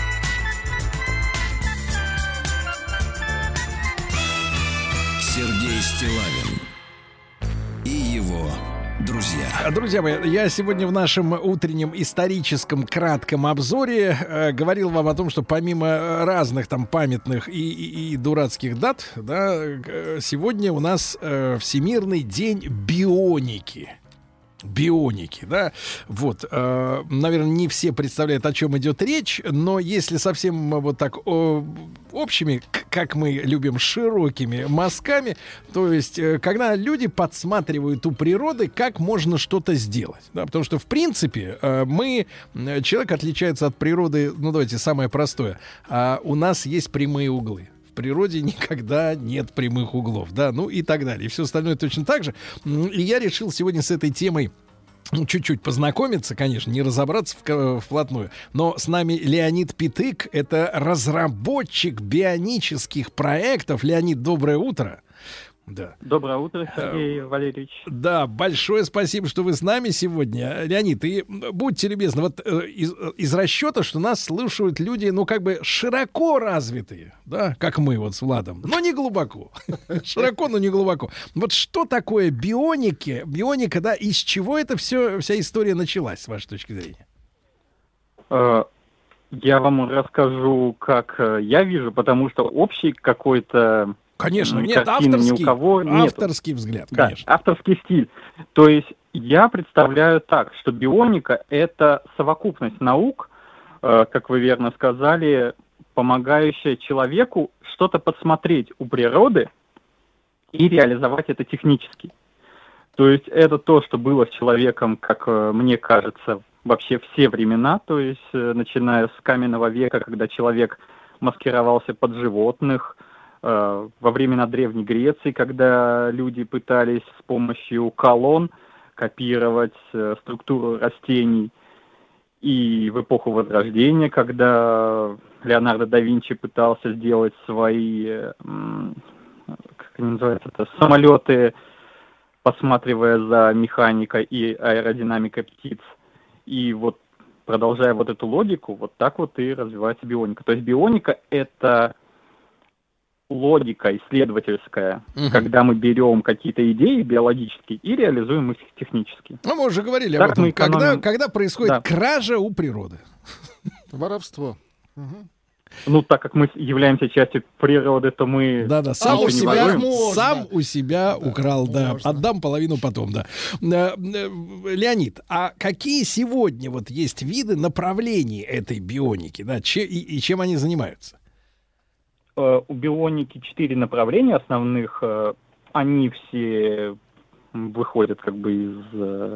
Сергей Стиллавин и его друзья.
Друзья мои, я сегодня в нашем утреннем историческом кратком обзоре говорил вам о том, что помимо разных там памятных и дурацких дат, да, сегодня у нас Всемирный день бионики. Бионики, да, вот, наверное, не все представляют, о чем идет речь, но если совсем вот так общими, как мы любим, широкими мазками, то есть, когда люди подсматривают у природы, как можно что-то сделать, да, потому что, в принципе, человек отличается от природы, ну, давайте, самое простое, у нас есть прямые углы. В природе никогда нет прямых углов, да, ну и так далее. И все остальное точно так же. И я решил сегодня с этой темой чуть-чуть познакомиться, конечно, не разобраться вплотную. Но с нами Леонид Петык, это разработчик бионических проектов. Леонид, доброе утро. Да.
Доброе утро, Сергей Валерьевич.
Да, большое спасибо, что вы с нами сегодня. Леонид, и будьте любезны, вот из расчета, что нас слушают люди, ну, как бы широко развитые, да, как мы вот с Владом, но не глубоко. Широко, но не глубоко. Вот что такое бионика, да, из чего это вся история началась, с вашей точки зрения?
Я вам расскажу, как я вижу, потому что общий какой-то...
Конечно, нет, авторский взгляд, конечно.
Да, авторский стиль. То есть я представляю так, что бионика — это совокупность наук, как вы верно сказали, помогающая человеку что-то подсмотреть у природы и реализовать это технически. То есть это то, что было с человеком, как мне кажется, вообще все времена, то есть начиная с каменного века, когда человек маскировался под животных, во времена Древней Греции, когда люди пытались с помощью колонн копировать структуру растений, и в эпоху Возрождения, когда Леонардо да Винчи пытался сделать свои, как они называются, самолеты, посматривая за механикой и аэродинамикой птиц. И вот, продолжая вот эту логику, вот так вот и развивается бионика. То есть бионика — это логика исследовательская, когда мы берем какие-то идеи биологические и реализуем их технически.
Ну, мы уже говорили об этом. Когда происходит кража у природы?
Воровство.
Ну, так как мы являемся частью природы, то мы...
Да-да, сам у себя украл, да. Отдам половину потом, да. Леонид, а какие сегодня вот есть виды направлений этой бионики, да, и чем они занимаются?
У бионики 4 направления основных. Они все выходят как бы из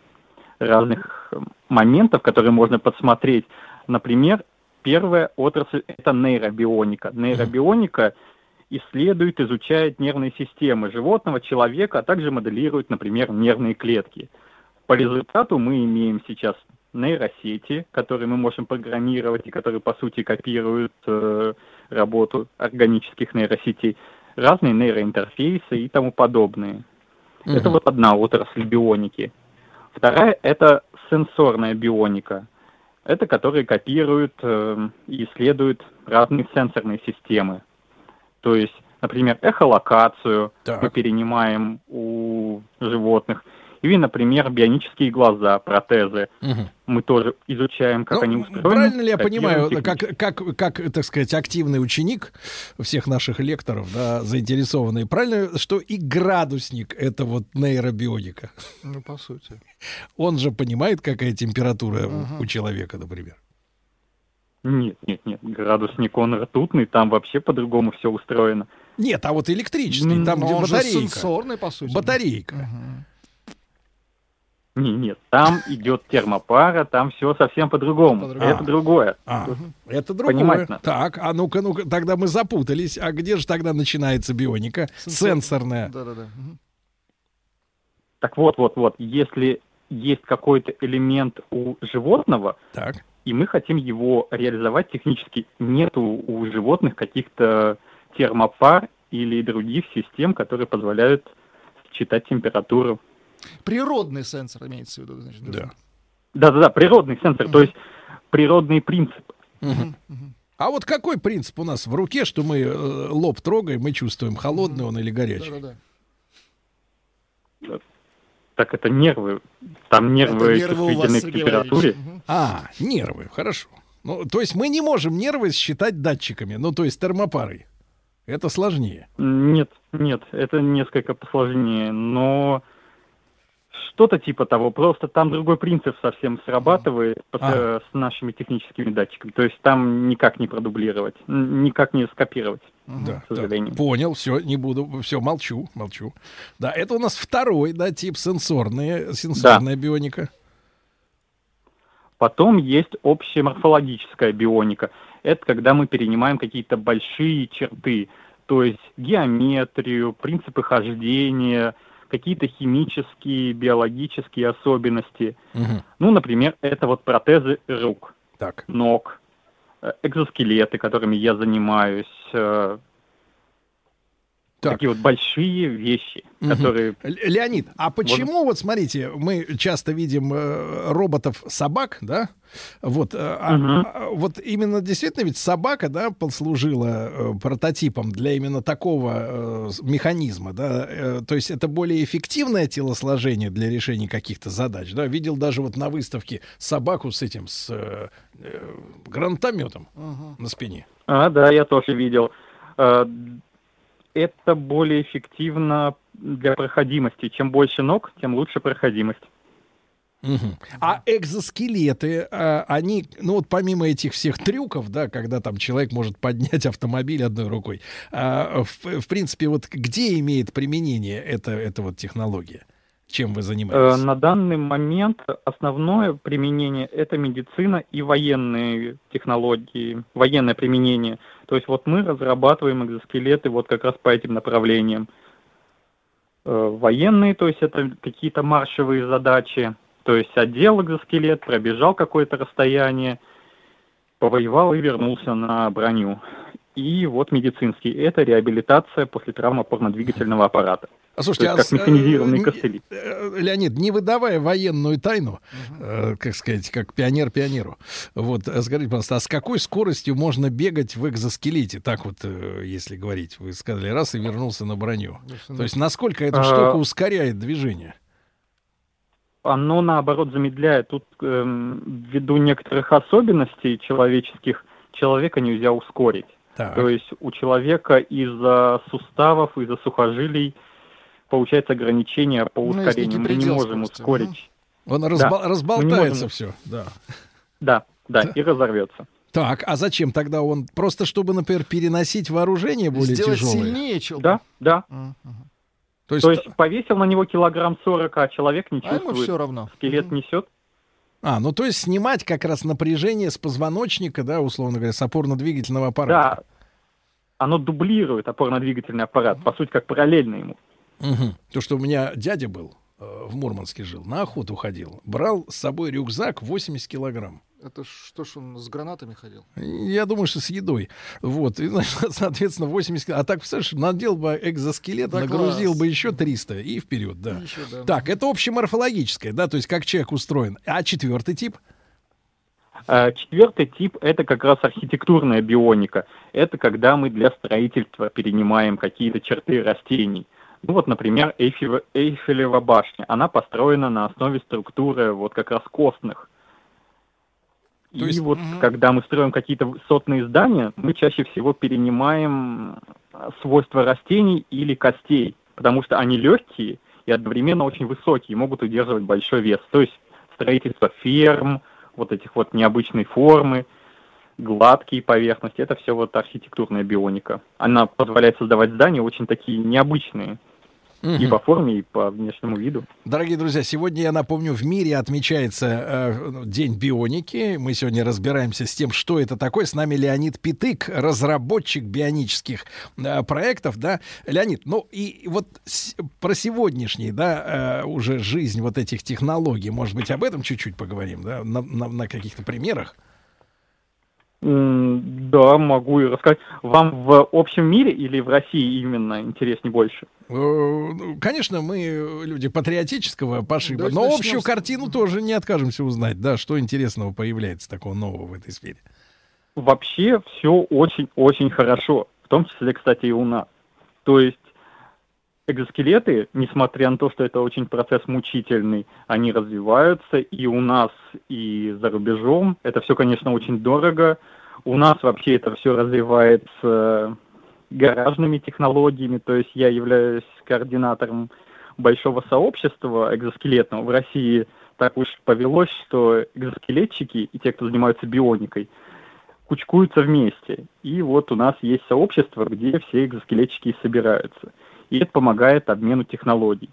разных моментов, которые можно подсмотреть. Например, первая отрасль — это нейробионика. Нейробионика исследует, изучает нервные системы животного, человека, а также моделирует, например, нервные клетки. По результату мы имеем сейчас нейросети, которые мы можем программировать и которые, по сути, копируют работу органических нейросетей, разные нейроинтерфейсы и тому подобное. Это вот одна отрасль бионики. Вторая — это сенсорная бионика. Это которые копируют и исследуют разные сенсорные системы. То есть, например, эхолокацию мы перенимаем у животных. Или, например, бионические глаза, протезы. Мы тоже изучаем, как они устроены.
Правильно ли я понимаю, как, так сказать, активный ученик всех наших лекторов, да, заинтересованный, правильно, что и градусник — это вот нейробионика?
Ну, по сути.
Он же понимает, какая температура у человека, например?
Нет. Градусник, он ртутный, там вообще по-другому все устроено.
Нет, а вот электрический, там где батарейка.
Сенсорный, по сути.
Батарейка.
Нет, там идет термопара, там все совсем по-другому. Это другое.
Это другое. Так, а ну-ка, тогда мы запутались. А где же тогда начинается бионика? Сенсорная.
Да.
Так вот. Если есть какой-то элемент у животного,
Так.
и мы хотим его реализовать технически. Нету у животных каких-то термопар или других систем, которые позволяют считать температуру.
Природный сенсор имеется в виду, значит.
Да.
Да-да-да, природный сенсор, то есть природный принцип.
А вот какой принцип у нас в руке, что мы лоб трогаем, мы чувствуем, холодный он или горячий?
Да-да-да.
Так это нервы. Там нервы чувствительны к температуре.
Нервы, хорошо. Ну, то есть мы не можем нервы считать датчиками, ну, то есть термопарой. Это сложнее.
Нет, это несколько посложнее, но что-то типа того. Просто там другой принцип совсем срабатывает с нашими техническими датчиками. То есть там никак не продублировать, никак не скопировать.
Да, понял, все, не буду, все, молчу. Да, это у нас второй, да, тип сенсорная бионика.
Потом есть общая морфологическая бионика. Это когда мы перенимаем какие-то большие черты, то есть геометрию, принципы хождения, какие-то химические, биологические особенности. Ну, например, это вот протезы рук, ног, экзоскелеты, которыми я занимаюсь. Такие вот большие вещи, которые...
Леонид, а почему, вот смотрите, мы часто видим роботов-собак, да? Вот, вот именно действительно ведь собака, да, послужила прототипом для именно такого механизма, да? То есть это более эффективное телосложение для решения каких-то задач, да? Видел даже вот на выставке собаку с этим, с гранатометом на спине.
Да, я тоже видел. Это более эффективно для проходимости. Чем больше ног, тем лучше проходимость.
А экзоскелеты, они, ну вот помимо этих всех трюков, да, когда там человек может поднять автомобиль одной рукой, в принципе, вот где имеет применение эта вот технология? Чем вы занимаетесь?
На данный момент основное применение — это медицина и военные технологии, военное применение. То есть вот мы разрабатываем экзоскелеты вот как раз по этим направлениям. Военные, то есть это какие-то маршевые задачи, то есть одел экзоскелет, пробежал какое-то расстояние, повоевал и вернулся на броню. И вот медицинский — это реабилитация после травмы опорно-двигательного аппарата.
Слушайте,
как механизированные костыли.
Леонид, не выдавая военную тайну, как сказать, как пионер пионеру, вот, скажите, пожалуйста, а с какой скоростью можно бегать в экзоскелете? Так вот, если говорить, вы сказали, раз и вернулся на броню. То есть насколько эта штука ускоряет движение?
Оно, наоборот, замедляет. Тут ввиду некоторых особенностей человеческих человека нельзя ускорить. То есть у человека из-за суставов, из-за сухожилий получается ограничение по ускорению. Мы не можем ускорить.
Он разболтается все.
Да, и разорвется.
Так, а зачем тогда он? Просто чтобы, например, переносить вооружение более тяжелое?
Сделать сильнее человека.
Да. То есть повесил на него килограмм 40, а человек не чувствует.
А ему все равно.
Скелет несет.
Ну то есть снимать как раз напряжение с позвоночника, да, условно говоря, с опорно-двигательного аппарата.
Да, оно дублирует опорно-двигательный аппарат, по сути, как параллельно ему.
То, что у меня дядя был, в Мурманске жил, на охоту ходил, брал с собой рюкзак 80 килограмм.
Это что ж он с гранатами ходил?
Я думаю, что с едой. Вот, и, значит, соответственно, 80 килограмм. А так, представляешь, надел бы экзоскелет, нагрузил бы еще 300 и вперед, да. Так, это общеморфологическое, да, то есть как человек устроен. А четвертый тип?
Четвертый тип — это как раз архитектурная бионика. Это когда мы для строительства перенимаем какие-то черты растений. Ну вот, например, Эйфелева башня. Она построена на основе структуры вот как раз костных. То есть, вот когда мы строим какие-то высотные здания, мы чаще всего перенимаем свойства растений или костей, потому что они легкие и одновременно очень высокие, могут удерживать большой вес. То есть строительство ферм, вот этих вот необычной формы, гладкие поверхности, это все вот архитектурная бионика. Она позволяет создавать здания очень такие необычные. И по форме, и по внешнему виду.
Дорогие друзья, сегодня, я напомню, в мире отмечается День бионики. Мы сегодня разбираемся с тем, что это такое. С нами Леонид Петык, разработчик бионических проектов. Да? Леонид, ну и вот про сегодняшний, да, уже жизнь вот этих технологий, может быть, об этом чуть-чуть поговорим, да, на каких-то примерах?
Да, могу и рассказать. Вам в общем мире или в России именно интереснее больше?
Конечно, мы люди патриотического пошиба,
Давайте
но
начнем
общую картину тоже не откажемся узнать, да, что интересного появляется такого нового в этой сфере.
Вообще все очень-очень хорошо, в том числе, кстати, и у нас. То есть экзоскелеты, несмотря на то, что это очень процесс мучительный, они развиваются и у нас, и за рубежом. Это все, конечно, очень дорого. У нас вообще это все развивается гаражными технологиями, то есть я являюсь координатором большого сообщества экзоскелетного. В России так уж повелось, что экзоскелетчики и те, кто занимаются бионикой, кучкуются вместе. И вот у нас есть сообщество, где все экзоскелетчики собираются. И это помогает обмену технологий.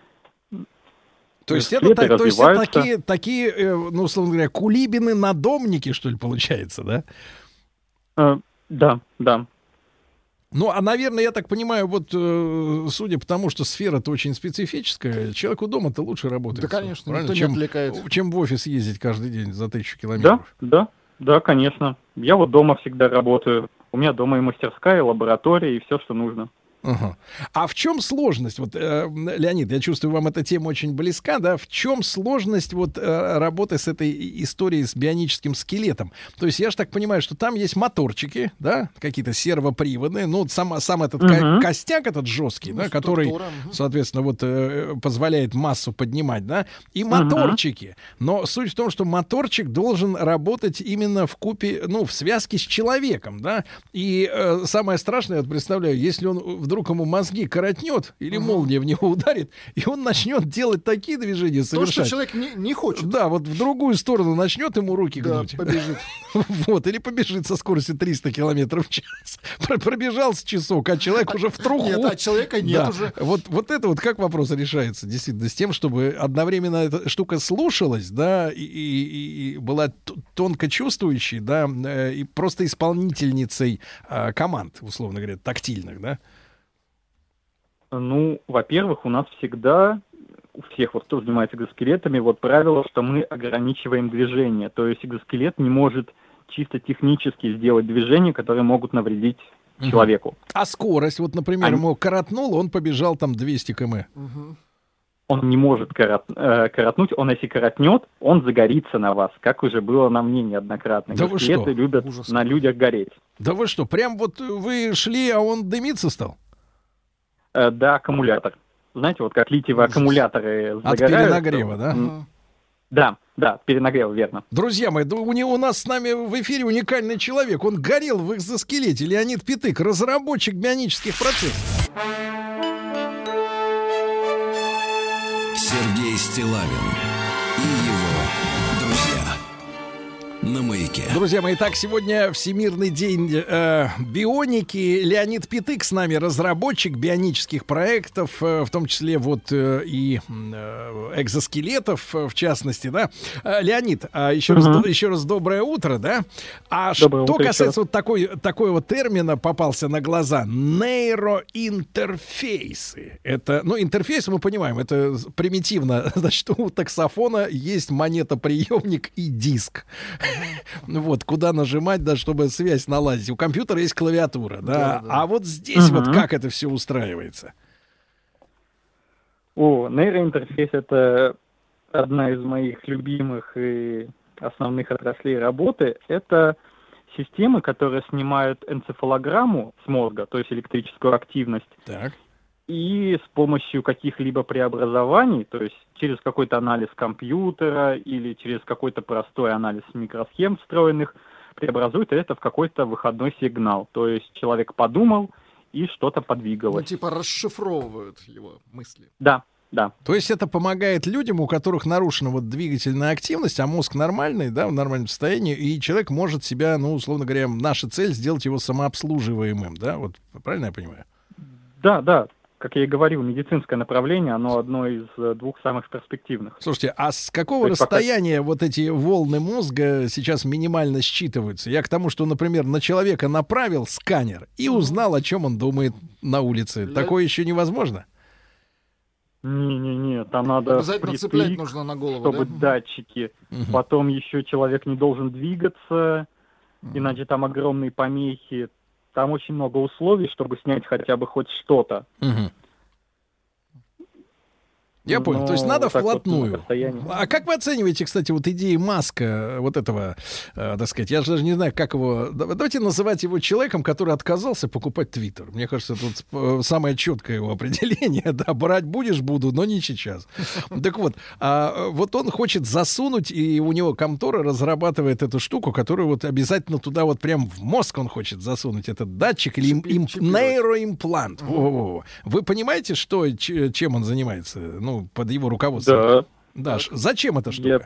То есть это такие, ну, условно говоря, кулибины-надомники, что ли, получается, да?
Да.
Ну, а, наверное, я так понимаю, вот судя по тому, что сфера-то очень специфическая, человеку дома-то лучше работает.
Да, конечно,
никто
не отвлекает.
Чем в офис ездить каждый день за 1000 километров.
Да, конечно. Я вот дома всегда работаю. У меня дома и мастерская, и лаборатория, и все, что нужно.
Ага. А в чем сложность? Вот, Леонид, я чувствую, вам эта тема очень близка, да? В чем сложность вот работы с этой историей с бионическим скелетом? То есть я же так понимаю, что там есть моторчики, да, какие-то сервоприводы, ну, сам этот костяк этот жесткий, да, который, соответственно, вот позволяет массу поднимать, да, и моторчики. Но суть в том, что моторчик должен работать именно в купе, ну, в связке с человеком, да, и самое страшное, я вот представляю, если он вдруг ему мозги коротнет или молния в него ударит, и он начнет делать такие движения совершать.
То, что человек не хочет.
Да, вот в другую сторону начнет ему руки гнуть.
Побежит.
Вот, или побежит со скоростью 300 километров в час. Пробежался часок, а человек уже в труху.
Нет, а человека нет уже.
Вот это вот как вопрос решается, действительно, с тем, чтобы одновременно эта штука слушалась, да, и была тонко чувствующей, да, и просто исполнительницей команд, условно говоря, тактильных, да?
Ну, во-первых, у нас всегда, у всех, вот, кто занимается экзоскелетами, вот правило, что мы ограничиваем движение. То есть экзоскелет не может чисто технически сделать движения, которые могут навредить человеку.
А скорость, вот, например, ему коротнул, он побежал там 200 км.
Он не может коротнуть, он если коротнет, он загорится на вас, как уже было на мне неоднократно.
Да вы что?
Любят на людях гореть.
Да вы что, прям вот вы шли, а он дымиться стал?
Да, аккумулятор. Знаете, вот как литиевые аккумуляторы загорают.
От перенагрева, да?
Да, перенагрев, верно.
Друзья мои, у нас с нами в эфире уникальный человек. Он горел в экзоскелете. Леонид Петык, разработчик бионических процессов.
Сергей Стиллавин и его друзья на Маяке.
Друзья мои, так, сегодня Всемирный день бионики. Леонид Петык с нами, разработчик бионических проектов, в том числе вот и экзоскелетов, в частности, да. Леонид, еще раз доброе утро, да. А доброе что утро, касается вот такой вот термина, попался на глаза, нейроинтерфейсы. Это, ну, интерфейс, мы понимаем, это примитивно. Значит, у таксофона есть монетоприемник и диск. Вот, куда нажимать, да, чтобы связь наладить. У компьютера есть клавиатура, да. А вот здесь вот как это все устраивается?
Нейроинтерфейс — это одна из моих любимых и основных отраслей работы. Это системы, которые снимают энцефалограмму с мозга, то есть электрическую активность.
Так.
И с помощью каких-либо преобразований, то есть через какой-то анализ компьютера или через какой-то простой анализ микросхем встроенных, преобразует это в какой-то выходной сигнал. То есть человек подумал, и что-то подвигалось.
Ну, типа расшифровывают его мысли.
Да.
То есть это помогает людям, у которых нарушена вот двигательная активность, а мозг нормальный, да, в нормальном состоянии, и человек может себя, ну, условно говоря, наша цель — сделать его самообслуживаемым, да? Вот правильно я понимаю?
Да. как я и говорил, медицинское направление, оно одно из двух самых перспективных.
Слушайте, а с какого расстояния вот эти волны мозга сейчас минимально считываются? Я к тому, что, например, на человека направил сканер и узнал, о чем он думает на улице. Такое еще невозможно?
Не-не-не, там надо
обязательно цеплять нужно на голову,
чтобы датчики. Потом еще человек не должен двигаться, иначе там огромные помехи. Там очень много условий, чтобы снять хотя бы хоть что-то.
Я понял. То есть надо вплотную. А как вы оцениваете, кстати, вот идеи Маска, вот этого, так сказать, я же даже не знаю, как его... Давайте называть его человеком, который отказался покупать Твиттер. Мне кажется, тут самое четкое его определение. Да, брать будешь, буду, но не сейчас. Так вот, вот он хочет засунуть, и у него контора разрабатывает эту штуку, которую вот обязательно туда вот прям в мозг он хочет засунуть этот датчик или нейроимплант. Вы понимаете, чем он занимается? Ну, под его руководством. Да. Зачем эта штука?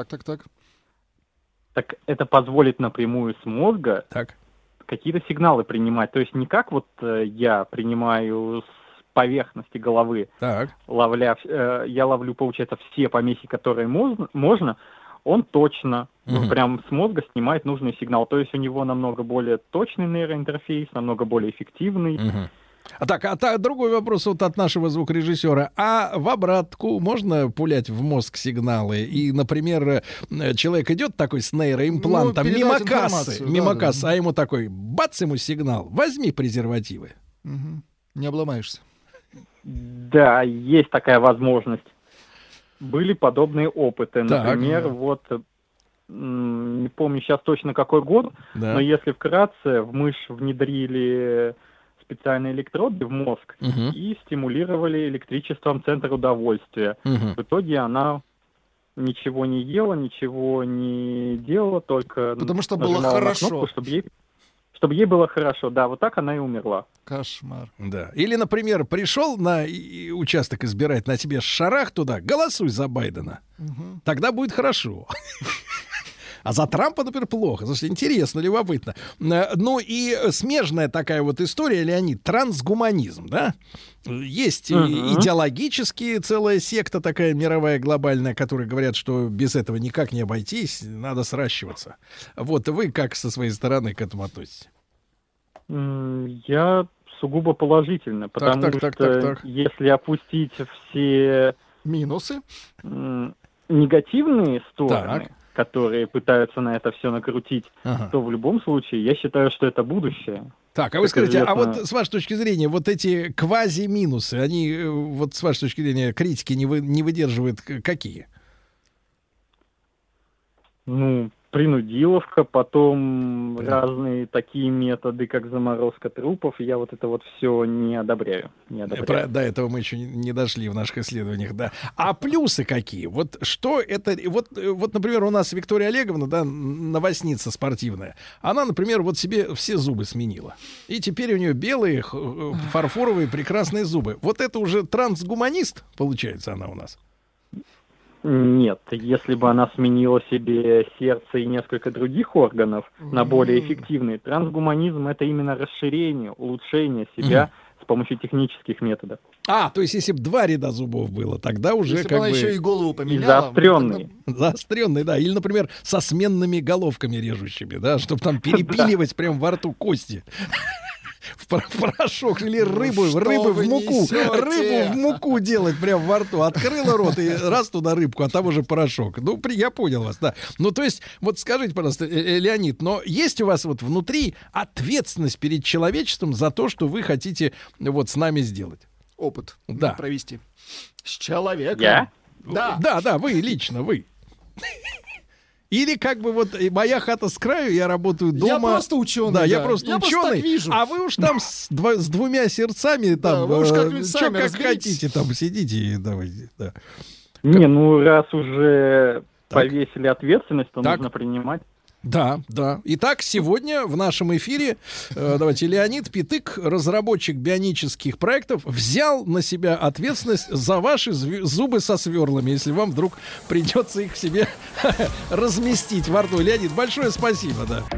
Так это позволит напрямую с мозга какие-то сигналы принимать. То есть не как вот я принимаю с поверхности головы, я ловлю, получается, все помехи, которые можно, он точно прям с мозга снимает нужный сигнал. То есть у него намного более точный нейроинтерфейс, намного более эффективный.
А другой вопрос вот от нашего звукорежиссера. А в обратку можно пулять в мозг сигналы? И, например, человек идет такой с нейроимплантом мимо кассы, а ему такой, бац, ему сигнал, возьми презервативы.
Не обломаешься.
Да, есть такая возможность. Были подобные опыты. Например, вот, не помню сейчас точно какой год, но если вкратце, в мышь внедрили специальные электроды в мозг и стимулировали электричеством центр удовольствия. В итоге она ничего не ела, ничего не делала, только
потому что было хорошо,
кнопку, чтобы ей было хорошо. Да, вот так она и умерла.
Кошмар.
Да. Или, например, пришел на участок избирать, на тебе шарах туда, голосуй за Байдена. Тогда будет хорошо. А за Трампа, например, плохо. Слушайте, интересно, любопытно. Ну и смежная такая вот история, Леонид, трансгуманизм, да? Есть идеологически целая секта такая мировая, глобальная, которые говорят, что без этого никак не обойтись, надо сращиваться. Вот вы как со своей стороны к этому относитесь?
Я сугубо положительно, потому что если опустить все
минусы,
негативные стороны, которые пытаются на это все накрутить, то в любом случае я считаю, что это будущее.
Так, а вы скажите, а вот с вашей точки зрения, вот эти квази-минусы, они вот с вашей точки зрения критики не выдерживают какие?
Ну, принудиловка, потом разные такие методы, как заморозка трупов. Я вот это вот все не одобряю.
До этого мы еще не дошли в наших исследованиях, да. А плюсы какие? Вот что это... Вот, например, у нас Виктория Олеговна, да, новостница спортивная, она, например, вот себе все зубы сменила. И теперь у нее белые, фарфоровые, прекрасные зубы. Вот это уже трансгуманист, получается, она у нас?
Нет, если бы она сменила себе сердце и несколько других органов на более эффективные, трансгуманизм — это именно расширение, улучшение себя с помощью технических методов.
То есть если бы 2 ряда зубов было, тогда уже
если
как
бы...
еще
и голову поменяла.
И заостренные.
Заостренные, да. Или, например, со сменными головками режущими, да, чтобы там перепиливать прям во рту кости. В порошок или рыбу в муку. Рыбу в муку делать прям во рту. Открыла рот и раз туда рыбку, а там уже порошок. Ну, я понял вас, да. Ну, то есть, вот скажите, пожалуйста, Леонид, но есть у вас вот внутри ответственность перед человечеством за то, что вы хотите вот с нами сделать?
Опыт провести. С человеком.
Я?
Да, вы лично, вы. Или как бы вот моя хата с краю, я работаю дома.
Я просто ученый.
Да, я просто ученый. А вы уж там с 2 сердцами, там,
вы уж как-нибудь
что
сами
как
разберитесь.
хотите, там сидите и давайте. Да.
Не, ну раз уже повесили ответственность, то нужно принимать.
Да. Итак, сегодня в нашем эфире, давайте, Леонид Петык, разработчик бионических проектов, взял на себя ответственность за ваши зубы со сверлами, если вам вдруг придется их себе разместить во рту. Леонид, большое спасибо, да.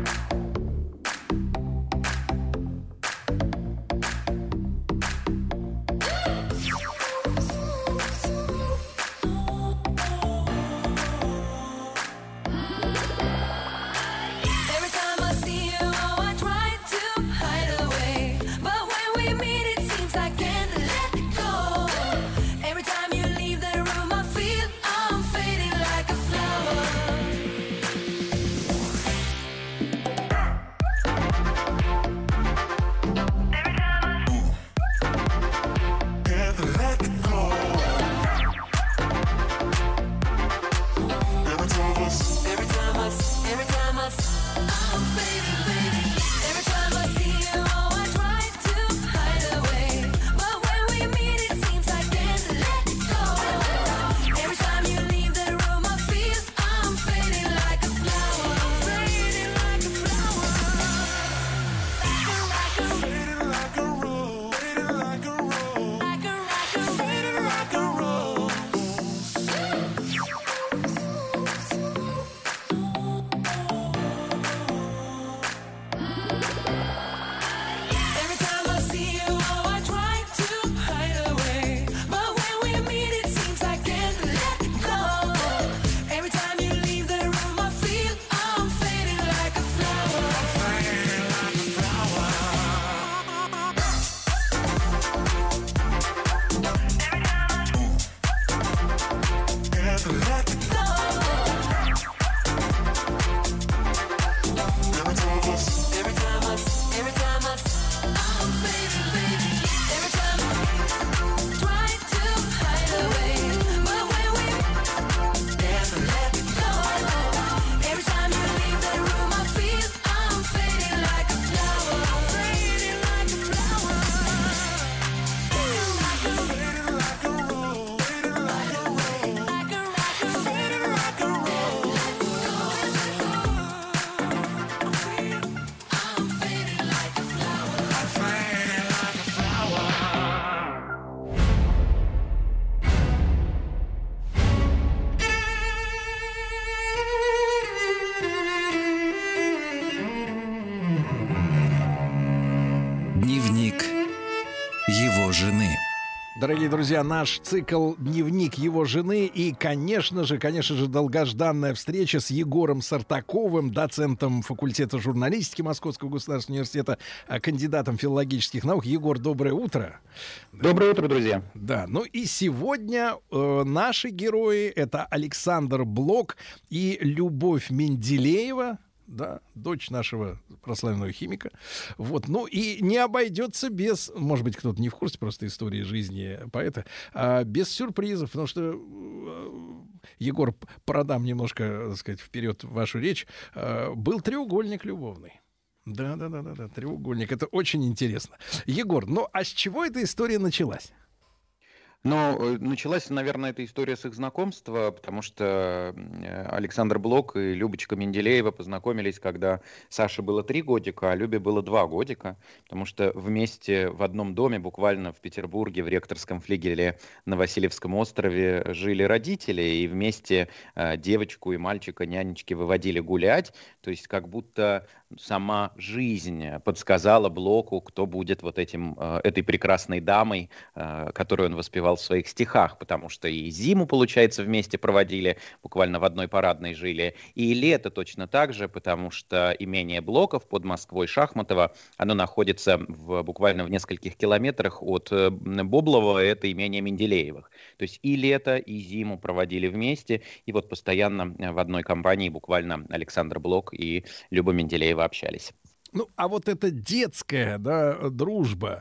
его жены.
Дорогие друзья, наш цикл «Дневник его жены» и, конечно же, долгожданная встреча с Егором Сартаковым, доцентом факультета журналистики Московского государственного университета, кандидатом филологических наук. Егор, доброе утро.
Доброе утро, друзья.
Да, ну и сегодня наши герои — это Александр Блок и Любовь Менделеева, да, дочь нашего прославленного химика. Вот, ну и не обойдется без, может быть, кто-то не в курсе просто истории жизни поэта, без сюрпризов, потому что, Егор, продам немножко, так сказать, вперед вашу речь, был треугольник любовный. Да, треугольник. Это очень интересно. Егор, ну а с чего эта история началась?
Но началась, наверное, эта история с их знакомства, потому что Александр Блок и Любочка Менделеева познакомились, когда Саше было 3 годика, а Любе было 2 годика, потому что вместе в одном доме, буквально в Петербурге, в ректорском флигеле на Васильевском острове жили родители, и вместе девочку и мальчика нянечки выводили гулять, то есть как будто сама жизнь подсказала Блоку, кто будет вот этой прекрасной дамой, которую он воспевал в своих стихах, потому что и зиму, получается, вместе проводили, буквально в одной парадной жили, и лето точно так же, потому что имение Блоков под Москвой, Шахматово, оно находится буквально в нескольких километрах от Боблова, это имение Менделеевых. То есть и лето, и зиму проводили вместе, и вот постоянно в одной компании буквально Александр Блок и Люба Менделеева общались.
Ну, а вот эта детская, да, дружба,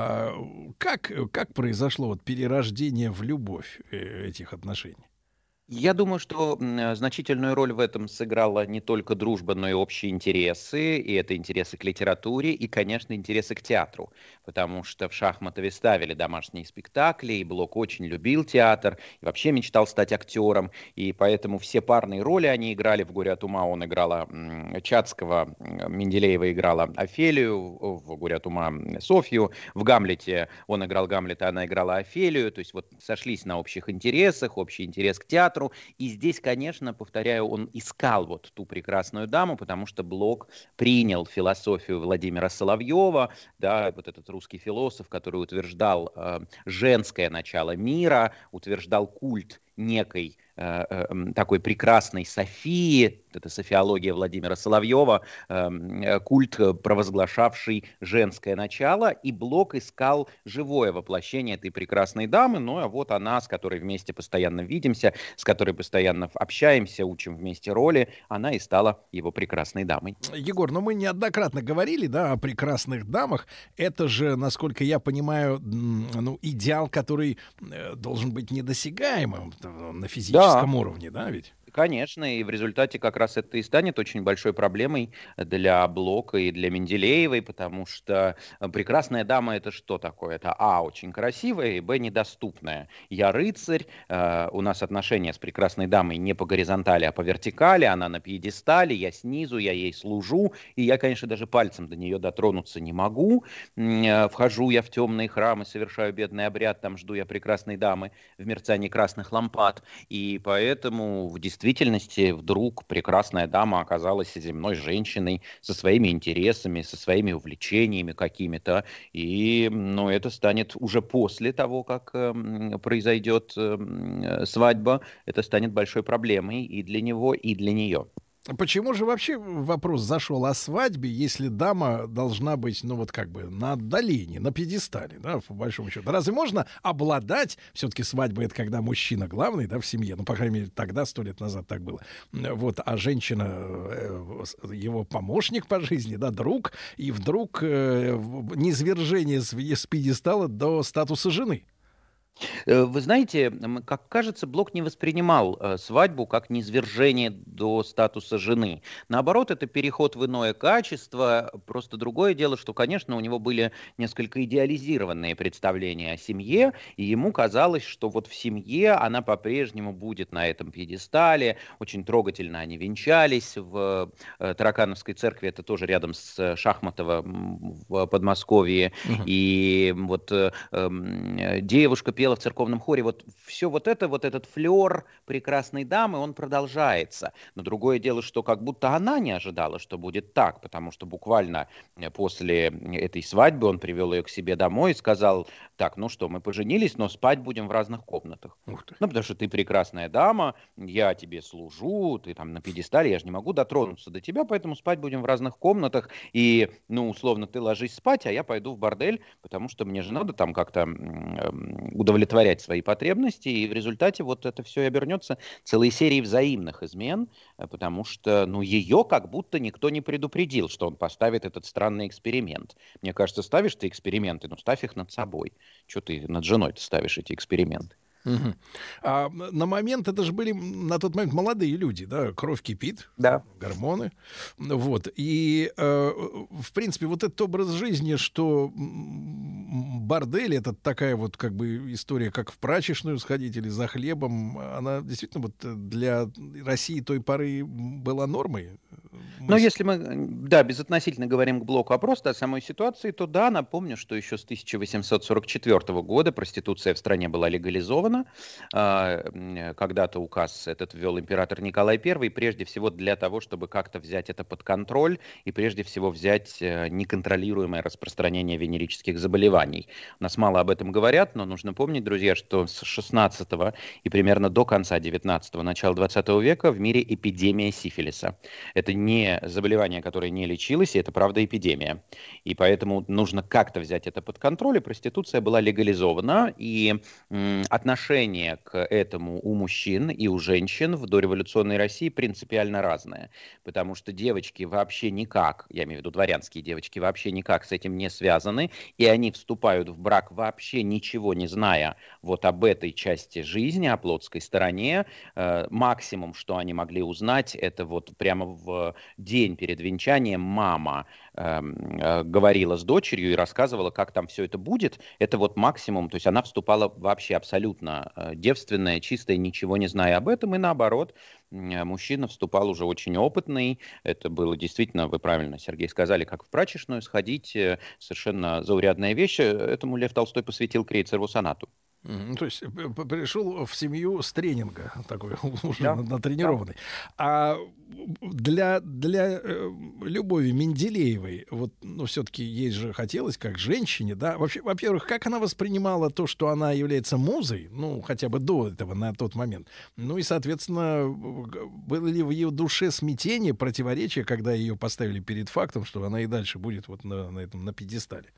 как произошло вот перерождение в любовь этих отношений?
Я думаю, что значительную роль в этом сыграла не только дружба, но и общие интересы. И это интересы к литературе и, конечно, интересы к театру. Потому что в Шахматове ставили домашние спектакли, и Блок очень любил театр, и вообще мечтал стать актером. И поэтому все парные роли они играли. В «Горе от ума» он играла Чацкого, Менделеева играла Офелию, в «Горе от ума» Софью. В «Гамлете» он играл Гамлета, она играла Офелию. То есть вот сошлись на общих интересах, общий интерес к театру. И здесь, конечно, повторяю, он искал вот ту прекрасную даму, потому что Блок принял философию Владимира Соловьева, да, вот этот русский философ, который утверждал женское начало мира, утверждал культ некой такой прекрасной Софии, это софиология Владимира Соловьева, культ, провозглашавший женское начало, и Блок искал живое воплощение этой прекрасной дамы, ну а вот она, с которой вместе постоянно видимся, с которой постоянно общаемся, учим вместе роли, она и стала его прекрасной дамой.
Егор, ну мы неоднократно говорили, да, о прекрасных дамах, это же, насколько я понимаю, ну, идеал, который должен быть недосягаемым на физическом уровне, да, ведь?
Конечно, и в результате как раз это и станет очень большой проблемой для Блока и для Менделеевой, потому что прекрасная дама — это что такое? Это очень красивая, и недоступная. Я рыцарь, у нас отношения с прекрасной дамой не по горизонтали, а по вертикали, она на пьедестале, я снизу, я ей служу, и я, конечно, даже пальцем до нее дотронуться не могу. Вхожу я в темные храмы, совершаю бедный обряд, там жду я прекрасной дамы в мерцании красных лампад, и поэтому в действительности вдруг прекрасная дама оказалась земной женщиной со своими интересами, со своими увлечениями какими-то. И это станет уже после того, как произойдет свадьба, это станет большой проблемой и для него, и для нее.
Почему же вообще вопрос зашел о свадьбе, если дама должна быть, ну вот как бы на отдалении, на пьедестале, да, по большому счету? Разве можно обладать, все-таки свадьба — это когда мужчина главный, да, в семье, ну, по крайней мере, тогда, 100 лет назад так было, вот, а женщина его помощник по жизни, да, друг, и вдруг низвержение с пьедестала до статуса жены?
Вы знаете, как кажется, Блок не воспринимал свадьбу как низвержение до статуса жены. Наоборот, это переход в иное качество. Просто другое дело, что, конечно, у него были несколько идеализированные представления о семье, и ему казалось, что вот в семье она по-прежнему будет на этом пьедестале. Очень трогательно они венчались в Таракановской церкви, это тоже рядом с Шахматово в Подмосковье. И вот девушка пела в церковном хоре, вот все вот этот флер прекрасной дамы, он продолжается. Но другое дело, что как будто она не ожидала, что будет так, потому что буквально после этой свадьбы он привел ее к себе домой и сказал: так, ну что, мы поженились, но спать будем в разных комнатах. Ну, потому что ты прекрасная дама, я тебе служу, ты там на пьедестале, я же не могу дотронуться до тебя, поэтому спать будем в разных комнатах. И, ну, условно, ты ложись спать, а я пойду в бордель, потому что мне же надо там как-то удовлетворять свои потребности. И в результате вот это все и обернется целой серией взаимных измен, потому что, ну, ее как будто никто не предупредил, что он поставит этот странный эксперимент. Мне кажется, ставишь ты эксперименты, ну, ставь их над собой. Что ты над женой-то ставишь эти эксперименты?
Угу. А на момент это же были на тот момент молодые люди, да, кровь кипит,
да,
гормоны, вот, и в принципе вот этот образ жизни, что бордель — это такая вот как бы история, как в прачечную сходить или за хлебом, она действительно вот для России той поры была нормой.
Но если мы, да, безотносительно говорим к блоку, а просто о самой ситуации, то да, напомню, что еще с 1844 года проституция в стране была легализована. Когда-то указ этот ввел император Николай I, прежде всего для того, чтобы как-то взять это под контроль и прежде всего взять неконтролируемое распространение венерических заболеваний. У нас мало об этом говорят, но нужно помнить, друзья, что с 16 и примерно до конца 19-го, начала 20 века в мире эпидемия сифилиса. Это не заболевание, которое не лечилось, и это, правда, эпидемия. И поэтому нужно как-то взять это под контроль, и проституция была легализована, и отношение к этому у мужчин и у женщин в дореволюционной России принципиально разное, потому что девочки вообще никак, я имею в виду дворянские девочки, вообще никак с этим не связаны, и они вступают в брак вообще ничего не зная вот об этой части жизни, о плотской стороне. Максимум, что они могли узнать, это вот прямо в день перед венчанием мама говорила с дочерью и рассказывала, как там все это будет. Это вот максимум, то есть она вступала вообще абсолютно девственная, чистая, ничего не зная об этом, и наоборот, мужчина вступал уже очень опытный. Это было действительно, вы правильно, Сергей, сказали, как в прачечную сходить, совершенно заурядная вещь. Этому Лев Толстой посвятил Крейцерову сонату.
То есть пришел в семью с тренинга, такой уже
да,
натренированный. Да. А для Любови Менделеевой, вот, ну, все-таки ей же хотелось, как женщине, да, вообще, во-первых, как она воспринимала то, что она является музой, ну, хотя бы до этого, на тот момент, ну, и, соответственно, было ли в ее душе смятение, противоречие, когда ее поставили перед фактом, что она и дальше будет вот на пьедестале?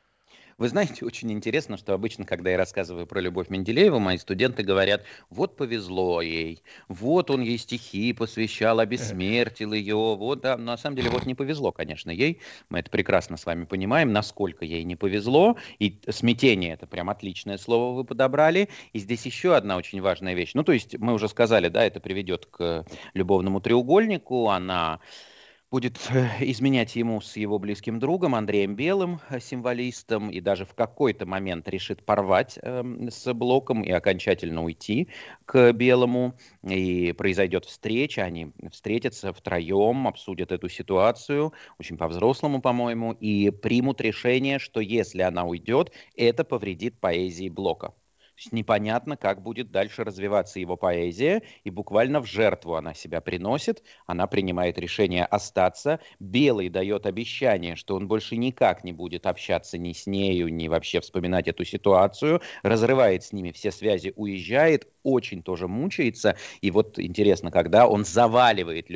Вы знаете, очень интересно, что обычно, когда я рассказываю про Любовь Менделееву, мои студенты говорят, вот повезло ей, вот он ей стихи посвящал, обессмертил ее, вот, да, на самом деле, вот не повезло, конечно, ей, мы это прекрасно с вами понимаем, насколько ей не повезло, и смятение, это прям отличное слово вы подобрали, и здесь еще одна очень важная вещь, ну, то есть, мы уже сказали, да, это приведет к любовному треугольнику, она будет изменять ему с его близким другом Андреем Белым, символистом, и даже в какой-то момент решит порвать с Блоком и окончательно уйти к Белому. И произойдет встреча, они встретятся втроем, обсудят эту ситуацию, очень по-взрослому, по-моему, и примут решение, что если она уйдет, это повредит поэзии Блока. То есть непонятно, как будет дальше развиваться его поэзия, и буквально в жертву она себя приносит, она принимает решение остаться. Белый дает обещание, что он больше никак не будет общаться ни с нею, ни вообще вспоминать эту ситуацию, разрывает с ними все связи, уезжает, очень тоже мучается. И вот интересно, когда он заваливает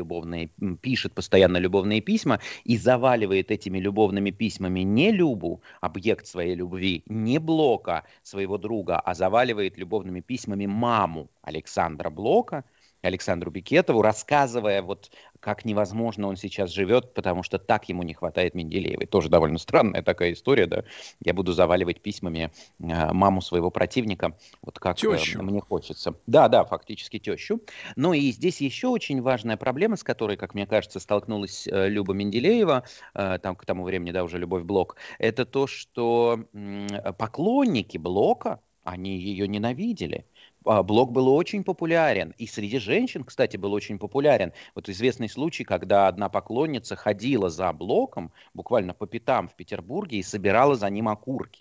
пишет постоянно любовные письма, и заваливает этими любовными письмами не Любу, объект своей любви, не Блока, своего друга, а заваливает любовными письмами маму Александра Блока, Александру Бекетову, рассказывая, вот как невозможно он сейчас живет, потому что так ему не хватает Менделеевой. Тоже довольно странная такая история, да. Я буду заваливать письмами маму своего противника, вот как мне хочется. Да, фактически тещу. Ну и здесь еще очень важная проблема, с которой, как мне кажется, столкнулась Люба Менделеева, там к тому времени, да, уже Любовь Блок, это то, что поклонники Блока, они ее ненавидели. Блок был очень популярен. И среди женщин, кстати, был очень популярен. Вот известный случай, когда одна поклонница ходила за Блоком, буквально по пятам в Петербурге, и собирала за ним окурки.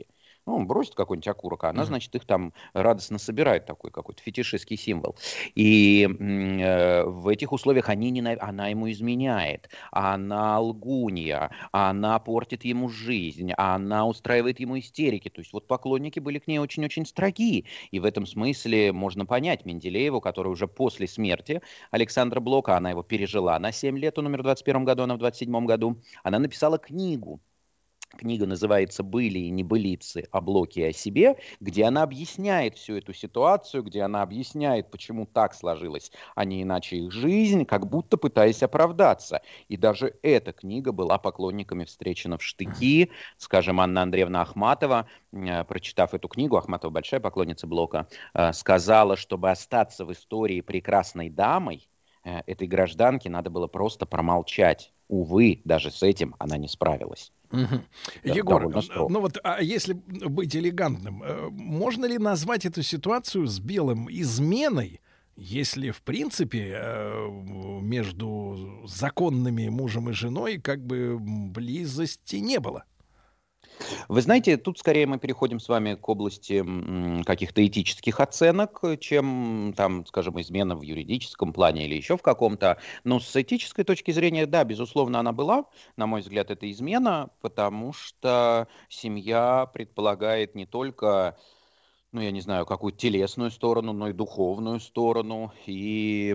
Ну, бросит какой-нибудь окурок, а она, значит, их там радостно собирает, такой какой-то фетишистский символ. И в этих условиях она ему изменяет, она лгунья, она портит ему жизнь, она устраивает ему истерики. То есть вот поклонники были к ней очень-очень строги. И в этом смысле можно понять Менделееву, которая уже после смерти Александра Блока, она его пережила на 7 лет, он умер в 21 году, она в 27 году, она написала книгу. Книга называется «Были и небылицы о Блоке и о себе», где она объясняет всю эту ситуацию, где она объясняет, почему так сложилась, а не иначе их жизнь, как будто пытаясь оправдаться. И даже эта книга была поклонниками встречена в штыки. Скажем, Анна Андреевна Ахматова, прочитав эту книгу, Ахматова большая поклонница Блока, сказала, чтобы остаться в истории прекрасной дамой, этой гражданке надо было просто промолчать. Увы, даже с этим она не справилась.
Егор, ну вот, а если быть элегантным, можно ли назвать эту ситуацию с Белым изменой, если, в принципе, между законными мужем и женой как бы близости не было?
Вы знаете, тут скорее мы переходим с вами к области каких-то этических оценок, чем, там, скажем, измена в юридическом плане или еще в каком-то. Но с этической точки зрения, да, безусловно, она была. На мой взгляд, это измена, потому что семья предполагает не только, ну, я не знаю, какую-то телесную сторону, но и духовную сторону. И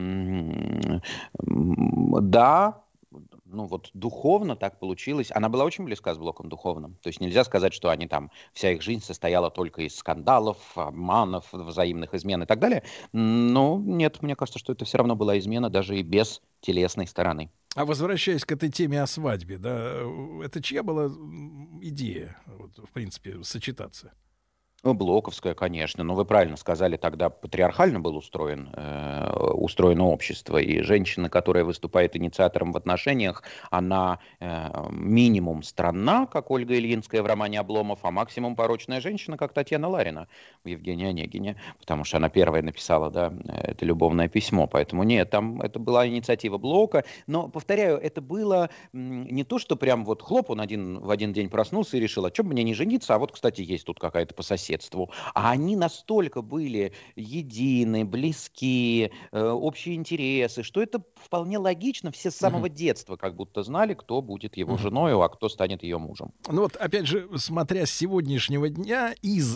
да, ну вот духовно так получилось. Она была очень близка с Блоком духовным. То есть нельзя сказать, что они там, вся их жизнь состояла только из скандалов, обманов, взаимных измен и так далее. Но нет, мне кажется, что это все равно была измена даже и без телесной стороны.
А возвращаясь к этой теме о свадьбе, да, это чья была идея, вот, в принципе, сочетаться?
Ну, Блоковская, конечно. Но вы правильно сказали, тогда патриархально было устроено общество. И женщина, которая выступает инициатором в отношениях, она минимум странна, как Ольга Ильинская в романе «Обломов», а максимум порочная женщина, как Татьяна Ларина в «Евгении Онегине», потому что она первая написала, да, это любовное письмо. Поэтому нет, там это была инициатива Блока. Но, повторяю, это было не то, что прям вот хлоп, он в один день проснулся и решил, а что бы мне не жениться, а вот, кстати, есть тут какая-то по соседству. А они настолько были едины, близки, общие интересы, что это вполне логично. Все с самого детства как будто знали, кто будет его женой, а кто станет ее мужем.
Ну вот, опять же, смотря с сегодняшнего дня,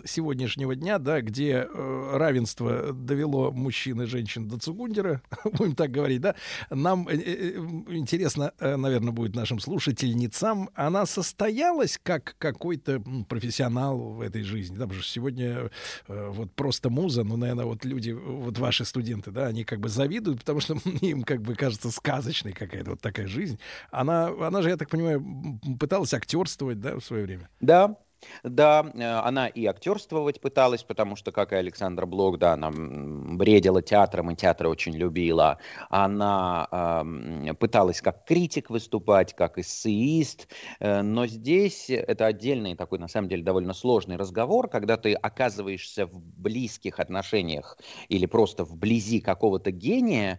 да, где равенство довело мужчин и женщин до Цугундера, будем так говорить, да, нам интересно, наверное, будет нашим слушательницам, она состоялась как какой-то профессионал в этой жизни, да, потому что сегодня вот просто муза, ну, наверное, вот люди, вот ваши студенты, да, они как бы завидуют, потому что им как бы кажется сказочной какая-то вот такая жизнь. Она же, я так понимаю, пыталась актерствовать, да, в свое время?
Да. Да, она и актерствовать пыталась, потому что, как и Александра Блок, да, она бредила театром и театр очень любила. Она пыталась как критик выступать, как эссеист, но здесь это отдельный такой, на самом деле, довольно сложный разговор, когда ты оказываешься в близких отношениях или просто вблизи какого-то гения.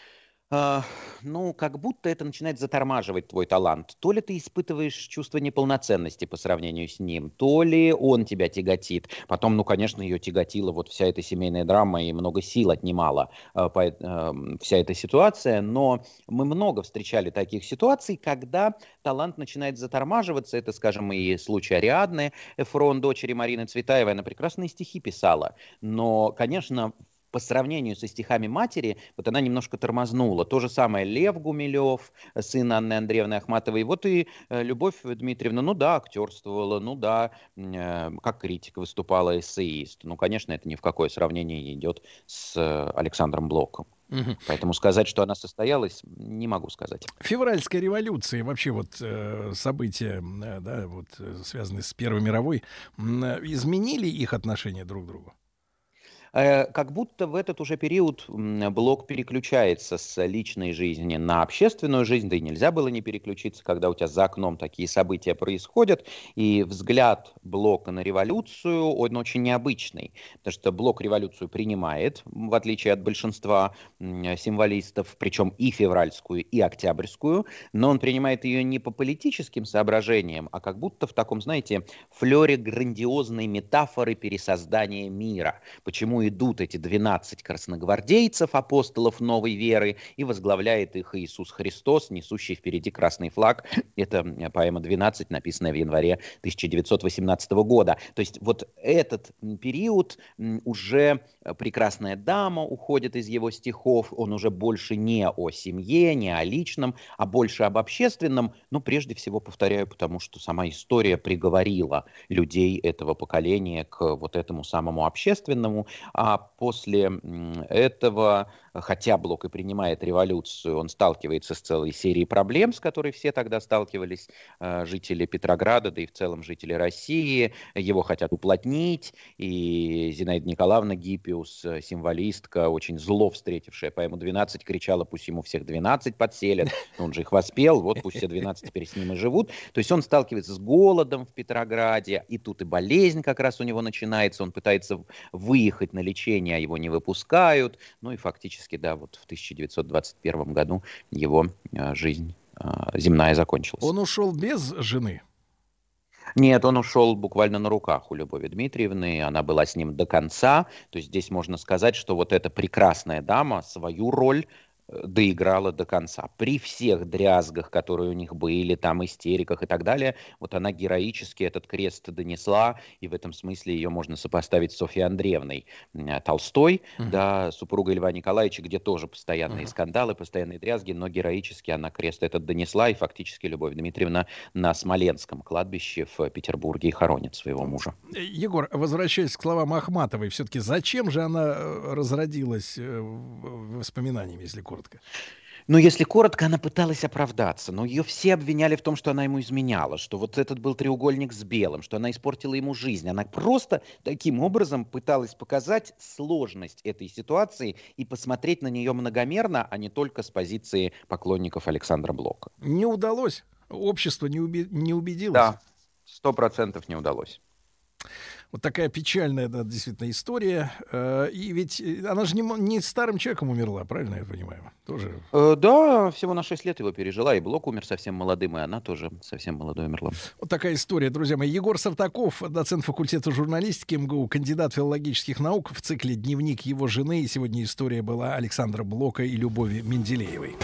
Ну, как будто это начинает затормаживать твой талант. То ли ты испытываешь чувство неполноценности по сравнению с ним, то ли он тебя тяготит. Потом, ну, конечно, ее тяготила вот вся эта семейная драма и много сил отнимала вся эта ситуация. Но мы много встречали таких ситуаций, когда талант начинает затормаживаться. Это, скажем, и случай Ариадны Эфрон, дочери Марины Цветаевой. Она прекрасные стихи писала. Но, конечно, по сравнению со стихами матери, вот она немножко тормознула. То же самое Лев Гумилев, сын Анны Андреевны Ахматовой. Вот и Любовь Дмитриевна, ну да, актерствовала, ну да, как критик выступала, эссеист. Ну, конечно, это ни в какое сравнение не идет с Александром Блоком. Поэтому сказать, что она состоялась, не могу сказать.
Февральская революция, вообще вот события, да, вот, связанные с Первой мировой, изменили их отношение друг к другу?
Как будто в этот уже период Блок переключается с личной жизни на общественную жизнь, да и нельзя было не переключиться, когда у тебя за окном такие события происходят, и взгляд Блока на революцию, он очень необычный, потому что Блок революцию принимает, в отличие от большинства символистов, причем и февральскую, и октябрьскую, но он принимает ее не по политическим соображениям, а как будто в таком, знаете, флёре грандиозной метафоры пересоздания мира. Почему идут эти 12 красногвардейцев, апостолов новой веры, и возглавляет их Иисус Христос, несущий впереди красный флаг. Это поэма «12», написанная в январе 1918 года. То есть вот этот период уже прекрасная дама уходит из его стихов, он уже больше не о семье, не о личном, а больше об общественном. Но прежде всего, повторяю, потому что сама история приговорила людей этого поколения к вот этому самому общественному, а после этого, хотя Блок и принимает революцию, он сталкивается с целой серией проблем, с которой все тогда сталкивались жители Петрограда, да и в целом жители России. Его хотят уплотнить, и Зинаида Николаевна Гиппиус, символистка, очень зло встретившая поэму «12», кричала: пусть ему всех 12 подселят, он же их воспел, вот пусть все 12 теперь с ним и живут. То есть он сталкивается с голодом в Петрограде, и тут и болезнь как раз у него начинается, он пытается выехать на лечение, а его не выпускают. Ну и фактически, да, вот в 1921 году его жизнь земная закончилась.
Он ушел без жены?
Нет, он ушел буквально на руках у Любови Дмитриевны, она была с ним до конца. То есть здесь можно сказать, что вот эта прекрасная дама свою роль доиграла до конца. При всех дрязгах, которые у них были, там, истериках и так далее, вот она героически этот крест донесла, и в этом смысле ее можно сопоставить с Софьей Андреевной Толстой, да, супругой Льва Николаевича, где тоже постоянные скандалы, постоянные дрязги, но героически она крест этот донесла, и фактически Любовь Дмитриевна на Смоленском кладбище в Петербурге и хоронит своего мужа.
Егор, возвращаясь к словам Ахматовой, все-таки зачем же она разродилась воспоминаниями, если коротко?
Ну, если коротко, она пыталась оправдаться, но ее все обвиняли в том, что она ему изменяла, что вот этот был треугольник с белым, что она испортила ему жизнь. Она просто таким образом пыталась показать сложность этой ситуации и посмотреть на нее многомерно, а не только с позиции поклонников Александра Блока.
Не удалось? Общество не убедилось?
Да, 100% не удалось.
Вот такая печальная, да, действительно, история. И ведь она же не старым человеком умерла, правильно я понимаю? Тоже...
Да, всего на 6 лет его пережила, и Блок умер совсем молодым, и она тоже совсем молодой умерла.
Вот такая история, друзья мои. Егор Сартаков, доцент факультета журналистики МГУ, кандидат филологических наук, в цикле «Дневник его жены». И сегодня история была Александра Блока и Любови Менделеевой.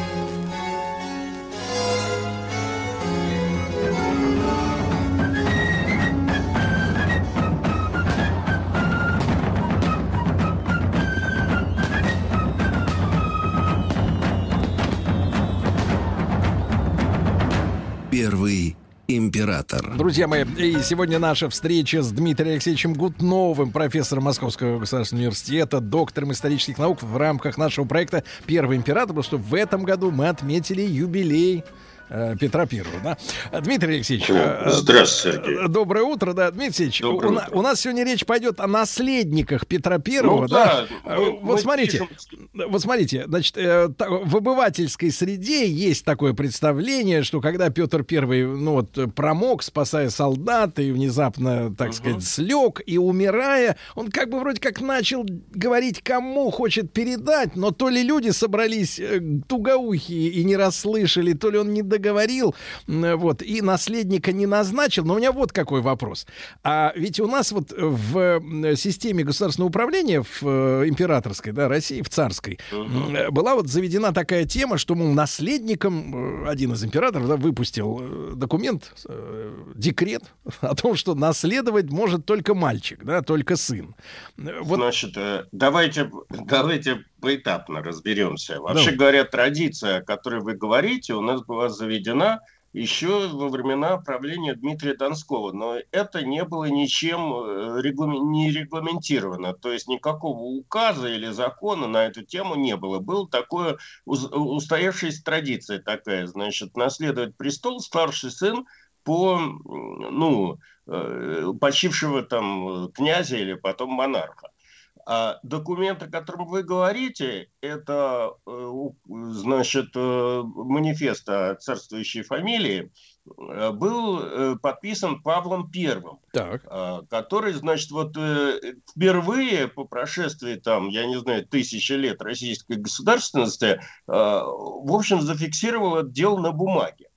Первый император.
Друзья мои, и сегодня наша встреча с Дмитрием Алексеевичем Гутновым, профессором Московского государственного университета, доктором исторических наук, в рамках нашего проекта «Первый император», потому что в этом году мы отметили юбилей Петра Первого, да? Дмитрий Алексеевич.
Здравствуйте, Сергей.
Доброе утро, да, Дмитрий Алексеевич. У нас сегодня речь пойдет о наследниках Петра Первого,
ну,
да?
Вот
смотрите, значит, в обывательской среде есть такое представление, что когда Петр Первый, ну вот, промок, спасая солдат, и внезапно, так сказать, слег, и умирая, он как бы вроде как начал говорить, кому хочет передать, но то ли люди собрались тугоухие и не расслышали, то ли он не договорил, вот, и наследника не назначил. Но у меня вот какой вопрос. А ведь у нас вот в системе государственного управления, в императорской, да, России, в царской, была вот заведена такая тема, что, мол, наследником один из императоров, да, выпустил документ, декрет о том, что наследовать может только мальчик, да, только сын. Вот.
Значит, давайте поэтапно разберемся. Вообще говоря, традиция, о которой вы говорите, у нас была заведена еще во времена правления Дмитрия Донского, но это не было ничем не регламентировано, то есть никакого указа или закона на эту тему не было. Была такая устоявшаяся традиция такая, значит, наследовать престол старший сын по, почившего там князя или потом монарха. А документ, о котором вы говорите, это, значит, манифест о царствующей фамилии, был подписан Павлом I, который, значит, вот впервые по прошествии, там, я не знаю, 1000 лет российской государственности, в общем, зафиксировал это дело на бумаге.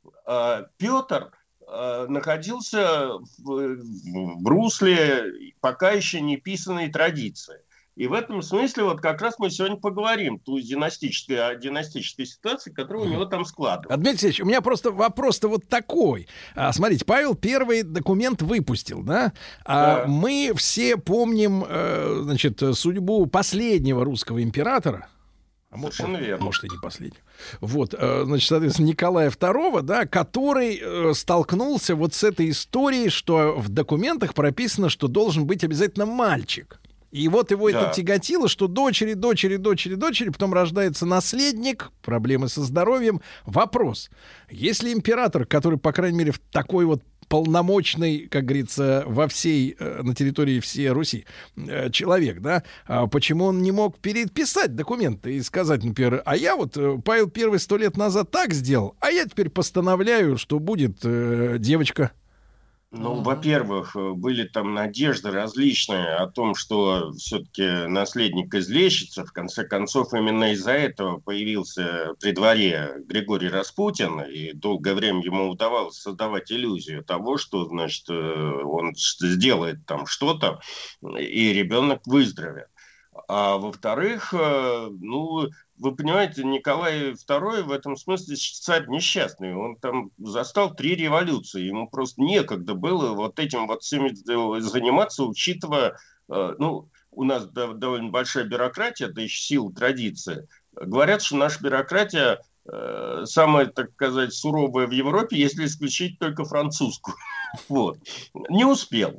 Петр находился в русле пока еще не писанной традиции. И в этом смысле вот как раз мы сегодня поговорим о династической ситуации, которая у него там складывается.
Дмитрий Алексеевич, у меня просто вопрос-то вот такой. Смотрите, Павел I документ выпустил, да?
Да.
Мы все помним, значит, судьбу последнего русского императора.
Совершенно верно.
Может, и не последний. Вот, значит, соответственно, Николая II, да, который столкнулся вот с этой историей, что в документах прописано, что должен быть обязательно мальчик. И вот его это тяготило, что дочери, потом рождается наследник, проблемы со здоровьем. Вопрос. Если император, который, по крайней мере, в такой вот полномочный, как говорится, на территории всей Руси человек, да, почему он не мог переписать документы и сказать, например, а я вот, Павел I 100 лет назад так сделал, а я теперь постановляю, что будет девочка.
Ну, во-первых, были там надежды различные о том, что все-таки наследник излечится. В конце концов, именно из-за этого появился при дворе Григорий Распутин, и долгое время ему удавалось создавать иллюзию того, что, значит, он сделает там что-то, и ребенок выздоровеет. А во-вторых, ну, вы понимаете, Николай II в этом смысле царь несчастный. Он там застал 3 революции. Ему просто некогда было вот этим вот всем заниматься, учитывая, ну, у нас довольно большая бюрократия, да еще сила традиции. Говорят, что наша бюрократия самая, так сказать, суровая в Европе, если исключить только французскую. Вот. Не успел.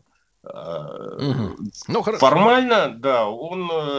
Ну,
формально, да, он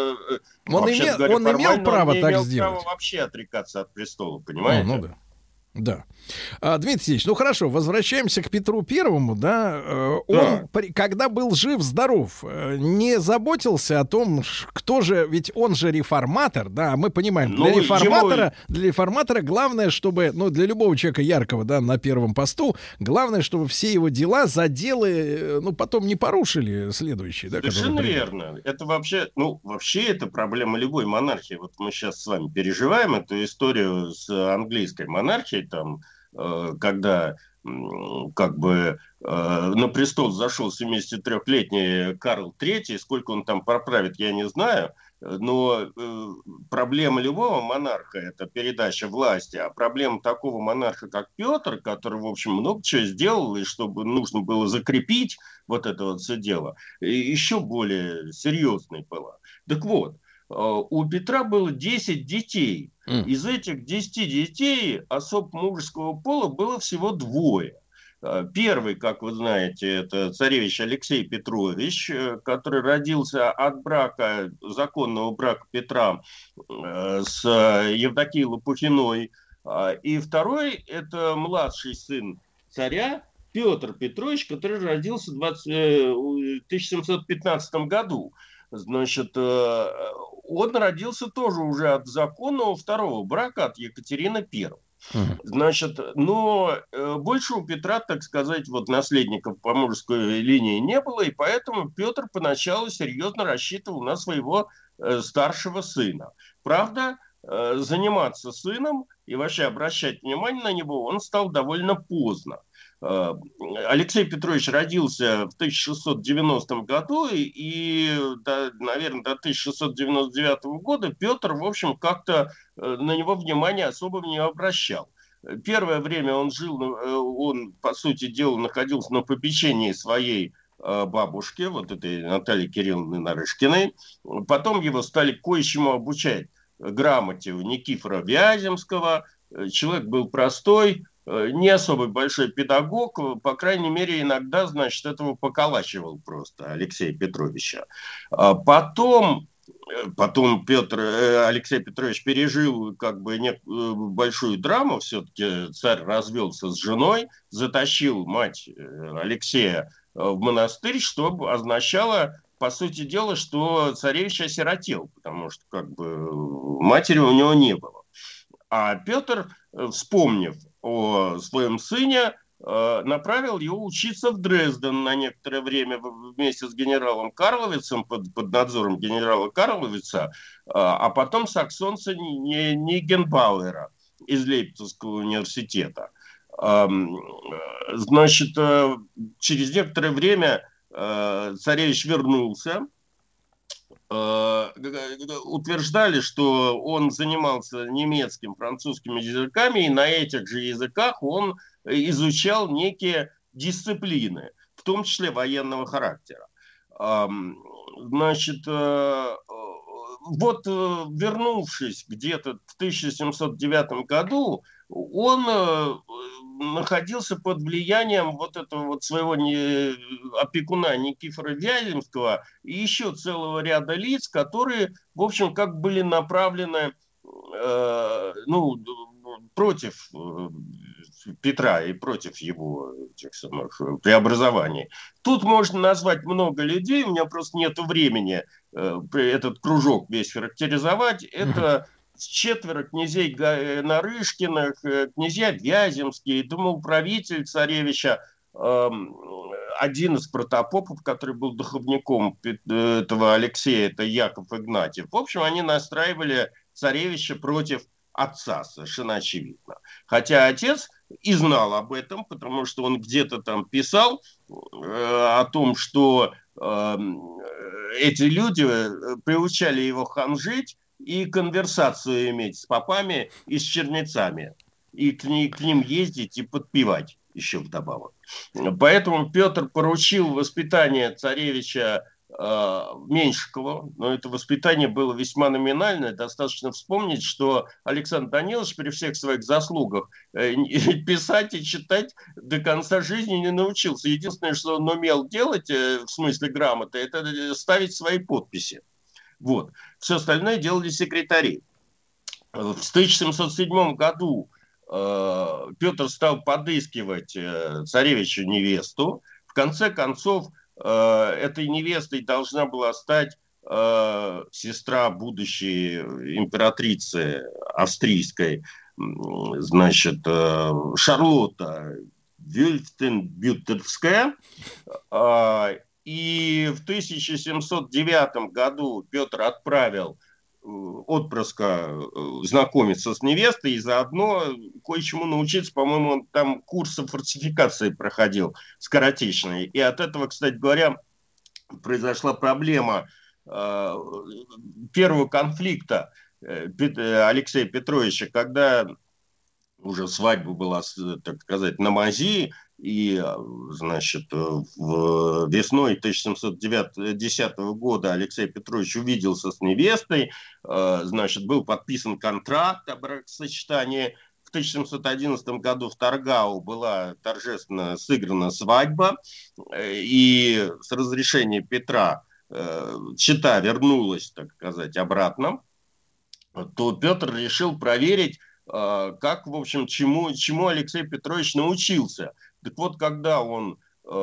имел право так сделать.
Право вообще отрекаться от престола, понимаете?
Ну да. Да. Дмитрий Алексеевич, ну хорошо, возвращаемся к Петру Первому, да. Он, когда был жив-здоров, не заботился о том, кто же, ведь он же реформатор, да, мы понимаем, для реформатора главное, чтобы, ну, для любого человека яркого, да, на первом посту, главное, чтобы все его дела, заделы, ну, потом не порушили следующие, да.
Совершенно верно. Это вообще это проблема любой монархии. Вот мы сейчас с вами переживаем эту историю с английской монархией, там, когда как бы на престол зашел 73-летний Карл III, сколько он там проправит, я не знаю, но проблема любого монарха — это передача власти, а проблема такого монарха, как Петр, который, в общем, много чего сделал, и чтобы нужно было закрепить вот это вот все дело, еще более серьезной была. Так вот, у Петра было 10 детей. Из этих 10 детей особ мужеского пола было всего 2. Первый, как вы знаете, это царевич Алексей Петрович, который родился от брака, законного брака Петра с Евдокией Лопухиной. И второй – это младший сын царя Петр Петрович, который родился в 1715 году. Значит, он родился тоже уже от законного второго брака от Екатерины I. Значит, но больше у Петра, так сказать, вот наследников по мужской линии не было, и поэтому Петр поначалу серьезно рассчитывал на своего старшего сына. Правда, заниматься сыном и вообще обращать внимание на него он стал довольно поздно. Алексей Петрович родился в 1690 году, и наверное, до 1699 года Петр, в общем, как-то на него внимания особо не обращал. Первое время он, по сути дела, находился на попечении своей бабушки, вот этой Натальи Кирилловны Нарышкиной. Потом его стали кое-чему обучать грамоте у Никифора Вяземского. Человек был простой, не особо большой педагог, по крайней мере, иногда, значит, этого поколачивал просто Алексея Петровича. Потом Алексей Петрович пережил как бы большую драму, все-таки царь развелся с женой, затащил мать Алексея в монастырь, что означало по сути дела, что царевич осиротел, потому что как бы матери у него не было. А Петр, вспомнив о своем сыне, направил его учиться в Дрезден на некоторое время вместе с генералом Карловицем, под надзором генерала Карловица, а потом саксонца Нигенбауэра из Лейпцигского университета. Значит, через некоторое время царевич вернулся. Утверждали, что он занимался немецким, французским языками, и на этих же языках он изучал некие дисциплины, в том числе военного характера. Значит, вот вернувшись где-то в 1709 году, он находился под влиянием вот этого вот своего опекуна Никифора Вяземского и еще целого ряда лиц, которые, в общем, как были направлены против Петра и против его этих самых преобразований. Тут можно назвать много людей, у меня просто нет времени этот кружок весь характеризовать. Это 4 князей Нарышкиных, князья Вяземские, домоуправитель царевича, один из протопопов, который был духовником этого Алексея, это Яков Игнатьев. В общем, они настраивали царевича против отца, совершенно очевидно. Хотя отец и знал об этом, потому что он где-то там писал о том, что эти люди приучали его ханжить и конверсацию иметь с попами и с чернецами, и к ним ездить и подпевать еще вдобавок. Поэтому Петр поручил воспитание царевича Меньшикова, но это воспитание было весьма номинальное. Достаточно вспомнить, что Александр Данилович при всех своих заслугах писать и читать до конца жизни не научился. Единственное, что он умел делать, в смысле грамоты, это ставить свои подписи. Вот. Все остальное делали секретари. В 1707 году Петр стал подыскивать царевичу невесту. В конце концов, этой невестой должна была стать сестра будущей императрицы австрийской, значит, Шарлотта Вюльфтенбюттельская. И в 1709 году Петр отправил отпрыска знакомиться с невестой и заодно кое-чему научиться. По-моему, он там курсы фортификации проходил скоротечные. И от этого, кстати говоря, произошла проблема первого конфликта Алексея Петровича, когда уже свадьба была, так сказать, на мази, и, значит, весной 1710 года Алексей Петрович увиделся с невестой, значит, был подписан контракт о бракосочетании. В 1711 году в Торгау была торжественно сыграна свадьба, и с разрешения Петра чета вернулась, так сказать, обратно, то Петр решил проверить, как, в общем, чему Алексей Петрович научился. Так вот, когда он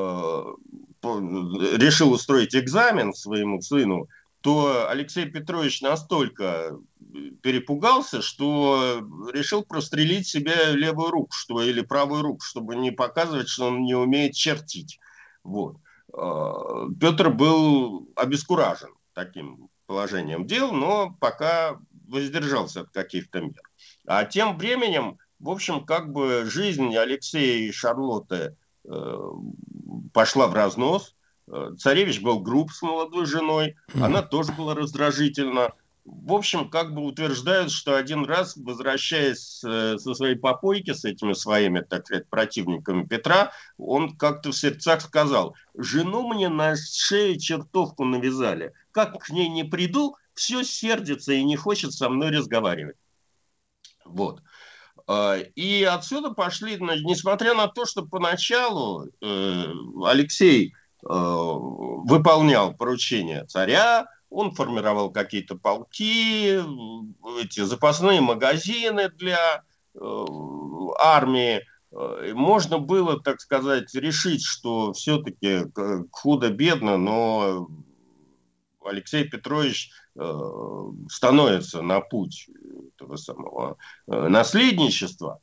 решил устроить экзамен своему сыну, то Алексей Петрович настолько перепугался, что решил прострелить себе левую руку или правую руку, чтобы не показывать, что он не умеет чертить. Вот. Петр был обескуражен таким положением дел, но пока воздержался от каких-то мер. А тем временем, в общем, как бы жизнь Алексея и Шарлотты пошла в разнос. Царевич был груб с молодой женой, она тоже была раздражительна. В общем, как бы утверждают, что один раз, возвращаясь со своей попойки с этими своими, так сказать, противниками Петра, он как-то в сердцах сказал: «Жену мне на шею чертовку навязали. Как к ней не приду, все сердится и не хочет со мной разговаривать». Вот. И отсюда пошли, несмотря на то, что поначалу Алексей выполнял поручения царя, он формировал какие-то полки, эти запасные магазины для армии. Можно было, так сказать, решить, что все-таки худо-бедно, но Алексей Петрович становится на путь этого самого наследничества.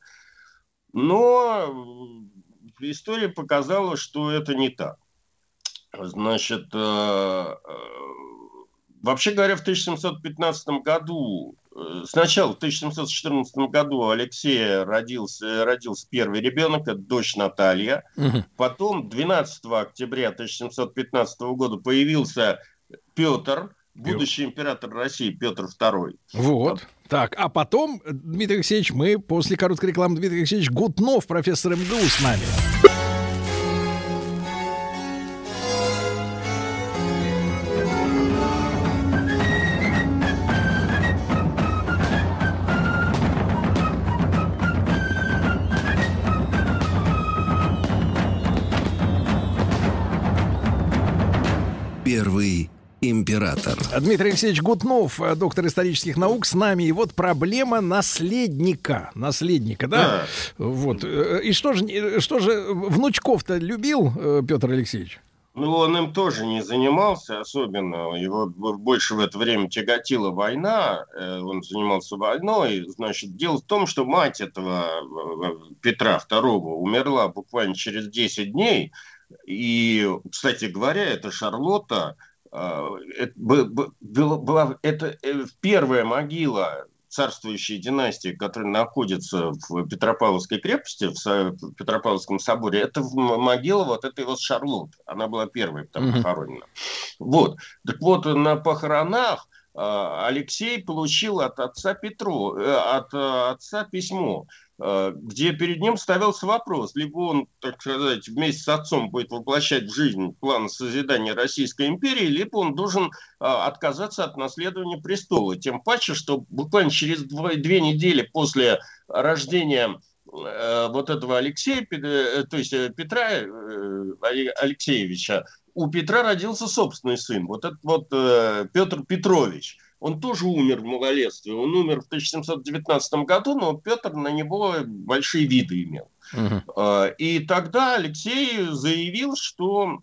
Но история показала, что это не так. Значит, вообще говоря, в 1715 году, сначала в 1714 году у Алексея родился первый ребенок, это дочь Наталья. Потом 12 октября 1715 года появился Петр, будущий император России, Петр II.
Вот. Так, а потом, Дмитрий Алексеевич, мы после короткой рекламы, Дмитрий Алексеевич Гутнов, профессор МГУ с нами.
Первый император.
Дмитрий Алексеевич Гутнов, доктор исторических наук, с нами. И вот проблема наследника. Наследника, да? Вот. И что же внучков-то любил Петр Алексеевич?
Ну, он им тоже не занимался особенно. Его больше в это время тяготила война. Он занимался войной. Значит, дело в том, что мать этого Петра II умерла буквально через 10 дней. И, кстати говоря, эта Шарлотта, это была первая могила царствующей династии, которая находится в Петропавловской крепости, в Петропавловском соборе. Это могила вот этой вот Шарлотты. Она была первой там похоронена. Вот. Так вот, на похоронах Алексей получил от отца письмо, где перед ним ставился вопрос: либо он, так сказать, вместе с отцом будет воплощать в жизнь план созидания Российской империи, либо он должен отказаться от наследования престола. Тем паче, что буквально через 2 недели после рождения вот этого Алексея, то есть Петра Алексеевича, у Петра родился собственный сын, вот этот вот Петр Петрович. Он тоже умер в малолетстве. Он умер в 1719 году, но Петр на него большие виды имел. И тогда Алексей заявил, что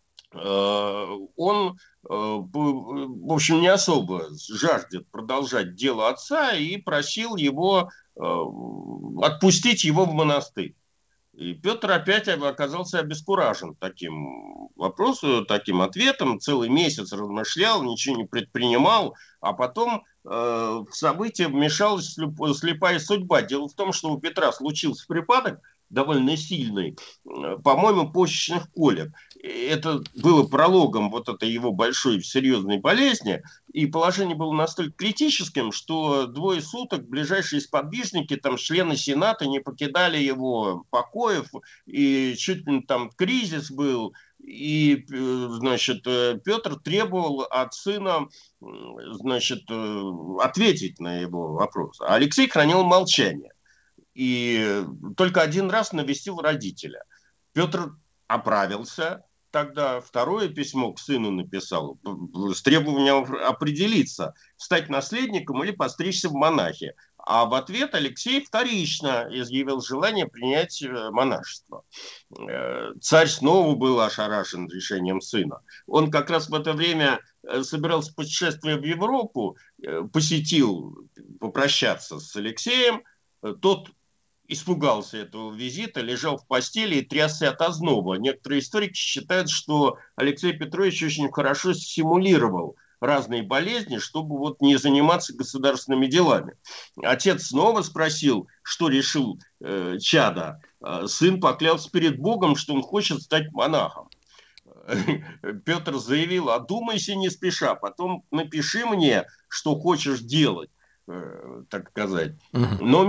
он, в общем, не особо жаждет продолжать дело отца и просил его отпустить его в монастырь. И Петр опять оказался обескуражен таким вопросом, таким ответом. Целый месяц размышлял, ничего не предпринимал, а потом в события вмешалась слепая судьба. Дело в том, что у Петра случился припадок довольно сильный, по-моему, почечных колик. Это было прологом вот этой его большой серьезной болезни, и положение было настолько критическим, что 2 суток ближайшие сподвижники, там члены Сената, не покидали его покоев, и чуть ли там кризис был. И, значит, Петр требовал от сына, значит, ответить на его вопрос. А Алексей хранил молчание. И только 1 раз навестил родителя. Петр оправился, тогда 2 письмо к сыну написал с требованием определиться, стать наследником или постричься в монахи. А в ответ Алексей вторично изъявил желание принять монашество. Царь снова был ошарашен решением сына. Он как раз в это время собирался путешествие в Европу, посетил попрощаться с Алексеем. Тот испугался этого визита, лежал в постели и трясся от озноба. Некоторые историки считают, что Алексей Петрович очень хорошо симулировал разные болезни, чтобы вот не заниматься государственными делами. Отец снова спросил, что решил чадо. Сын поклялся перед Богом, что он хочет стать монахом. Петр заявил: одумайся не спеша, потом напиши мне, что хочешь делать, так сказать. Но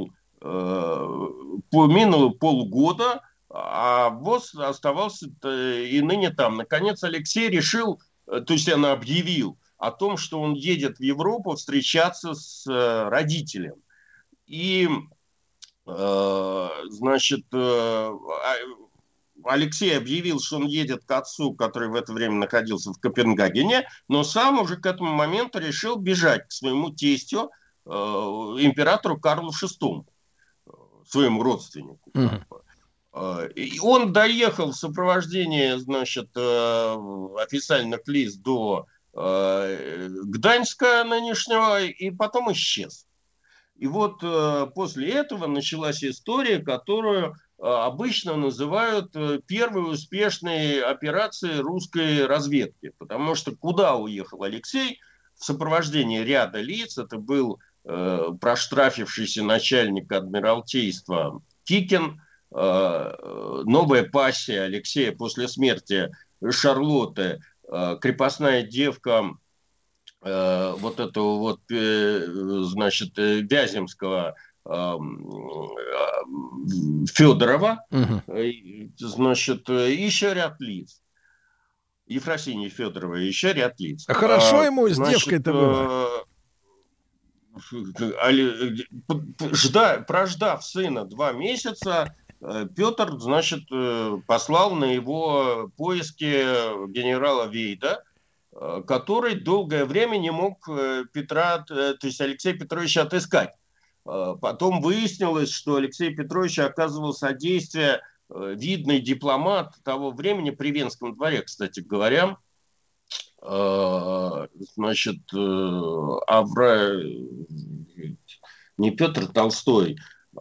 минуло полгода, а ВОЗ оставался и ныне там. Наконец Алексей решил, то есть он объявил о том, что он едет в Европу встречаться с родителем. И, значит, Алексей объявил, что он едет к отцу, который в это время находился в Копенгагене, но сам уже к этому моменту решил бежать к своему тестю, императору Карлу VI, своему родственнику. И он доехал в сопровождении, значит, официальных лиц до Гданьска нынешнего, и потом исчез. И вот после этого началась история, которую обычно называют первой успешной операцией русской разведки. Потому что куда уехал Алексей? В сопровождении ряда лиц. Это был проштрафившийся начальник Адмиралтейства Кикин, новая пассия Алексея после смерти Шарлотты, крепостная девка вот этого вот, значит, Вяземского Федорова, значит, еще ряд лиц. Ефросинья Федорова, еще ряд лиц.
А хорошо ему с девкой-то было?
Прождав сына 2 месяца, Петр, значит, послал на его поиски генерала Вейда, который долгое время не мог Петра, то есть Алексея Петровича отыскать. Потом выяснилось, что Алексей Петрович оказывал содействие видный дипломат того времени при Венском дворе, кстати говоря, значит, не Петр Толстой,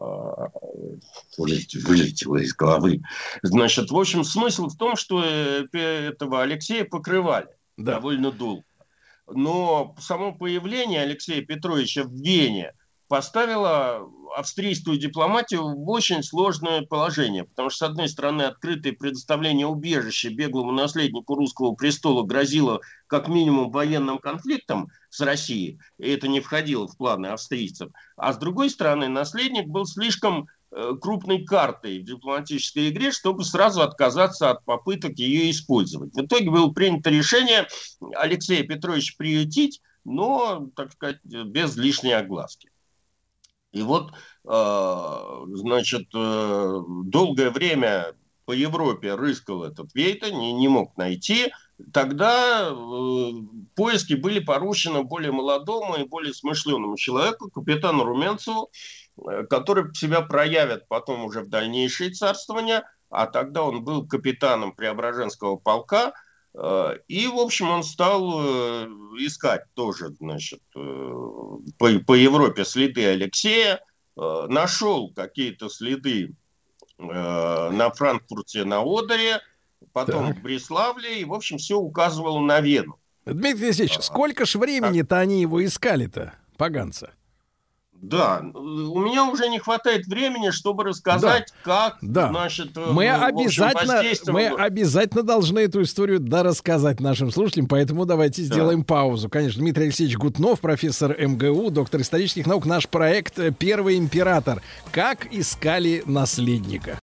вылетело из головы. Значит, в общем, смысл в том, что этого Алексея покрывали довольно долго. Но само появление Алексея Петровича в Вене поставило австрийскую дипломатию в очень сложное положение. Потому что, с одной стороны, открытое предоставление убежища беглому наследнику русского престола грозило как минимум военным конфликтом с Россией, и это не входило в планы австрийцев. А с другой стороны, наследник был слишком крупной картой в дипломатической игре, чтобы сразу отказаться от попыток ее использовать. В итоге было принято решение Алексея Петровича приютить, но, так сказать, без лишней огласки. И вот, значит, долгое время по Европе рыскал этот Вейта, не мог найти. Тогда поиски были поручены более молодому и более смышленному человеку, капитану Румянцеву, который себя проявит потом уже в дальнейшие царствования. А тогда он был капитаном Преображенского полка. И, в общем, он стал искать тоже, значит, по Европе следы Алексея, нашел какие-то следы на Франкфурте на Одере, потом в Бреславле, и, в общем, все указывало на Вену.
Дмитрий Алексеевич, сколько ж времени-то они его искали-то, поганца?
Да, у меня уже не хватает времени, чтобы рассказать, как, значит,
мы обязательно должны эту историю рассказать нашим слушателям, поэтому давайте сделаем паузу. Конечно, Дмитрий Алексеевич Гутнов, профессор МГУ, доктор исторических наук, наш проект «Первый император». Как искали наследника.